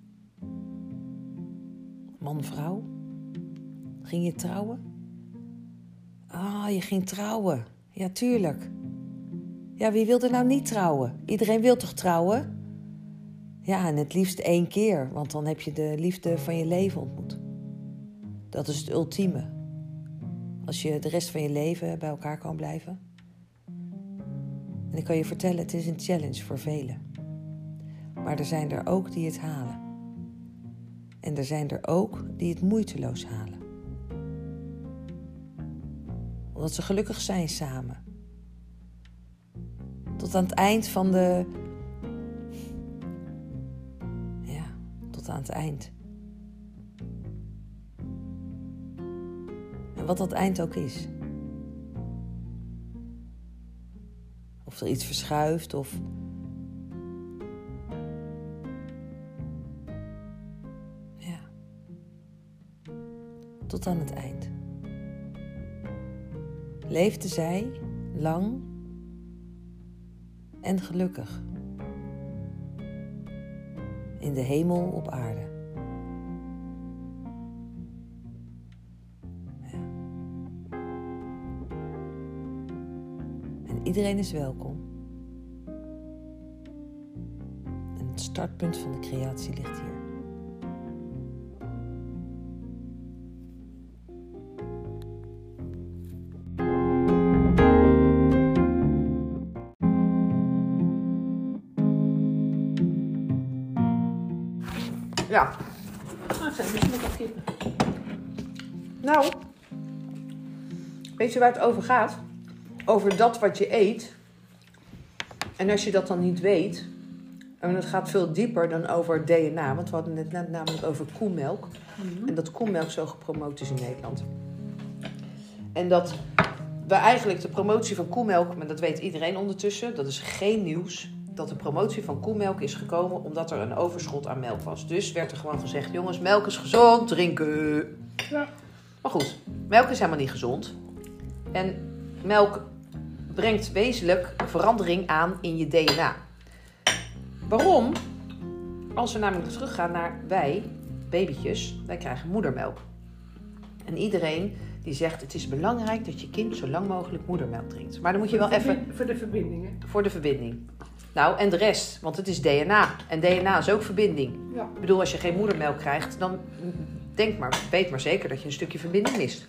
Man, vrouw? Ging je trouwen? Ah, je ging trouwen. Ja, tuurlijk. Ja, wie wil er nou niet trouwen? Iedereen wil toch trouwen? Ja, en het liefst één keer, want dan heb je de liefde van je leven ontmoet. Dat is het ultieme. Als je de rest van je leven bij elkaar kan blijven. En ik kan je vertellen, het is een challenge voor velen. Maar er zijn er ook die het halen. En er zijn er ook die het moeiteloos halen. Omdat ze gelukkig zijn samen. Tot aan het eind van de... Ja, tot aan het eind. En wat dat eind ook is. Of er iets verschuift of... Ja. Tot aan het eind. Leefde zij lang en gelukkig. In de hemel op aarde. Ja. En iedereen is welkom. En het startpunt van de creatie ligt hier. Ja. Nou, zijn we met dat kippen. Nou, weet je waar het over gaat? Over dat wat je eet. En als je dat dan niet weet, en het gaat veel dieper dan over D N A, want we hadden het net namelijk over koemelk. Mm-hmm. En dat koemelk zo gepromoot is in Nederland. En dat we eigenlijk de promotie van koemelk, maar dat weet iedereen ondertussen, dat is geen nieuws, dat de promotie van koemelk is gekomen omdat er een overschot aan melk was. Dus werd er gewoon gezegd, jongens, melk is gezond, drinken. Ja. Maar goed, melk is helemaal niet gezond. En melk brengt wezenlijk verandering aan in je D N A. Waarom? Als we namelijk teruggaan naar wij, babytjes, wij krijgen moedermelk. En iedereen die zegt, het is belangrijk dat je kind zo lang mogelijk moedermelk drinkt. Maar dan moet je wel even... Voor de verbindingen. Voor de verbinding. Nou, en de rest, want het is D N A. En D N A is ook verbinding. Ja. Ik bedoel, als je geen moedermelk krijgt, dan denk maar, weet maar zeker dat je een stukje verbinding mist.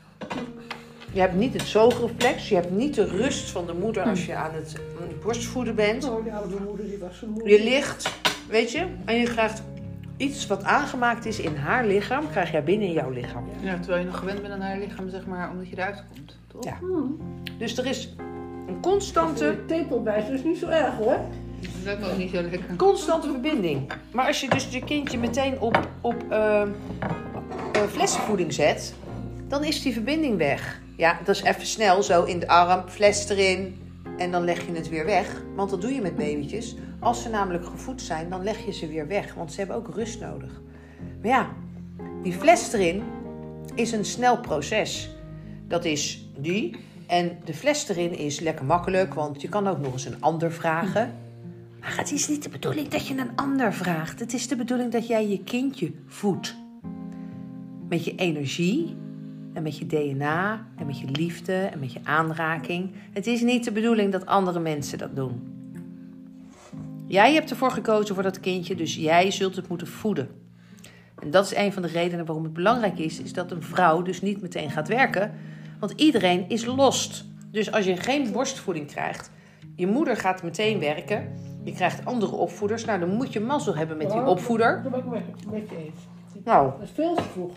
Je hebt niet het zoogreflex, je hebt niet de rust van de moeder als je aan het, aan het borstvoeden bent. Oh, die oude moeder, die was vermoeid. Je ligt, weet je, en je krijgt iets wat aangemaakt is in haar lichaam, krijg jij binnen in jouw lichaam. Ja, terwijl je nog gewend bent aan haar lichaam, zeg maar, omdat je eruit komt. Toch? Ja. Hmm. Dus er is een constante, De tepelbijster is niet zo erg hoor. Dat lijkt me ook niet zo lekker. constante verbinding. Maar als je dus je kindje meteen op, op uh, uh, flessenvoeding zet, dan is die verbinding weg. Ja, dat is even snel, zo in de arm, fles erin en dan leg je het weer weg. Want dat doe je met babytjes. Als ze namelijk gevoed zijn, dan leg je ze weer weg, want ze hebben ook rust nodig. Maar ja, die fles erin is een snel proces. Dat is die. En de fles erin is lekker makkelijk, want je kan ook nog eens een ander vragen. Maar het is niet de bedoeling dat je een ander vraagt. Het is de bedoeling dat jij je kindje voedt. Met je energie en met je D N A en met je liefde en met je aanraking. Het is niet de bedoeling dat andere mensen dat doen. Jij hebt ervoor gekozen voor dat kindje, dus jij zult het moeten voeden. En dat is een van de redenen waarom het belangrijk is, is dat een vrouw dus niet meteen gaat werken. Want iedereen is lost. Dus als je geen borstvoeding krijgt, je moeder gaat meteen werken, je krijgt andere opvoeders, nou dan moet je mazzel hebben met die opvoeder. Dat ben ik met, met je eens. Nou, Dat is veel te vroeg.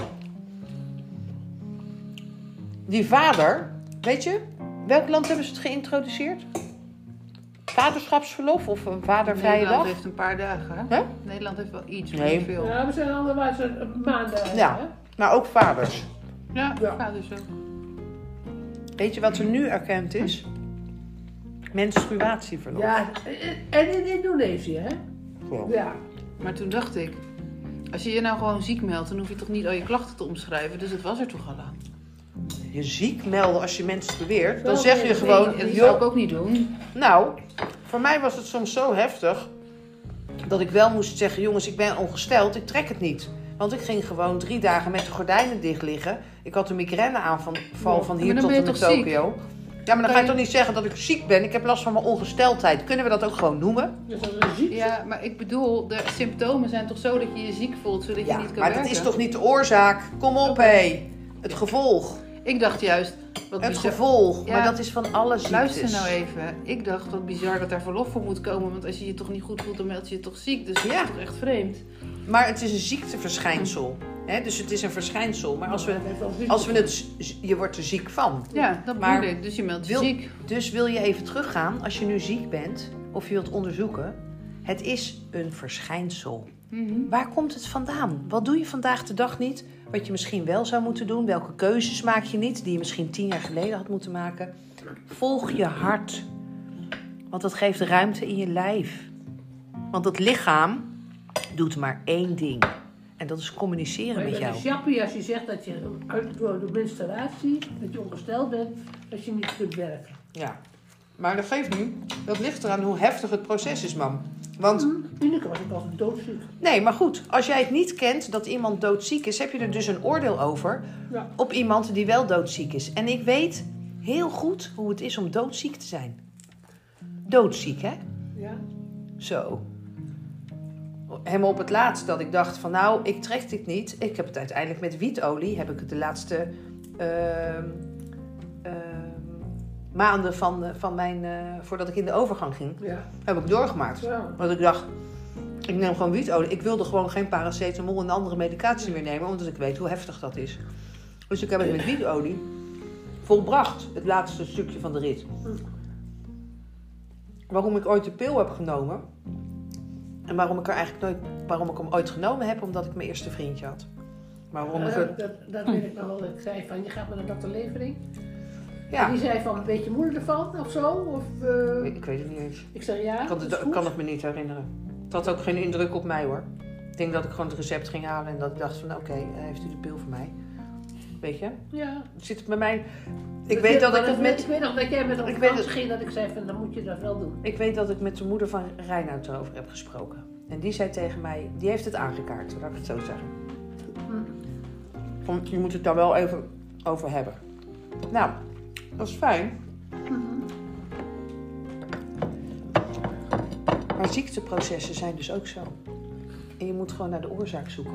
die vader, weet je, welk land hebben ze het geïntroduceerd? Vaderschapsverlof of een vadervrije Nederland dag? heeft een paar dagen, hè? Hè? Nederland heeft wel iets, maar Nee. niet veel. Ja, we zijn allemaal zo'n maanden. Ja. Hè? Maar ook vaders. Ja, Ja. ja, dus ook. Weet je wat er nu erkend is? Menstruatieverlof. Ja, en in Indonesië, hè? Wow. Ja. Maar toen dacht ik, als je je nou gewoon ziek meldt, dan hoef je toch niet al je klachten te omschrijven. Dus het was er toch al aan. Je ziek melden als je menstrueert, dan Wel, zeg je nee, gewoon... Nee, dat joh, zou ik ook niet doen. nou, voor mij was het soms zo heftig dat ik wel moest zeggen, jongens, ik ben ongesteld, ik trek het niet. Want ik ging gewoon drie dagen met de gordijnen dicht liggen. Ik had een migraineaanval Ja, van maar hier dan tot ben en je met toch ziek? Tokio. Ja, maar dan ga je toch niet zeggen dat ik ziek ben? Ik heb last van mijn ongesteldheid. Kunnen we dat ook gewoon noemen? Dus dat is een ziekte. Ja, maar ik bedoel, de symptomen zijn toch zo dat je je ziek voelt, zodat je Ja, niet kan maar werken? dat is toch niet de oorzaak? Kom op, hé. Het gevolg. Ik dacht juist, wat Het bizar. gevolg. Ja. Maar dat is van alle ziektes. Luister nou even. Ik dacht, wat bizar dat daar verlof voor moet komen. Want als je je toch niet goed voelt, dan meld je je toch ziek. Dus dat Ja. is toch echt vreemd. Maar het is een ziekteverschijnsel. Hè? Dus het is een verschijnsel. Maar als we, Dat heeft wel ziekte. als we het... z- Je wordt er ziek van. Ja, dat Maar bedoel ik. Dus je meldt je wil- ziek. Dus wil je even teruggaan, als je nu ziek bent, of je wilt onderzoeken. Het is een verschijnsel. Mhm. Waar komt het vandaan? Wat doe je vandaag de dag niet? Wat je misschien wel zou moeten doen? Welke keuzes maak je niet? Die je misschien tien jaar geleden had moeten maken? Volg je hart. Want dat geeft ruimte in je lijf. Want het lichaam doet maar één ding. En dat is communiceren Maar je met bent jou. een chappie als je zegt dat je uit- door de menstruatie, dat je ongesteld bent, dat je niet kunt werken. Ja. Maar dat geeft nu. Dat ligt eraan hoe heftig het proces is, mam. Want... Ineke was ook altijd doodziek. Nee, maar goed, als jij het niet kent dat iemand doodziek is, heb je er dus een oordeel over Ja. op iemand die wel doodziek is. En ik weet heel goed hoe het is om doodziek te zijn. Doodziek, hè? Ja. Zo. Helemaal op het laatst dat ik dacht van nou, ik trek dit niet. Ik heb het uiteindelijk met wietolie, heb ik het de laatste ehm, ehm, maanden van, van mijn, eh, voordat ik in de overgang ging, Ja. heb ik doorgemaakt. Ja. Want ik dacht, ik neem gewoon wietolie. Ik wilde gewoon geen paracetamol en andere medicatie meer nemen, omdat ik weet hoe heftig dat is. Dus ik heb het met wietolie volbracht, het laatste stukje van de rit. Waarom ik ooit de pil heb genomen, en waarom ik er eigenlijk nooit, waarom ik hem ooit genomen heb, omdat ik mijn eerste vriendje had. Waarom ik Uh, het... dat, dat weet ik nog wel. Ik zei van, je gaat met een dokter Levering. Ja, En die zei van, weet je moeder ervan of zo? Of, uh, ik weet het niet eens. ik zei ja, Ik kan dat het, is goed. kan het me niet herinneren. Het had ook geen indruk op mij hoor. Ik denk dat ik gewoon het recept ging halen en dat ik dacht van oké, okay, heeft u de pil voor mij? Weet je? Ja. Het zit bij mij... Ik weet dat ik het met... Ik weet nog dat jij met een Ik weet vakantie het- ging dat ik zei van, dan moet je dat wel doen. Ik weet dat ik met de moeder van Reinoud erover heb gesproken. En die zei tegen mij, die heeft het aangekaart, laat ik het zo zeggen. Hm. Van, je moet het daar wel even over hebben. Nou, dat is fijn. Maar ziekteprocessen zijn dus ook zo. En je moet gewoon naar de oorzaak zoeken.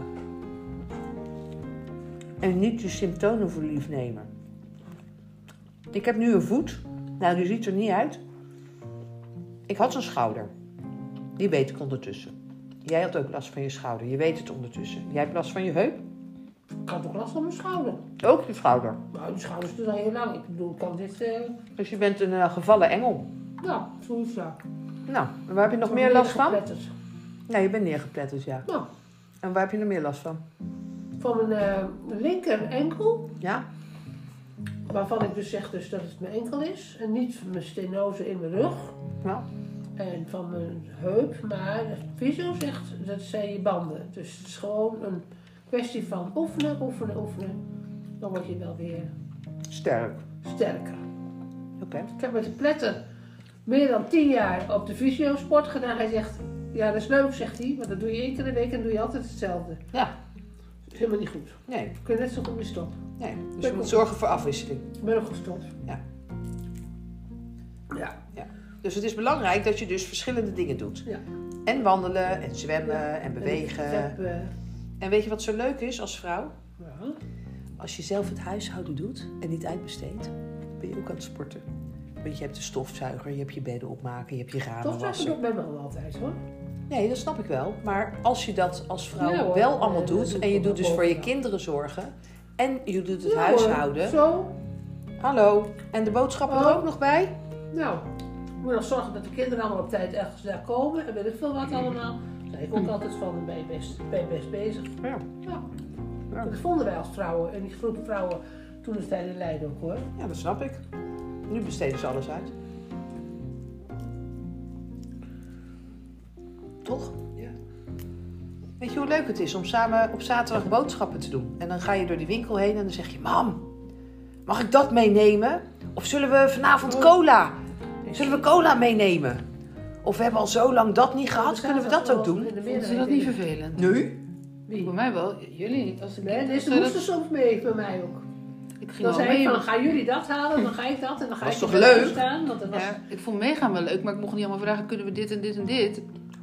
En niet je symptomen voor lief nemen. Ik heb nu een voet. Nou, die ziet er niet uit. Ik had een schouder. Die weet ik ondertussen. Jij had ook last van je schouder. Je weet het ondertussen. Jij hebt last van je heup. Ik had ook last van mijn schouder. Ook je schouder. Nou, die schouder is dus al heel lang. Ik bedoel, ik kan dit... Uh... Dus je bent een uh, gevallen engel. Ja, zoiets ja. Nou, en waar heb je nog meer last van? Neergepletterd. Ja, je bent neergepletterd, ja. Nou, En waar heb je nog meer last van? van mijn uh, linker enkel. Ja? Waarvan ik dus zeg dus dat het mijn enkel is. En niet mijn stenose in mijn rug. Ja. En van mijn heup. Maar de fysio zegt, dat zijn je banden. Dus het is gewoon een kwestie van oefenen, oefenen, oefenen. Dan word je wel weer Sterk. sterker. Oké. Ik heb met de pletter meer dan tien jaar op de fysiosport gedaan. Hij zegt, ja dat is leuk, zegt hij. Maar dat doe je één keer in de week en doe je altijd hetzelfde. Ja. Dat is helemaal niet goed. Nee. Kun je net zo goed weer stoppen. Nee. Dus je moet zorgen voor afwisseling. Ik ben ook gestopt. Ja. Ja. Dus het is belangrijk dat je dus verschillende dingen doet. Ja. En wandelen, en zwemmen, Ja. en bewegen. En ik heb, uh, En weet je wat zo leuk is als vrouw? ja. Als je zelf het huishouden doet en niet uitbesteedt, ben je ook aan het sporten. Want je hebt de stofzuiger, je hebt je bedden opmaken, je hebt je ramen Toch wassen. doe ik bij me al altijd hoor. Nee, dat snap ik wel. Maar als je dat als vrouw Ja, hoor. wel allemaal Nee, dat doet doe ik en je ook doet dus wel voor je bovenaan. kinderen zorgen en je doet het Ja, huishouden. hoor. Zo. Hallo. En de boodschappen er Oh. ook nog bij? Nou, ik moet nog zorgen dat de kinderen allemaal op tijd ergens daar komen. En weet ik veel wat allemaal. Daar zei ik ook altijd van, ben je best, ben je best bezig. Ja. Ja. Ja. Dat vonden wij als vrouwen. En die groepen vrouwen toen de tijd in Leiden ook hoor. Ja, dat snap ik. Nu besteden ze alles uit. Toch? Ja. Weet je hoe leuk het is om samen op zaterdag boodschappen te doen? En dan ga je door die winkel heen en dan zeg je... Mam, mag ik dat meenemen? Of zullen we vanavond cola? Zullen we cola meenemen? Of we hebben al zo lang dat niet gehad, kunnen we dat ook doen? Vinden ze dat niet vervelend? Nu? Wie? Bij mij wel. Jullie niet. Als ik Nee, dus ze dat- moesten soms mee, bij mij ook. Ik ging Dan wel zei ik mee. van, maar- dan gaan jullie dat halen, dan ga ik dat en dan ga Was ik toch in de rij leuk? staan. Want dat was... Ja, ik vond meegaan wel leuk, maar ik mocht niet allemaal vragen, kunnen we dit en dit en dit?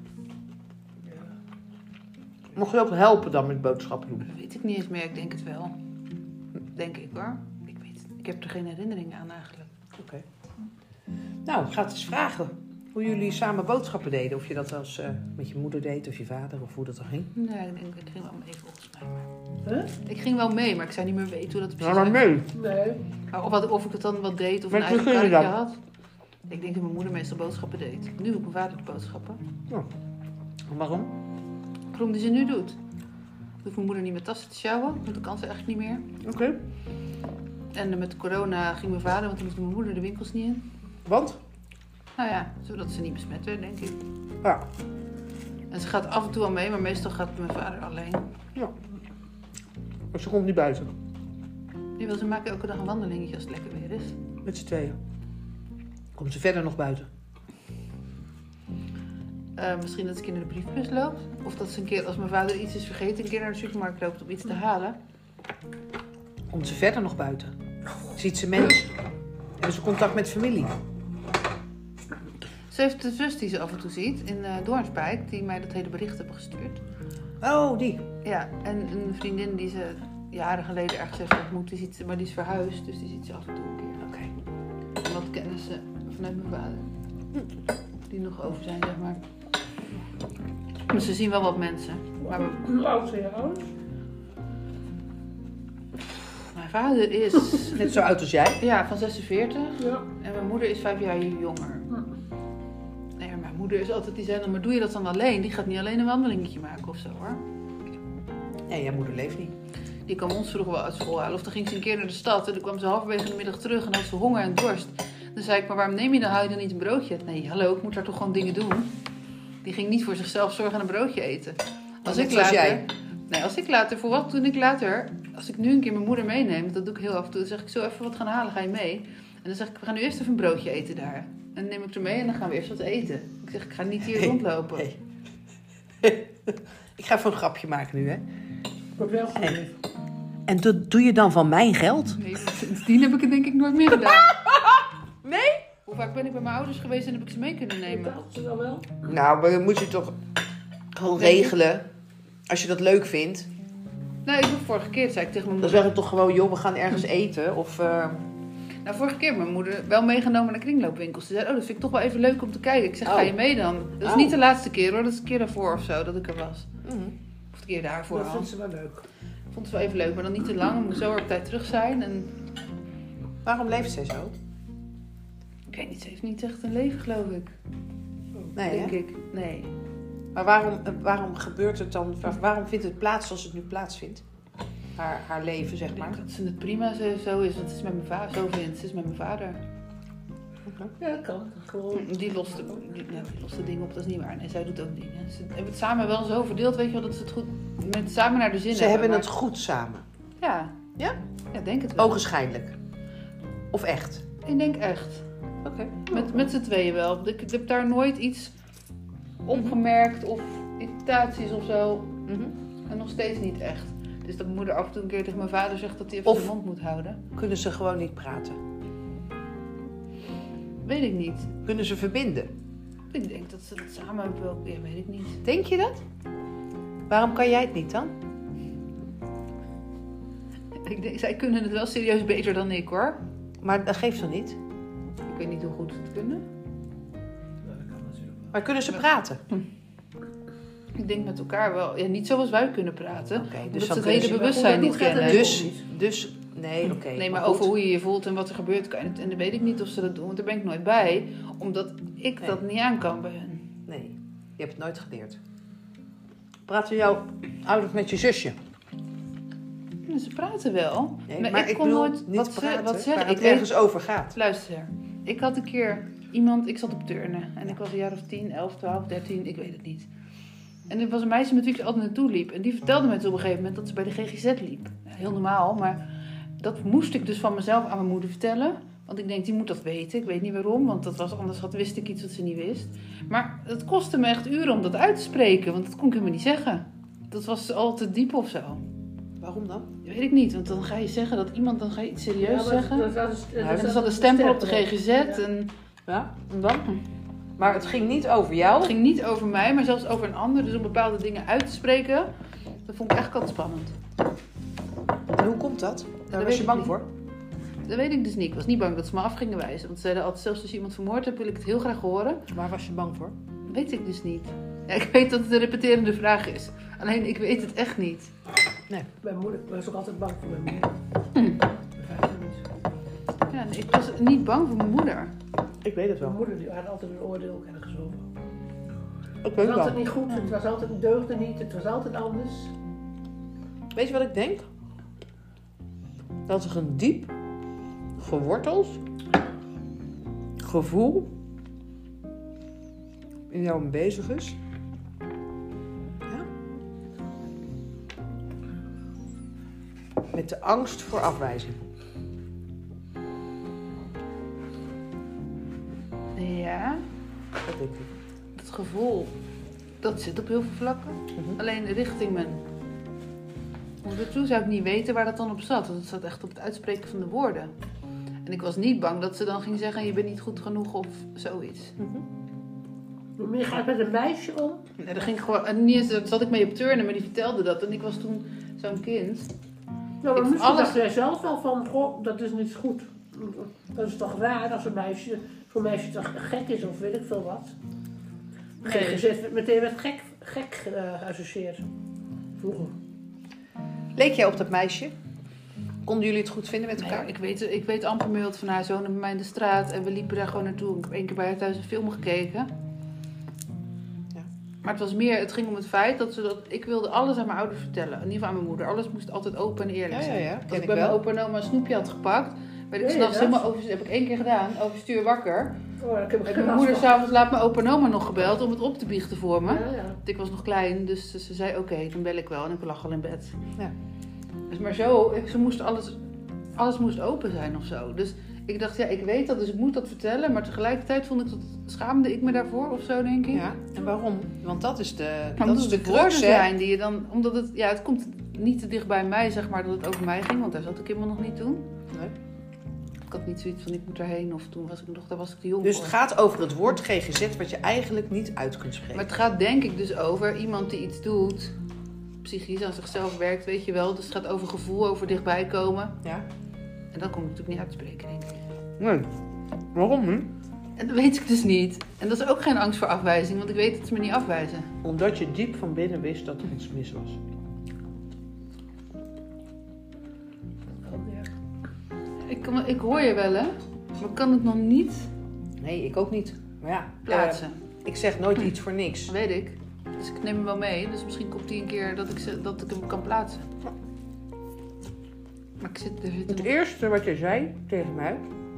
Mocht je ook helpen dan met boodschappen doen? Dat weet ik niet eens meer, ik denk het wel. Denk ik hoor. Ik weet het. Ik heb er geen herinnering aan eigenlijk. Oké. Nou, ik ga het eens vragen hoe jullie samen boodschappen deden. Of je dat als eh, met je moeder deed of je vader of hoe dat dan ging. Nee, ik denk ik ging wel mee volgens mij. Maar... Huh? Ik ging wel mee, maar ik zou niet meer weten hoe dat precies Ja, maar mee. Nee. Of, wat, of ik het dan wel deed of Met een wie eigen ging je karretje dan? had. Ik denk dat mijn moeder meestal boodschappen deed. Nu doet mijn vader de boodschappen. En waarom? Waarom die ze nu doet. Ik hoef mijn moeder niet met tassen te sjouwen, want dat kan ze eigenlijk niet meer. Oké. En met corona ging mijn vader, want toen moest mijn moeder de winkels niet in. Want? Nou ja, zodat ze niet besmet werd, denk ik. Ja. En ze gaat af en toe al mee, maar meestal gaat mijn vader alleen. Ja. Maar ze komt niet buiten. Jawel, ze maken elke dag een wandelingetje als het lekker weer is. Met z'n tweeën. Komt ze verder nog buiten? Uh, misschien dat ik in de briefbus loop. Of dat ze een keer, als mijn vader iets is vergeten, een keer naar de supermarkt loopt om iets te halen. Komt ze verder nog buiten? Ziet ze mensen? Hebben ze contact met familie? Ze heeft de zus die ze af en toe ziet in uh, Doornspijk, die mij dat hele bericht hebben gestuurd. Oh, die. Ja, en een vriendin die ze jaren geleden ergens heeft ontmoet, die ziet ze, maar die is verhuisd, dus die ziet ze af en toe een keer. Oké. En wat kennissen vanuit mijn vader. Die nog over zijn, zeg maar. Dus ze zien wel wat mensen. Maar Hoe oud zijn je ouders? mijn vader is Net zo oud als jij. ja, van zesenveertig Ja. en mijn moeder is vijf jaar jonger. Hm. Nee, maar mijn moeder is altijd die zei dan, maar doe je dat dan alleen? Die gaat niet alleen een wandelingetje maken of zo hoor. Nee, jouw moeder leeft niet. Die kwam ons vroeger wel uit school halen. Of dan ging ze een keer naar de stad en dan kwam ze halverwege de middag terug en had ze honger en dorst. Dan zei ik, maar waarom neem je dan, haal je dan niet een broodje? Nee, hallo, ik moet daar toch gewoon dingen doen. Die ging niet voor zichzelf zorgen en een broodje eten. Als Net ik zoals later, jij. Nee, als ik later, voor wat toen ik later, als ik nu een keer mijn moeder meeneem, dat doe ik heel af en toe, dan zeg ik zo even wat gaan halen, ga je mee? En dan zeg ik, we gaan nu eerst even een broodje eten daar. En dan neem ik er mee en dan gaan we eerst wat eten. Ik zeg, ik ga niet hier Hey, rondlopen. hey. Ik ga even een grapje maken nu, hè. Ik heb wel En, geleerd. en dat doe je dan van mijn geld? Nee, sindsdien heb ik het denk ik nooit meer gedaan. Nee? Hoe vaak ben ik bij mijn ouders geweest en heb ik ze mee kunnen nemen? Betaalt ze dan wel? Nou, maar dan moet je toch gewoon Denk je? regelen. Als je dat leuk vindt. Nou, ik heb vorige keer, zei ik tegen mijn Dan moeder. zeg ik toch gewoon, joh, we gaan ergens eten. Of, uh... Nou, vorige keer heb mijn moeder wel meegenomen naar kringloopwinkels. Ze zei, oh, dat vind ik toch wel even leuk om te kijken. Ik zeg, Oh. ga je mee dan? Dat is Oh. niet de laatste keer hoor, dat is de keer daarvoor of zo dat ik er was. mm. Of de keer daarvoor Dat al. vindt ze wel leuk. Ik vond het wel even leuk, maar dan niet te lang. We moeten zo op tijd terug zijn. En Waarom leeft zij zo? ik weet niet, ze heeft niet echt een leven, geloof ik. Nee, denk hè? ik. Nee. Maar waarom, eh, waarom gebeurt het dan? Waarom vindt het plaats zoals het nu plaatsvindt? Haar, haar leven, zeg Ik maar. denk dat ze het prima zo, zo is. Want het is met mijn vader. Zo vindt ze is met mijn vader. Ja, dat kan. Gewoon. Die lost, de, die, nou, die lost de dingen op, dat is niet waar. Nee, zij doet ook dingen. Ze hebben het samen wel zo verdeeld, weet je wel, dat ze het goed met, samen naar de zin Ze hebben. hebben maar- het goed samen. Ja. Ja? Ja, denk het wel. Ogenschijnlijk. Of echt? Ik denk echt. Oké. Met, met z'n tweeën wel. Ik, ik heb daar nooit iets opgemerkt of irritaties of zo. Mhm. En nog steeds niet echt. Dus dat mijn moeder af en toe een keer tegen mijn vader zegt dat hij even Of- zijn mond moet houden. Kunnen ze gewoon niet praten? Weet ik niet. Kunnen ze verbinden? Ik denk dat ze dat samen hebben wel. Ja, weet ik niet. Denk je dat? Waarom kan jij het niet dan? Ik denk, zij kunnen het wel serieus beter dan ik hoor. Maar dat geeft toch niet? Ik weet niet hoe goed ze het kunnen. Nou, dat kan natuurlijk wel. Maar kunnen ze praten? Ik denk met elkaar wel. Ja, niet zoals wij kunnen praten. Oké, omdat dus ze dan het kunnen hele ze- bewustzijn hoe niet gaat het kennen. dan? Dus, dus, nee, oké. Nee, maar goed. over hoe je je voelt en wat er gebeurt, kan je het, en dan weet ik niet of ze dat doen, want daar ben ik nooit bij, omdat ik Nee. dat niet aan kan bij hun. Nee, je hebt het nooit geleerd. Praten jouw ouders met je zusje? Ja, ze praten wel, Nee, maar, maar ik ik kon bedoel nooit niet wat, praten, ze, wat zeggen. waar Ik het weet, ergens over gaat. luister, ik had een keer iemand, ik zat op turnen en ik was een jaar of tien, elf, twaalf, dertien, ik weet het niet. En er was een meisje met wie ik altijd naartoe liep en die vertelde me toen op een gegeven moment dat ze bij de G G Z liep. Ja, heel normaal, maar dat moest ik dus van mezelf aan mijn moeder vertellen. Want ik denk, die moet dat weten. Ik weet niet waarom, want dat was, anders had, wist ik iets wat ze niet wist. Maar het kostte me echt uren om dat uit te spreken, want dat kon ik helemaal niet zeggen. Dat was al te diep of zo. Waarom dan? Dat weet ik niet, want dan ga je zeggen dat iemand, dan ga je iets serieus Ja, maar zeggen. dat- dat is- dat En is er een zat een stempel op de stempel. G G Z Ja. en Ja, en dan? Maar het ging niet over jou. het ging niet over mij, maar zelfs over een ander. Dus om bepaalde dingen uit te spreken, dat vond ik eigenlijk altijd spannend. En hoe komt dat? Daar weet was je ik bang niet. voor? Dat weet ik dus niet. Ik was niet bang dat ze me af gingen wijzen. Want ze zeiden altijd, zelfs als je iemand vermoord hebt, wil ik het heel graag horen. Waar was je bang voor? Dat weet ik dus niet. Ja, ik weet dat het een repeterende vraag is. Alleen, ik weet het echt niet. Mijn moeder, ik was ook altijd bang voor mijn moeder. Hm. Begrijp je niet. Ja, nee, ik was niet bang voor mijn moeder. Ik weet het Mijn wel. moeder die had altijd een oordeel ook ergens over. Ik Het weet was het altijd wel. niet goed, het was altijd, het deugde niet, het was altijd anders. Weet je wat ik denk? Dat er een diep, geworteld gevoel in jou bezig is. Ja? Met de angst voor afwijzing. Ja, Dat denk ik. het gevoel, dat zit op heel veel vlakken. Mhm. Alleen richting mijn moeder toe zou ik niet weten waar dat dan op zat. Want het zat echt op het uitspreken van de woorden. En ik was niet bang dat ze dan ging zeggen, je bent niet goed genoeg of zoiets. Maar je gaat met een meisje om. Nee, daar ging ik gewoon, en niet eens, daar zat ik mee op turnen, maar die vertelde dat. En ik was toen zo'n kind. Nou, Ik- maar misschien alles- dacht jij zelf wel van, goh, dat is niet goed. Dat is toch raar als een meisje, voor een meisje toch gek is of weet ik veel wat. Nee. Gek gezet, meteen werd gek, gek uh, geassocieerd. Vroeger. Leek jij op dat meisje? Konden jullie het goed vinden met Nou elkaar? ja, ik, weet, ik weet amper meer wat van haar. Ze woonde bij mij in de straat en we liepen daar gewoon naartoe. Ik heb één keer bij haar thuis een film gekeken. Ja. Maar het was meer, het ging om het feit dat ze dat... Ik wilde alles aan mijn ouders vertellen. In ieder geval aan mijn moeder. Alles moest altijd open en eerlijk Ja, zijn. ja, ja. Als Ken ik ik bij wel. mijn opa en oma een snoepje had gepakt... werd ik Weet je s'nachts dat? helemaal over... Dat heb ik één keer gedaan. Overstuur wakker. Oh, ik heb En geen mijn last moeder van. s'avonds laat mijn opa en oma nog gebeld om het op te biechten voor me. Ja, ja. Want ik was nog klein, dus ze, ze zei oké, dan bel ik wel. En ik lag al in bed. Ja. Dus maar zo, ik, ze moest alles, alles moest open zijn of zo. Dus ik dacht, ja, ik weet dat, dus ik moet dat vertellen. Maar tegelijkertijd vond ik dat, schaamde ik me daarvoor of zo, denk ik. Ja, en waarom? Want dat is de, Maar dat omdat is de het woorden crux, hè? zijn die je dan... Omdat het, ja, het komt niet te dicht bij mij, zeg maar, dat het over mij ging. Want daar zat ik helemaal nog niet toen. Nee. Ik had niet zoiets van, ik moet daarheen. Of toen was ik nog, daar was ik te jong Dus voor. het gaat over het woord G G Z wat je eigenlijk niet uit kunt spreken. Maar het gaat denk ik dus over iemand die iets doet, psychisch aan zichzelf werkt, weet je wel. Dus het gaat over gevoel, over dichtbij komen. Ja? En dat kom ik natuurlijk niet uit te spreken, denk ik. Nee. Waarom niet? En dat weet ik dus niet. En dat is ook geen angst voor afwijzing, want ik weet dat ze me niet afwijzen. Omdat je diep van binnen wist dat er iets mis was. Ik, kan, ik hoor je wel, hè. Maar ik kan het nog niet Nee, ik ook niet. Maar ja, plaatsen. eh, ik zeg nooit iets voor niks. Dat weet ik. Dus ik neem hem wel mee. Dus misschien komt hij een keer dat ik, ze, dat ik hem kan plaatsen. Maar ik zit er zit Het nog- eerste wat je zei tegen mij,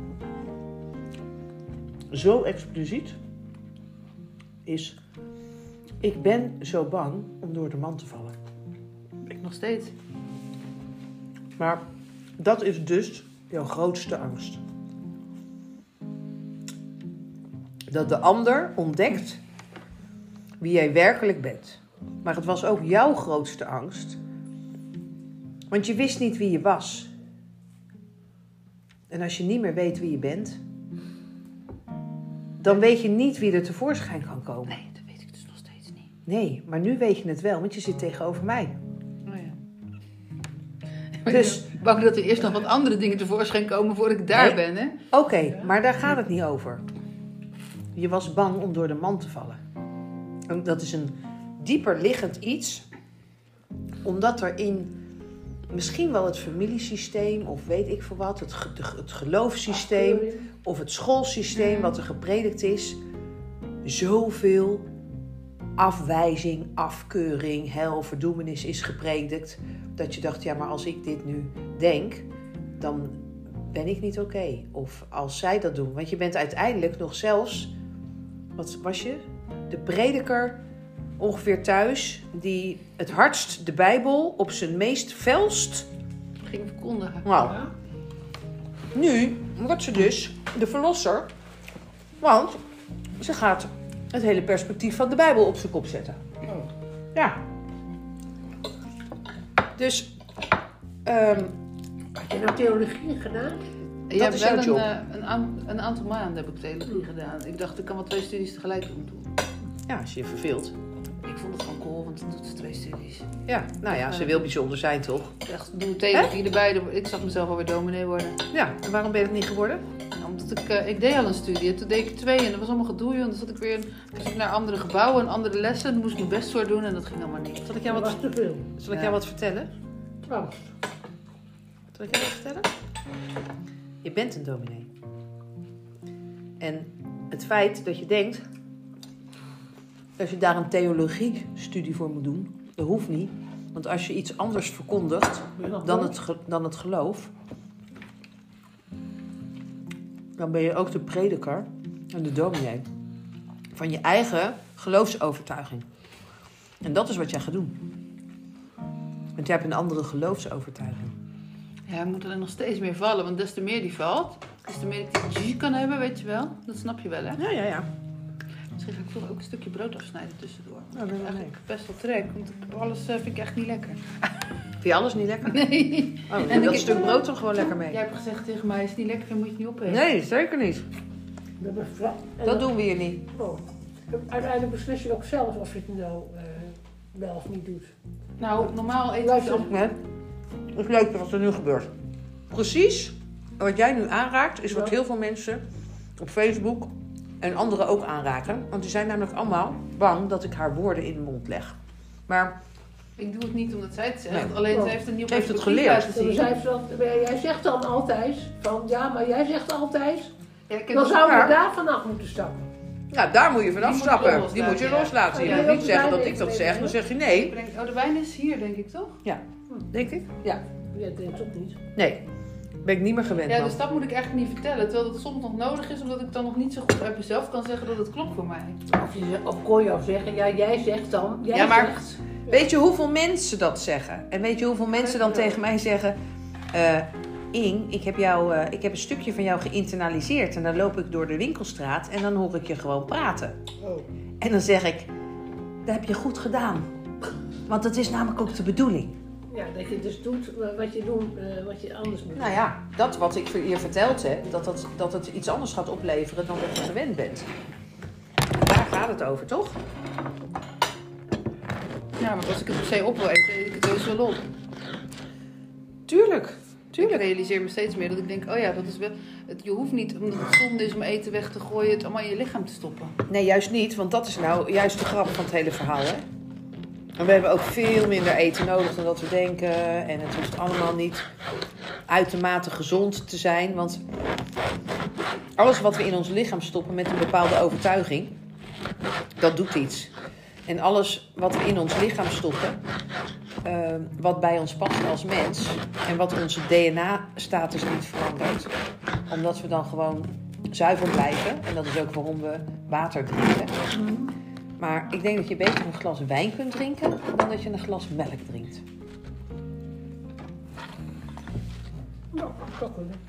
zo expliciet, is: ik ben zo bang om door de man te vallen. ik nog steeds. Maar dat is dus jouw grootste angst. Dat de ander ontdekt wie jij werkelijk bent. Maar het was ook jouw grootste angst. Want je wist niet wie je was. En als je niet meer weet wie je bent, dan weet je niet wie er tevoorschijn kan komen. Nee, dat weet ik dus nog steeds niet. Nee, maar nu weet je het wel, want je zit tegenover mij. Oh ja. Dus- Ik ben bang dat er eerst nog wat andere dingen tevoorschijn komen voordat ik daar Nee. ben, hè? Oké, maar daar gaat het niet over. Je was bang om door de man te vallen. En dat is een dieper liggend iets. Omdat er in misschien wel het familiesysteem, of weet ik veel wat, het, ge- de- het geloofssysteem, of het schoolsysteem wat er gepredikt is, zoveel afwijzing, afkeuring, hel, verdoemenis is gepredikt, dat je dacht, ja, maar als ik dit nu denk, dan ben ik niet oké. Of als zij dat doen. Want je bent uiteindelijk nog zelfs, wat was je? De prediker ongeveer thuis, die het hardst de Bijbel op zijn meest felst. Ging verkondigen. Nou, nu wordt ze dus de verlosser. Want ze gaat het hele perspectief van de Bijbel op zijn kop zetten. Ja. Dus, ehm, Had je nou theologie gedaan? Je hebt is wel jouw een, job. eh, een, aan- een aantal maanden heb ik theologie gedaan. Ik dacht, ik kan wel twee studies tegelijk doen. ja, als je je verveelt. Ik vond het gewoon cool, want dan doet ze twee studies. Ja, nou ja, ze wil bijzonder zijn, toch? Ik dacht, doe theologie erbij. dan- Ik zag mezelf alweer dominee worden. Ja, en waarom ben je dat niet geworden? Ja, omdat ik, eh, ik deed al een studie. Toen deed ik twee en dat was allemaal gedoe. En dan zat ik weer moest ik naar andere gebouwen en andere lessen. Dan moest ik mijn best voor doen en dat ging allemaal niet. Zal ik Dat jou was wat, te veel. zal ik Ja. jou wat vertellen? Angst. Zal ik jou wat vertellen? Je bent een dominee. En het feit dat je denkt dat je daar een theologie-studie voor moet doen, dat hoeft niet. Want als je iets anders verkondigt Ben je nog dan boos? het, ge- dan het geloof, dan ben je ook de prediker en de dominee van je eigen geloofsovertuiging. En dat is wat jij gaat doen. Want jij hebt een andere geloofsovertuiging. Ja, hij moet er nog steeds meer vallen. Want des te meer die valt, des te meer ik die G kan hebben, weet je wel. Dat snap je wel, hè? Ja, ja, ja. Misschien ga ik toch ook een stukje brood afsnijden tussendoor. Nou, neem maar mee. Eigenlijk best wel trek, want ik, alles eh, vind ik echt niet lekker. Vind je alles niet lekker? Nee. Oh, En en dat ik- stuk brood dan gewoon lekker mee. Jij hebt gezegd tegen mij, is het niet lekker, dan moet je het niet opeten. Nee, zeker niet. We hebben vra- en Dat dan- doen we hier niet. Oh. Uiteindelijk beslis je ook zelf of je het nou eh, wel of niet doet. Nou, normaal eet ik Luister. dan... Nee? Dat is leuk wat er nu gebeurt. Precies wat jij nu aanraakt, is wat Ja. heel veel mensen op Facebook en anderen ook aanraken. Want die zijn namelijk allemaal bang dat ik haar woorden in de mond leg. Maar Ik doe het niet omdat zij het zegt, Nee. alleen Oh. ze heeft een nieuw Ze heeft het perspectief geleerd. laten Dan zien. zei ze dan, jij zegt dan altijd van ja, maar jij zegt altijd, Ja, ik heb dan dus- zouden we maar- daar vanaf moeten stappen. Nou, daar moet je van Die moet je afstappen. loslaten, Die moet je ja. loslaten. Oh, Je jij moet ook niet zeggen de dat wijn ik dat even zeg. Dan nemen? zegt hij nee. Breng- Oh, de wijn is hier, denk ik, toch? Ja, denk ik. Ja. Jij drinkt ook niet. Nee, ben ik niet meer gewend. Ja, man. dus dat moet ik eigenlijk niet vertellen. Terwijl dat soms nog nodig is, omdat ik dan nog niet zo goed uit mezelf kan zeggen dat het klopt voor mij. Of, je, zegt- of kon je al zeggen, ja, jij zegt dan. Jij Ja, maar- zegt. Weet je hoeveel mensen dat zeggen? En weet je hoeveel mensen dan tegen mij zeggen... eh, Ing, ik heb, jou, eh, ik heb een stukje van jou geïnternaliseerd. En dan loop ik door de winkelstraat en dan hoor ik je gewoon praten. Oh. En dan zeg ik, dat heb je goed gedaan. Want dat is namelijk ook de bedoeling. Ja, dat je dus doet wat je, doen, eh, wat je anders moet doen. Nou ja, dat wat ik je verteld heb, dat, dat, dat het iets anders gaat opleveren dan dat je gewend bent. Daar gaat het over, toch? Ja, maar als ik het per se op wil eten, eet ik het heus wel op. Tuurlijk, Ik tuurlijk. realiseer me steeds meer dat ik denk, oh ja, dat is wel... Het, je hoeft niet, omdat het zonde is om eten weg te gooien, het allemaal in je lichaam te stoppen. Nee, juist niet, want dat is nou juist de grap van het hele verhaal, hè? En we hebben ook veel minder eten nodig dan dat we denken. En het hoeft allemaal niet uitermate gezond te zijn. Want alles wat we in ons lichaam stoppen met een bepaalde overtuiging, dat doet iets. En alles wat we in ons lichaam stoppen, uh, wat bij ons past als mens en wat onze D N A-status niet verandert, omdat we dan gewoon zuiver blijven. En dat is ook waarom we water drinken. Maar ik denk dat je beter een glas wijn kunt drinken dan dat je een glas melk drinkt. Nou, dat kan wel.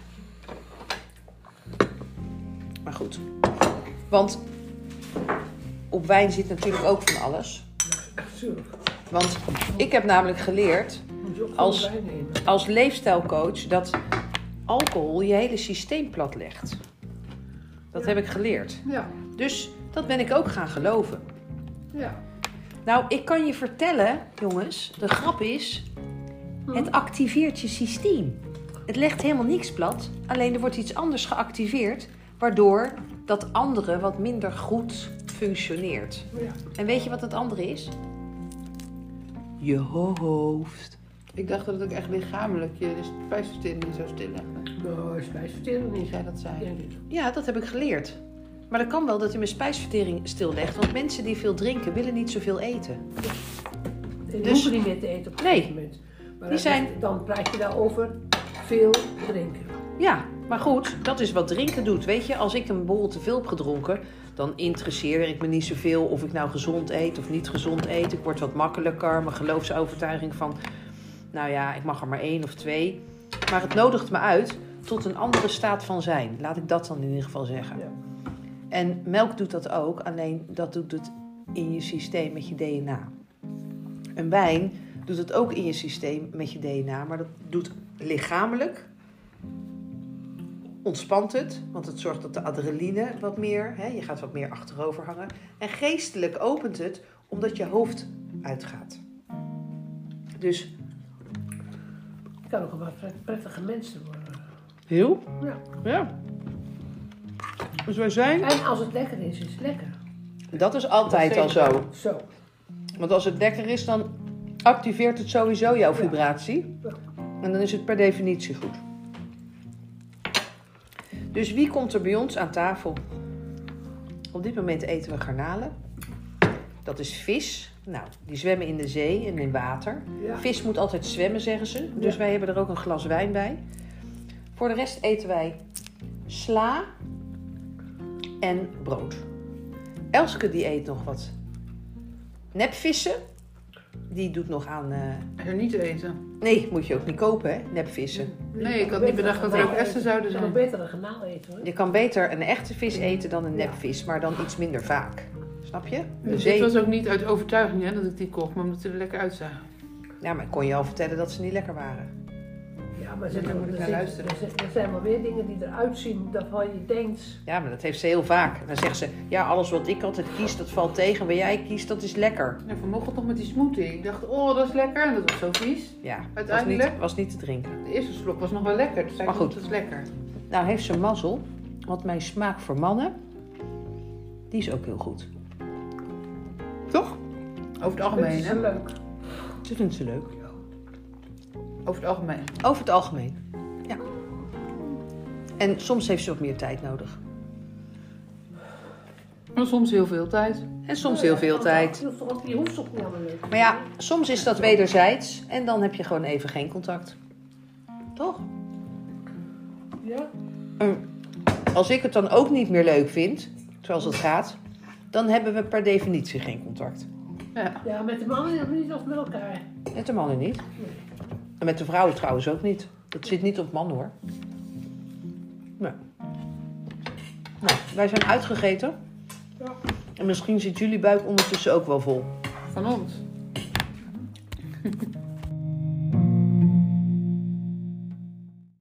Maar goed. Want op wijn zit natuurlijk ook van alles. Tuurlijk. Want ik heb namelijk geleerd Moet je ook Als- als... wijn nemen. als leefstijlcoach dat alcohol je hele systeem platlegt. Dat Ja. heb ik geleerd. Ja, Dus dat ben ik ook gaan geloven. ja. Nou, ik kan je vertellen, jongens, de grap is, het activeert je systeem. Het legt helemaal niks plat, alleen er wordt iets anders geactiveerd, waardoor dat andere wat minder goed functioneert. ja. En weet je wat het andere is? Je hoofd. Ik dacht dat het ook echt lichamelijk je spijsvertering zou stilleggen. Nou, spijsvertering niet. Als jij dat zei. Ja, niet. Ja, dat heb ik geleerd. Maar dat kan wel dat hij mijn spijsvertering stillegt, want mensen die veel drinken willen niet zoveel eten. En die Dus- hoeven niet meer te eten op een Nee. gegeven moment. Maar Die dan, zijn- dan praat je daarover veel drinken. Ja, maar goed, dat is wat drinken doet. Weet je, als ik een borrel te veel heb gedronken, dan interesseer ik me niet zoveel of ik nou gezond eet of niet gezond eet. Ik word wat makkelijker. Mijn geloofsovertuiging van, nou ja, ik mag er maar één of twee. Maar het nodigt me uit tot een andere staat van zijn. Laat ik dat dan in ieder geval zeggen. Ja. En melk doet dat ook, alleen dat doet het in je systeem met je D N A. Een wijn doet het ook in je systeem met je D N A, maar dat doet lichamelijk. Ontspant het, want het zorgt dat de adrenaline wat meer, hè, je gaat wat meer achterover hangen. En geestelijk opent het, omdat je hoofd uitgaat. Dus Je kan ook een wat prettige mensen worden. heel, Ja. ja. Dus wij zijn. En als het lekker is, is het lekker. Dat is altijd al zo. Zo. Want als het lekker is, dan activeert het sowieso jouw vibratie. Ja. En dan is het per definitie goed. Dus wie komt er bij ons aan tafel? Op dit moment eten we garnalen. Dat is vis. Nou, die zwemmen in de zee en in water. Ja. Vis moet altijd zwemmen, zeggen ze. Dus Ja. wij hebben er ook een glas wijn bij. Voor de rest eten wij sla en brood. Elske die eet nog wat nepvissen. Die doet nog aan... eh, Er niet eten. Nee, moet je ook niet kopen, hè? Nepvissen. Nee, ik had niet bedacht dat er ook essen zouden Je kan zijn. beter een garnaal eten hoor. Je kan beter een echte vis eten dan een nepvis, maar dan iets minder vaak. Snap je? De Dus zee... dit was ook niet uit overtuiging hè, dat ik die kocht, maar omdat ze er lekker uitzagen. Ja, maar ik kon je al vertellen dat ze niet lekker waren. Ja, maar Daar er, moet ik er, naar zit- luisteren. er, zit- er zijn wel weer dingen die eruit zien waarvan je denkt... Ja, maar dat heeft ze heel vaak. Dan zegt ze, ja, alles wat ik altijd kies, dat valt tegen. Wat jij kiest, dat is lekker. Ja, vanochtend nog met die smoothie. Ik dacht, oh, dat is lekker. En dat was zo vies. Ja, was Uiteindelijk? niet, was niet te drinken. De eerste slok was nog wel lekker. Toen zei Maar ik, goed. dat is lekker. Nou, heeft ze mazzel. Want mijn smaak voor mannen, die is ook heel goed. Toch? Over het Dat algemeen, is hè? leuk. Ze vindt ze leuk. Over het algemeen. Over het algemeen. Ja. En soms heeft ze wat meer tijd nodig. Maar soms heel veel tijd. En soms heel veel tijd. Je hoeft, je hoeft toch niet allemaal leuk. Maar ja, soms is dat wederzijds en dan heb je gewoon even geen contact. Toch? Ja. En als ik het dan ook niet meer leuk vind, zoals het gaat, dan hebben we per definitie geen contact. Ja. Ja, met de mannen niet of met elkaar. Met de mannen niet. En met de vrouwen trouwens ook niet. Dat zit niet op mannen hoor. Nee. Nou, wij zijn uitgegeten. Ja. En misschien zit jullie buik ondertussen ook wel vol. Van ons.